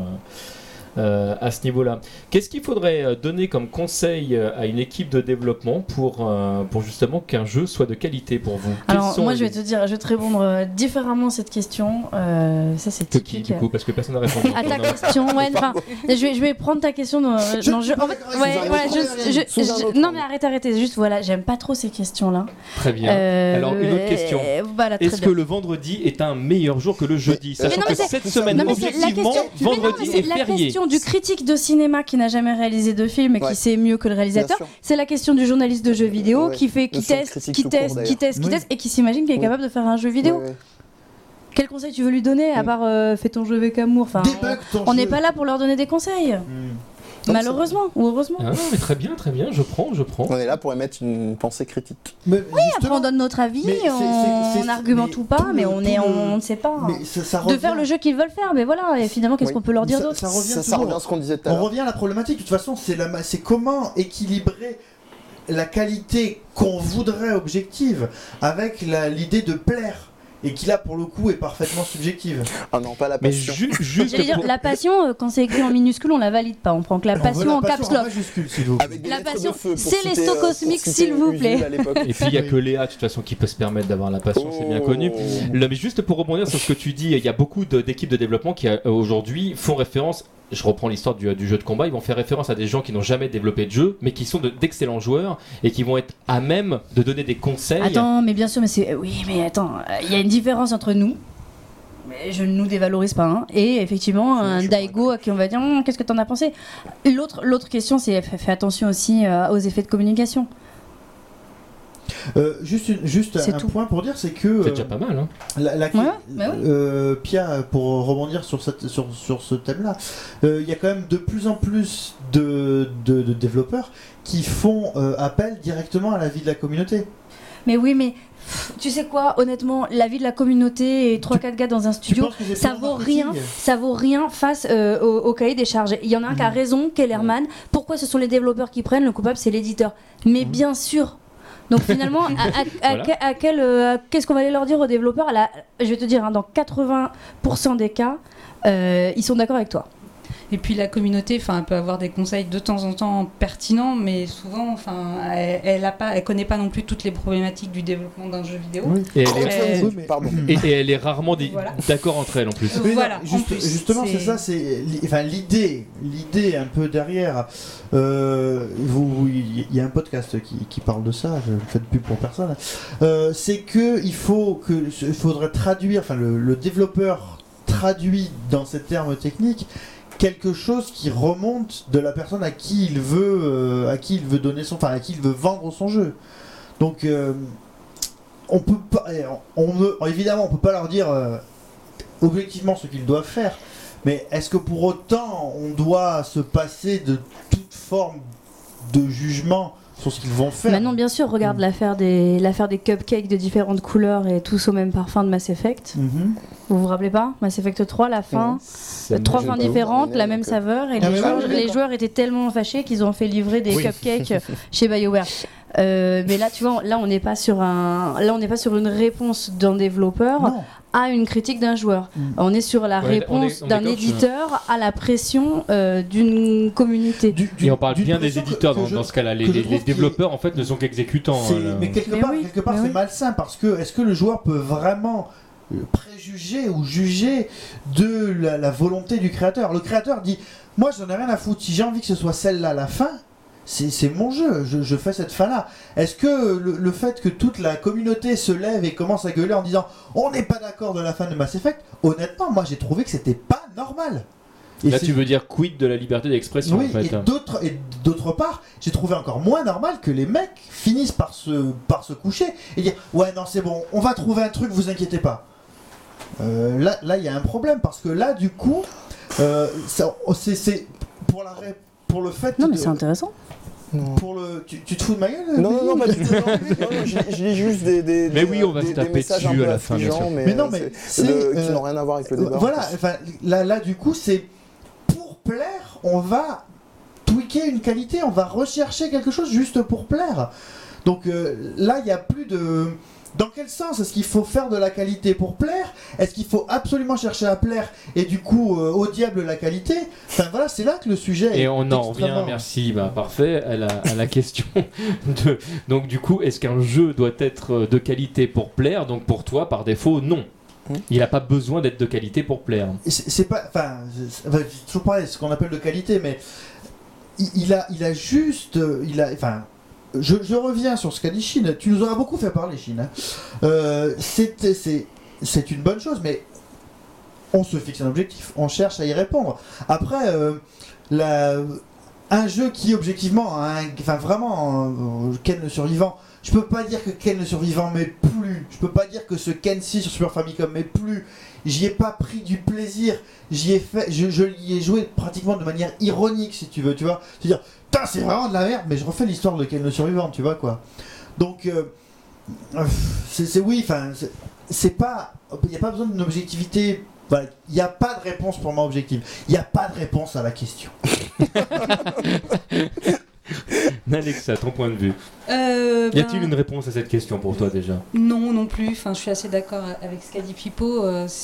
à ce niveau-là. Qu'est-ce qu'il faudrait donner comme conseil à une équipe de développement pour justement qu'un jeu soit de qualité pour vous? Alors, Quels sont moi, les- je vais te répondre différemment à cette question. Ça, c'est Que qui, typique. du coup, parce que personne n'a répondu. À ta question, ouais, enfin, je vais prendre ta question dans, Je dans le jeu. En fait, sous un ouais, autre voilà, angle. Sous un autre non angle. mais arrêtez, juste voilà, j'aime pas trop ces questions-là. Très bien. Alors, une autre question. Voilà, très Est-ce bien. que le vendredi est un meilleur jour que le jeudi? Sachant non, mais que c'est- cette semaine, Non mais c'est la objectivement, question. Mais non, vendredi mais c'est est la férié. question du critique de cinéma qui n'a jamais réalisé de film et Ouais. qui sait mieux que le réalisateur. Bien sûr. C'est la question du journaliste de jeux vidéo Ouais. qui Notion de teste, critique qui tout teste, court, qui teste, qui d'ailleurs. teste et qui s'imagine qu'il est Oui. capable de faire un jeu vidéo. Ouais, ouais. Quel conseil tu veux lui donner à part fais ton jeu avec amour? Enfin, Débug ton on jeu. n'est pas là pour leur donner des conseils. Non, Malheureusement ou heureusement. Ah non, mais très bien, je prends. On est là pour émettre une pensée critique. Mais Après on donne notre avis, Mais c'est- on argumente mais ou pas, tout mais le- on ne sait pas. Mais ça De revient. faire le jeu qu'ils veulent faire, mais voilà, et finalement qu'est-ce Oui. qu'on peut leur dire Ça- d'autre? ça revient Ça toujours. revient à ce qu'on disait tout à On l'heure. revient à la problématique. De toute façon, c'est comment équilibrer la qualité qu'on voudrait objective avec l'idée de plaire et qui là pour le coup est parfaitement subjective. Ah non, pas la Mais passion. juste J'allais dire, pour- la passion, quand c'est écrit en minuscule, on la valide pas. On prend que la On veut passion en caps lock. majuscule, s'il vous plaît. Avec des La lettres passion, de feu, pour c'est les citer, stocks pour cosmiques, citer s'il vous Usul plaît. à l'époque. Et puis il n'y a que Léa, de toute façon, qui peut se permettre d'avoir la passion, c'est bien connu. Là, mais juste pour rebondir sur ce que tu dis, il y a beaucoup d'équipes de développement qui aujourd'hui font référence. Je reprends l'histoire du jeu de combat. Ils vont faire référence à des gens qui n'ont jamais développé de jeu, mais qui sont d'excellents joueurs et qui vont être à même de donner des conseils. Attends, mais bien sûr, mais c'est. Oui, mais attends, il y a une différence entre nous. Mais je ne nous dévalorise pas, hein, et effectivement un Daigo à qui on va dire qu'est-ce que t'en as pensé. L'autre question, c'est fais attention aussi aux effets de communication. Juste C'est un tout. point pour dire, c'est que C'est déjà pas mal. Hein. bah oui. Pia, pour rebondir sur ce thème-là, il y a quand même de plus en plus de développeurs qui font appel directement à l'avis de la communauté. Mais oui, mais tu sais quoi, honnêtement, l'avis de la communauté et 3-4 gars dans un studio, penses que c'est ça plus vaut marketing rien, ça vaut rien face au cahier des charges. Il y en a un qui a raison, Kellerman. Pourquoi ce sont les développeurs qui prennent, le coupable c'est l'éditeur. Mais bien sûr. Donc finalement, Voilà. qu'est-ce qu'on va aller leur dire aux développeurs? Je vais te dire, hein, dans 80% des cas, ils sont d'accord avec toi. Et puis la communauté, elle peut avoir des conseils de temps en temps pertinents, mais souvent, elle connaît pas non plus toutes les problématiques du développement d'un jeu vidéo. Et elle est, Pardon. et elle est rarement Voilà. d'accord entre elles en plus. Oui, Voilà, non, en plus, justement, c'est ça, c'est l'idée un peu derrière. Il y a un podcast qui parle de ça, je ne fais de pub pour personne. C'est que il faudrait traduire, le développeur traduit dans ces termes techniques quelque chose qui remonte de la personne à qui il veut donner à qui il veut vendre son jeu. Donc on peut pas, évidemment on peut pas leur dire objectivement ce qu'ils doivent faire, mais est-ce que pour autant on doit se passer de toute forme de jugement sur ce qu'ils vont faire? Maintenant, bien sûr, regarde l'affaire des cupcakes de différentes couleurs et tous au même parfum de Mass Effect. Mhm. Vous vous rappelez pas Mass Effect 3, la fin, Ça me- 3 j'ai fins pas vu, différentes, mais la donc, même saveur, et Ah, mais ouais, les d'accord. joueurs étaient tellement fâchés qu'ils ont fait livrer des Oui. cupcakes chez BioWare. Mais là, tu vois, là on n'est pas sur une réponse d'un développeur Non. à une critique d'un joueur. On est sur la Ouais, réponse on est d'un d'accord, éditeur à la pression d'une communauté. Et on parle d'une bien des pression que- éditeurs que dans, je- dans ce cas-là. Les, que je les trouve qui est- développeurs en fait ne sont qu'exécutants. C'est- là. mais quelque Mais part, oui, quelque part mais c'est oui. malsain parce que est-ce que le joueur peut vraiment préjuger ou juger de la volonté du créateur? Le créateur dit moi j'en ai rien à foutre, si j'ai envie que ce soit celle-là la fin, c'est mon jeu, je fais cette fin-là. Est-ce que le fait que toute la communauté se lève et commence à gueuler en disant on n'est pas d'accord de la fin de Mass Effect, honnêtement moi j'ai trouvé que c'était pas normal. Et Là, c'est- tu veux dire quid de la liberté d'expression oui, en fait. et d'autre part, j'ai trouvé encore moins normal que les mecs finissent par se coucher et dire ouais non c'est bon, on va trouver un truc, vous inquiétez pas. Là il y a un problème parce que là du coup c'est pour le fait Non, mais de- c'est intéressant. Non. pour le tu te fous de ma gueule Non, Mehdi, non, ou- pas du tout. Non, je lis juste des Mais oui, on va des- se des taper messages un dessus peu à la fin, bien affligeants, sûr. Mais non, mais c'est, qui n'ont rien à voir avec le débat. Voilà, enfin, là du coup, c'est pour plaire, on va tweaker une qualité, on va rechercher quelque chose juste pour plaire. Donc là, il n'y a plus de... Dans quel sens est-ce qu'il faut faire de la qualité pour plaire? Est-ce qu'il faut absolument chercher à plaire et du coup au diable la qualité? Enfin voilà, c'est là que le sujet est Et on en revient, extrêmement- merci, parfait, à la question de... Donc du coup, est-ce qu'un jeu doit être de qualité pour plaire? Donc pour toi, par défaut, non. Il n'a pas besoin d'être de qualité pour plaire. C'est pas... Enfin, c'est toujours pareil, ce qu'on appelle de qualité, mais il a juste... Enfin... Je reviens sur ce qu'a dit Chine. Tu nous auras beaucoup fait parler, Chine. Hein. C'est une bonne chose, mais on se fixe un objectif, on cherche à y répondre. Après, un jeu qui objectivement, enfin vraiment, Ken le survivant, je peux pas dire que Ken le survivant m'est plu. Je peux pas dire que ce Ken 6 sur Super Famicom m'est plu. J'y ai pas pris du plaisir. J'y ai fait, je l'y ai joué pratiquement de manière ironique, si tu veux, tu vois. C'est-à-dire, putain, c'est vraiment de la merde, mais je refais l'histoire de Ken le survivant, tu vois quoi. Donc, c'est oui, enfin, c'est pas, il y a pas besoin d'une objectivité. Voilà, il n'y a pas de réponse pour moi objective. Il n'y a pas de réponse à la question. Alexa, ton point de vue. Y a-t-il une réponse à cette question pour toi déjà? Non, non plus. Enfin, je suis assez d'accord avec ce qu'a dit Pipo.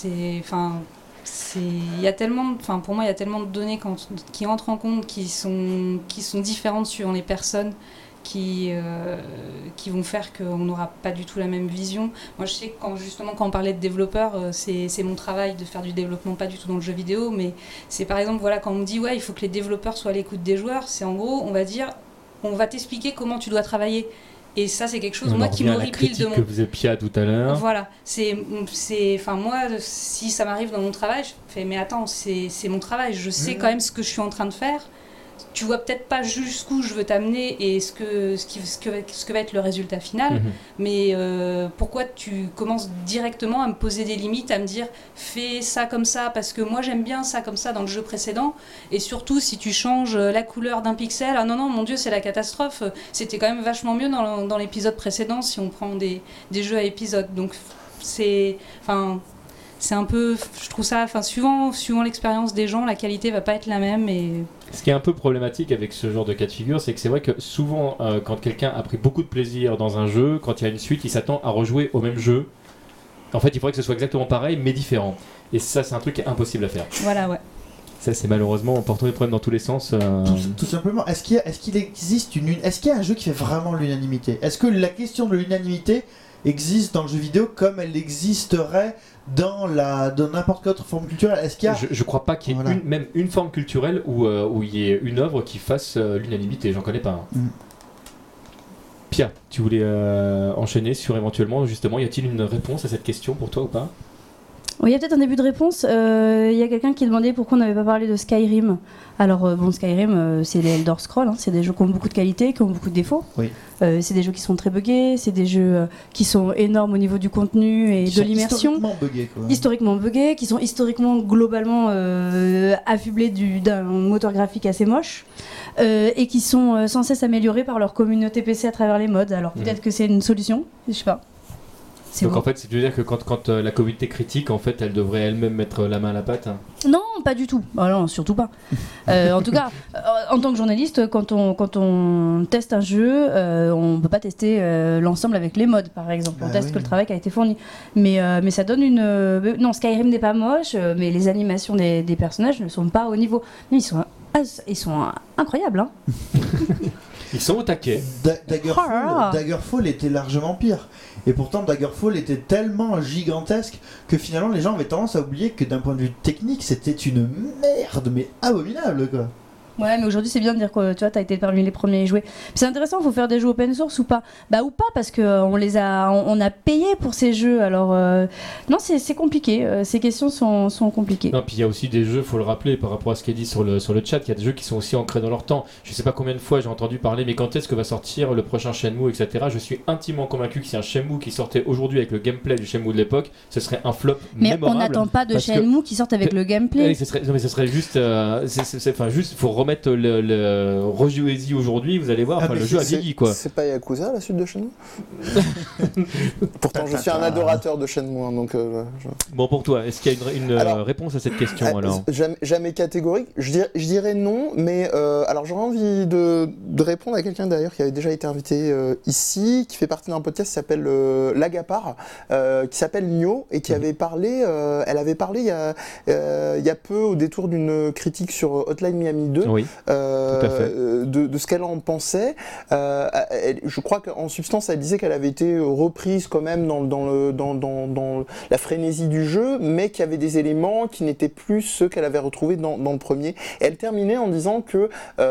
Il y a tellement, pour moi, il y a tellement de données qui entrent en compte, qui sont différentes suivant les personnes, qui vont faire qu'on n'aura pas du tout la même vision. Moi, je sais que quand on parlait de développeurs, c'est mon travail de faire du développement, pas du tout dans le jeu vidéo, mais c'est par exemple, voilà, quand on me dit ouais, il faut que les développeurs soient à l'écoute des joueurs, c'est en gros, on va dire, on va t'expliquer comment tu dois travailler. Et ça, c'est quelque chose, On moi, en qui revient à la m'horripile critique de mon... que faisait Pia tout à l'heure. Voilà, moi, si ça m'arrive dans mon travail, je fais, mais attends, c'est mon travail, je sais quand même ce que je suis en train de faire. Tu vois peut-être pas jusqu'où je veux t'amener et ce que va être le résultat final, mais pourquoi tu commences directement à me poser des limites, à me dire fais ça comme ça parce que moi j'aime bien ça comme ça dans le jeu précédent, et surtout si tu changes la couleur d'un pixel, ah non mon dieu c'est la catastrophe, c'était quand même vachement mieux dans l'épisode précédent si on prend des jeux à épisodes. Donc c'est un peu, je trouve ça, suivant l'expérience des gens, la qualité va pas être la même. Et ce qui est un peu problématique avec ce genre de cas de figure, c'est que c'est vrai que souvent, quand quelqu'un a pris beaucoup de plaisir dans un jeu, quand il y a une suite, il s'attend à rejouer au même jeu. En fait, il faudrait que ce soit exactement pareil, mais différent. Et ça, c'est un truc qui est impossible à faire. voilà, ouais. Ça, c'est malheureusement en portant des problèmes dans tous les sens. Tout simplement, est-ce qu'il existe est-ce qu'il y a un jeu qui fait vraiment l'unanimité? Est-ce que la question de l'unanimité existe dans le jeu vidéo comme elle existerait dans n'importe quelle autre forme culturelle? Est-ce qu'il y a... Je crois pas qu'il y ait même une forme culturelle où il y ait une œuvre qui fasse l'unanimité. J'en connais pas. Pia, tu voulais enchaîner sur éventuellement, justement, y a-t-il une réponse à cette question pour toi ou pas? Oui, il y a peut-être un début de réponse. Il y a quelqu'un qui demandait pourquoi on n'avait pas parlé de Skyrim. Alors, Skyrim, c'est les Elder Scrolls, hein, c'est des jeux qui ont beaucoup de qualité, qui ont beaucoup de défauts. Oui. C'est des jeux qui sont très buggés, c'est des jeux qui sont énormes au niveau du contenu et de l'immersion. Historiquement buggés, quoi. Historiquement buggés, qui sont historiquement, globalement affublés d'un moteur graphique assez moche, et qui sont sans cesse améliorés par leur communauté PC à travers les mods. Alors, peut-être que c'est une solution, je sais pas. C'est Donc beau. en fait, tu veux dire que quand la communauté critique, en fait, elle devrait elle-même mettre la main à la pâte. Non, pas du tout. Ah non, surtout pas. En tout cas, en tant que journaliste, quand on teste un jeu, on peut pas tester l'ensemble avec les mods, par exemple. On Ah teste oui. que le travail qui a été fourni. Mais ça donne une... non, Skyrim n'est pas moche, mais les animations des personnages ne sont pas au niveau. Mais ils sont incroyables. Hein. Ils sont au taquet. Daggerfall, Oh là là. Daggerfall était largement pire. Et pourtant, Daggerfall était tellement gigantesque que finalement, les gens avaient tendance à oublier que d'un point de vue technique, c'était une merde, mais abominable, quoi. Ouais, mais aujourd'hui, c'est bien de dire que tu vois, t'as été parmi les premiers à y jouer. Puis c'est intéressant, il faut faire des jeux open source ou pas. Bah, ou pas, parce qu'on a payé pour ces jeux. Alors, non, c'est compliqué. Ces questions sont compliquées. Non, puis il y a aussi des jeux, faut le rappeler, par rapport à ce qui est dit sur le chat, il y a des jeux qui sont aussi ancrés dans leur temps. Je sais pas combien de fois j'ai entendu parler, mais quand est-ce que va sortir le prochain Shenmue, etc. Je suis intimement convaincu que si un Shenmue qui sortait aujourd'hui avec le gameplay du Shenmue de l'époque, ce serait un flop Mais mémorable. on n'attend pas de parce que- Shenmue qui sortent avec le gameplay. Oui, non, mais ce serait juste, juste, faut remettre le rejouez-y aujourd'hui, vous allez voir, Ah, enfin, mais le jeu a C'est- vieilli quoi. C'est pas Yakuza la suite de Shenmue Pourtant je suis un adorateur de Shenmue, hein, donc Bon, pour toi, est-ce qu'il y a une Alors, réponse à cette question alors jamais catégorique. Je dirais non, mais alors j'aurais envie de répondre à quelqu'un d'ailleurs qui avait déjà été invité ici, qui fait partie d'un podcast qui s'appelle L'Agapar, qui s'appelle Nio, et qui avait parlé, elle avait parlé il y a peu au détour d'une critique sur Hotline Miami 2. Oui. Tout à fait. De ce qu'elle en pensait. Je crois qu'en substance, elle disait qu'elle avait été reprise quand même dans la frénésie du jeu, mais qu'il y avait des éléments qui n'étaient plus ceux qu'elle avait retrouvés dans le premier. Et elle terminait en disant que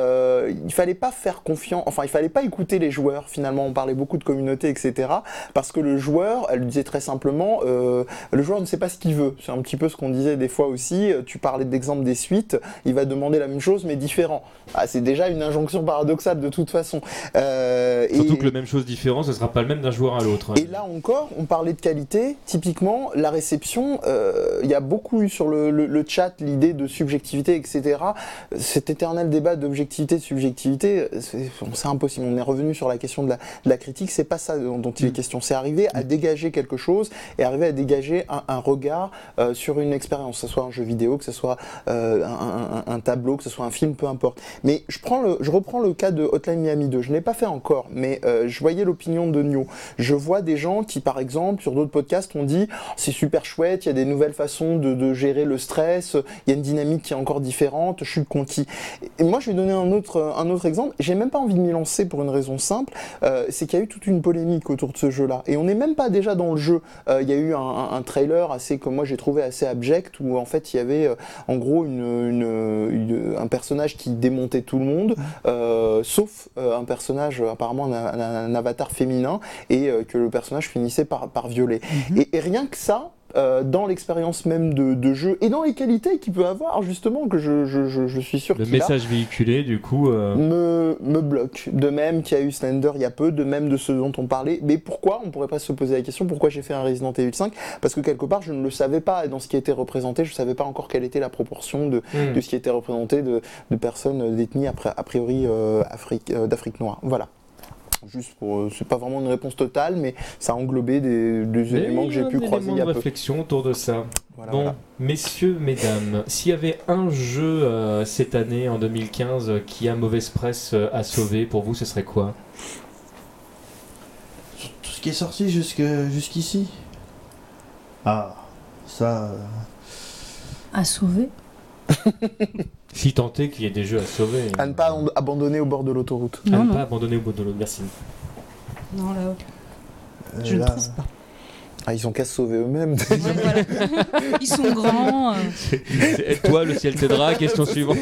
il fallait pas faire confiance, enfin il fallait pas écouter les joueurs. Finalement, on parlait beaucoup de communauté, etc. Parce que le joueur, elle le disait très simplement, le joueur ne sait pas ce qu'il veut. C'est un petit peu ce qu'on disait des fois aussi. Tu parlais d'exemple des suites, il va demander la même chose mais différent. Ah, c'est déjà une injonction paradoxale de toute façon. Surtout que le même chose différent, ce sera pas le même d'un joueur à l'autre. Et là encore, on parlait de qualité. Typiquement, la réception, il y a beaucoup eu sur le chat l'idée de subjectivité, etc. Cet éternel débat d'objectivité, de subjectivité, c'est impossible. On est revenu sur la question de la critique. C'est pas ça dont il est question. C'est arriver à dégager quelque chose et arriver à dégager un regard sur une expérience, que ce soit un jeu vidéo, que ce soit un tableau, que ce soit un film, peu importe. Mais je reprends le cas de Hotline Miami 2. Je ne l'ai pas fait encore, mais je voyais l'opinion de Nio. Je vois des gens qui, par exemple, sur d'autres podcasts, ont dit c'est super chouette, il y a des nouvelles façons de gérer le stress, il y a une dynamique qui est encore différente, je suis conquis. Et moi, je vais donner un autre exemple. J'ai même pas envie de m'y lancer pour une raison simple, c'est qu'il y a eu toute une polémique autour de ce jeu-là. Et on n'est même pas déjà dans le jeu. Il y a eu un trailer que moi j'ai trouvé assez abject, où en fait il y avait en gros un personnage qui démontait tout le monde, sauf un personnage, apparemment un avatar féminin, et que le personnage finissait par violer. Et rien que ça, dans l'expérience même de jeu et dans les qualités qu'il peut avoir, justement, que je suis sûr Le qu'il a, message véhiculé, du coup. me bloque. De même qu'il y a eu Slender il y a peu, de même de ce dont on parlait. Mais pourquoi? On pourrait pas se poser la question pourquoi j'ai fait un Resident Evil 5? Parce que quelque part je ne le savais pas, et dans ce qui était représenté, je savais pas encore quelle était la proportion de ce qui était représenté de personnes d'ethnie a priori d'Afrique noire. Voilà. Juste pour, c'est pas vraiment une réponse totale, mais ça a englobé des éléments que j'ai pu croiser il y a de peu. réflexion autour de ça. Voilà, Bon, voilà. messieurs, mesdames, s'il y avait un jeu cette année, en 2015, qui a mauvaise presse à sauver, pour vous, ce serait quoi? Tout ce qui est sorti jusqu'ici. Ah, ça. À sauver. Si tant est qu'il y ait des jeux à sauver. À ne pas abandonner au bord de l'autoroute. À Non, ne non. pas abandonner au bout de l'autre. Merci. Non, là, je là- ne trouve pas. Ah, ils ont qu'à se sauver eux-mêmes. Ouais, voilà. Ils sont grands. Et toi, le ciel t'aidera. Question suivante.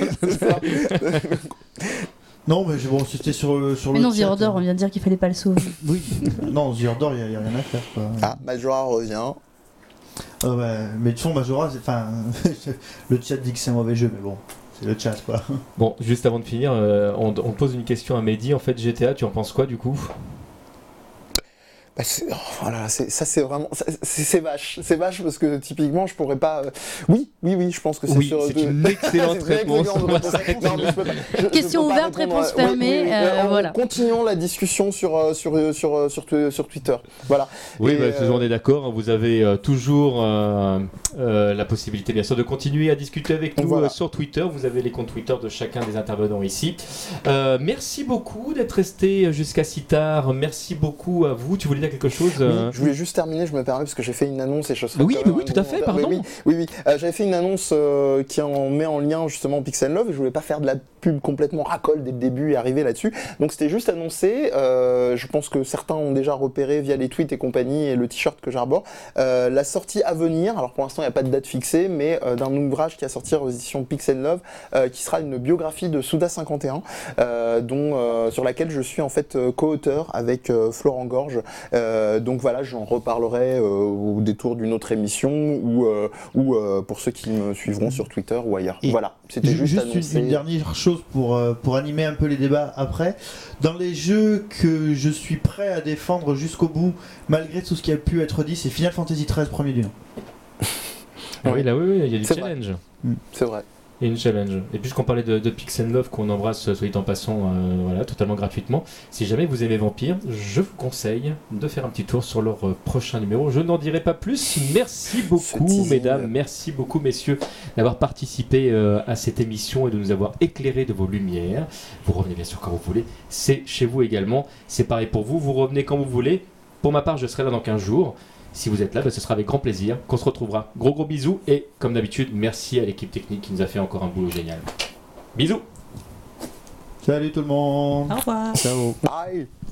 Non, mais bon, c'était sur le Mais non, chat, The Order, on vient de dire qu'il fallait pas le sauver. Oui. Non, The Order, il n'y a rien à faire, quoi. Ah, Majora revient. Ouais, mais de fond, Majora, enfin, le chat dit que c'est un mauvais jeu, mais bon, c'est le chat, quoi. Bon, juste avant de finir, on pose une question à Mehdi. En fait, GTA, tu en penses quoi du coup? Voilà, ça c'est vraiment, c'est vache parce que typiquement je pourrais pas. Oui, je pense que c'est Oui, sur. c'est une excellente C'est une réponse. excellente réponse. Non, mais je peux pas- je Question peux pas ouverte, répondre, réponse fermée, voilà. Continuons la discussion sur Twitter. Voilà. Oui, Et, on est d'accord. Vous avez toujours la possibilité, bien sûr, de continuer à discuter avec nous Voilà. sur Twitter. Vous avez les comptes Twitter de chacun des intervenants ici. Merci beaucoup d'être resté jusqu'à si tard. Merci beaucoup à vous. Tu voulais dire quelque chose Oui, je voulais juste terminer, je me permets, parce que j'ai fait une annonce et je serai Oui, quand même oui, un tout à fait, commentaire. pardon. Oui. J'avais fait une annonce qui en met en lien justement Pixel Love et je voulais pas faire de la pub complètement racole dès le début et arriver là-dessus. Donc c'était juste annoncé. Je pense que certains ont déjà repéré via les tweets et compagnie et le t-shirt que j'arbore. La sortie à venir, alors pour l'instant il n'y a pas de date fixée, mais d'un ouvrage qui va sortir aux éditions Pixel Love, qui sera une biographie de Suda51, sur laquelle je suis en fait co-auteur avec Florent Gorge. Donc voilà, j'en reparlerai au détour d'une autre émission ou pour ceux qui me suivront sur Twitter ou ailleurs. Et voilà, c'était juste annoncé. une dernière chose pour animer un peu les débats après. Dans les jeux que je suis prêt à défendre jusqu'au bout, malgré tout ce qui a pu être dit, c'est Final Fantasy XIII premier du nom. Oui, là, oui, il y a du C'est challenge. C'est vrai. Il y a une challenge. Et puisqu'on parlait de Pixel Love, qu'on embrasse, soit dit en passant, voilà, totalement gratuitement, si jamais vous aimez Vampire, je vous conseille de faire un petit tour sur leur prochain numéro. Je n'en dirai pas plus. Merci beaucoup, teasing. mesdames. Merci beaucoup, messieurs, d'avoir participé à cette émission et de nous avoir éclairé de vos lumières. Vous revenez bien sûr quand vous voulez. C'est chez vous également. C'est pareil pour vous. Vous revenez quand vous voulez. Pour ma part, je serai là dans 15 jours. Si vous êtes là, ce sera avec grand plaisir qu'on se retrouvera. Gros bisous et comme d'habitude, merci à l'équipe technique qui nous a fait encore un boulot génial. Bisous. Salut tout le monde. Au revoir. Ciao. Bye.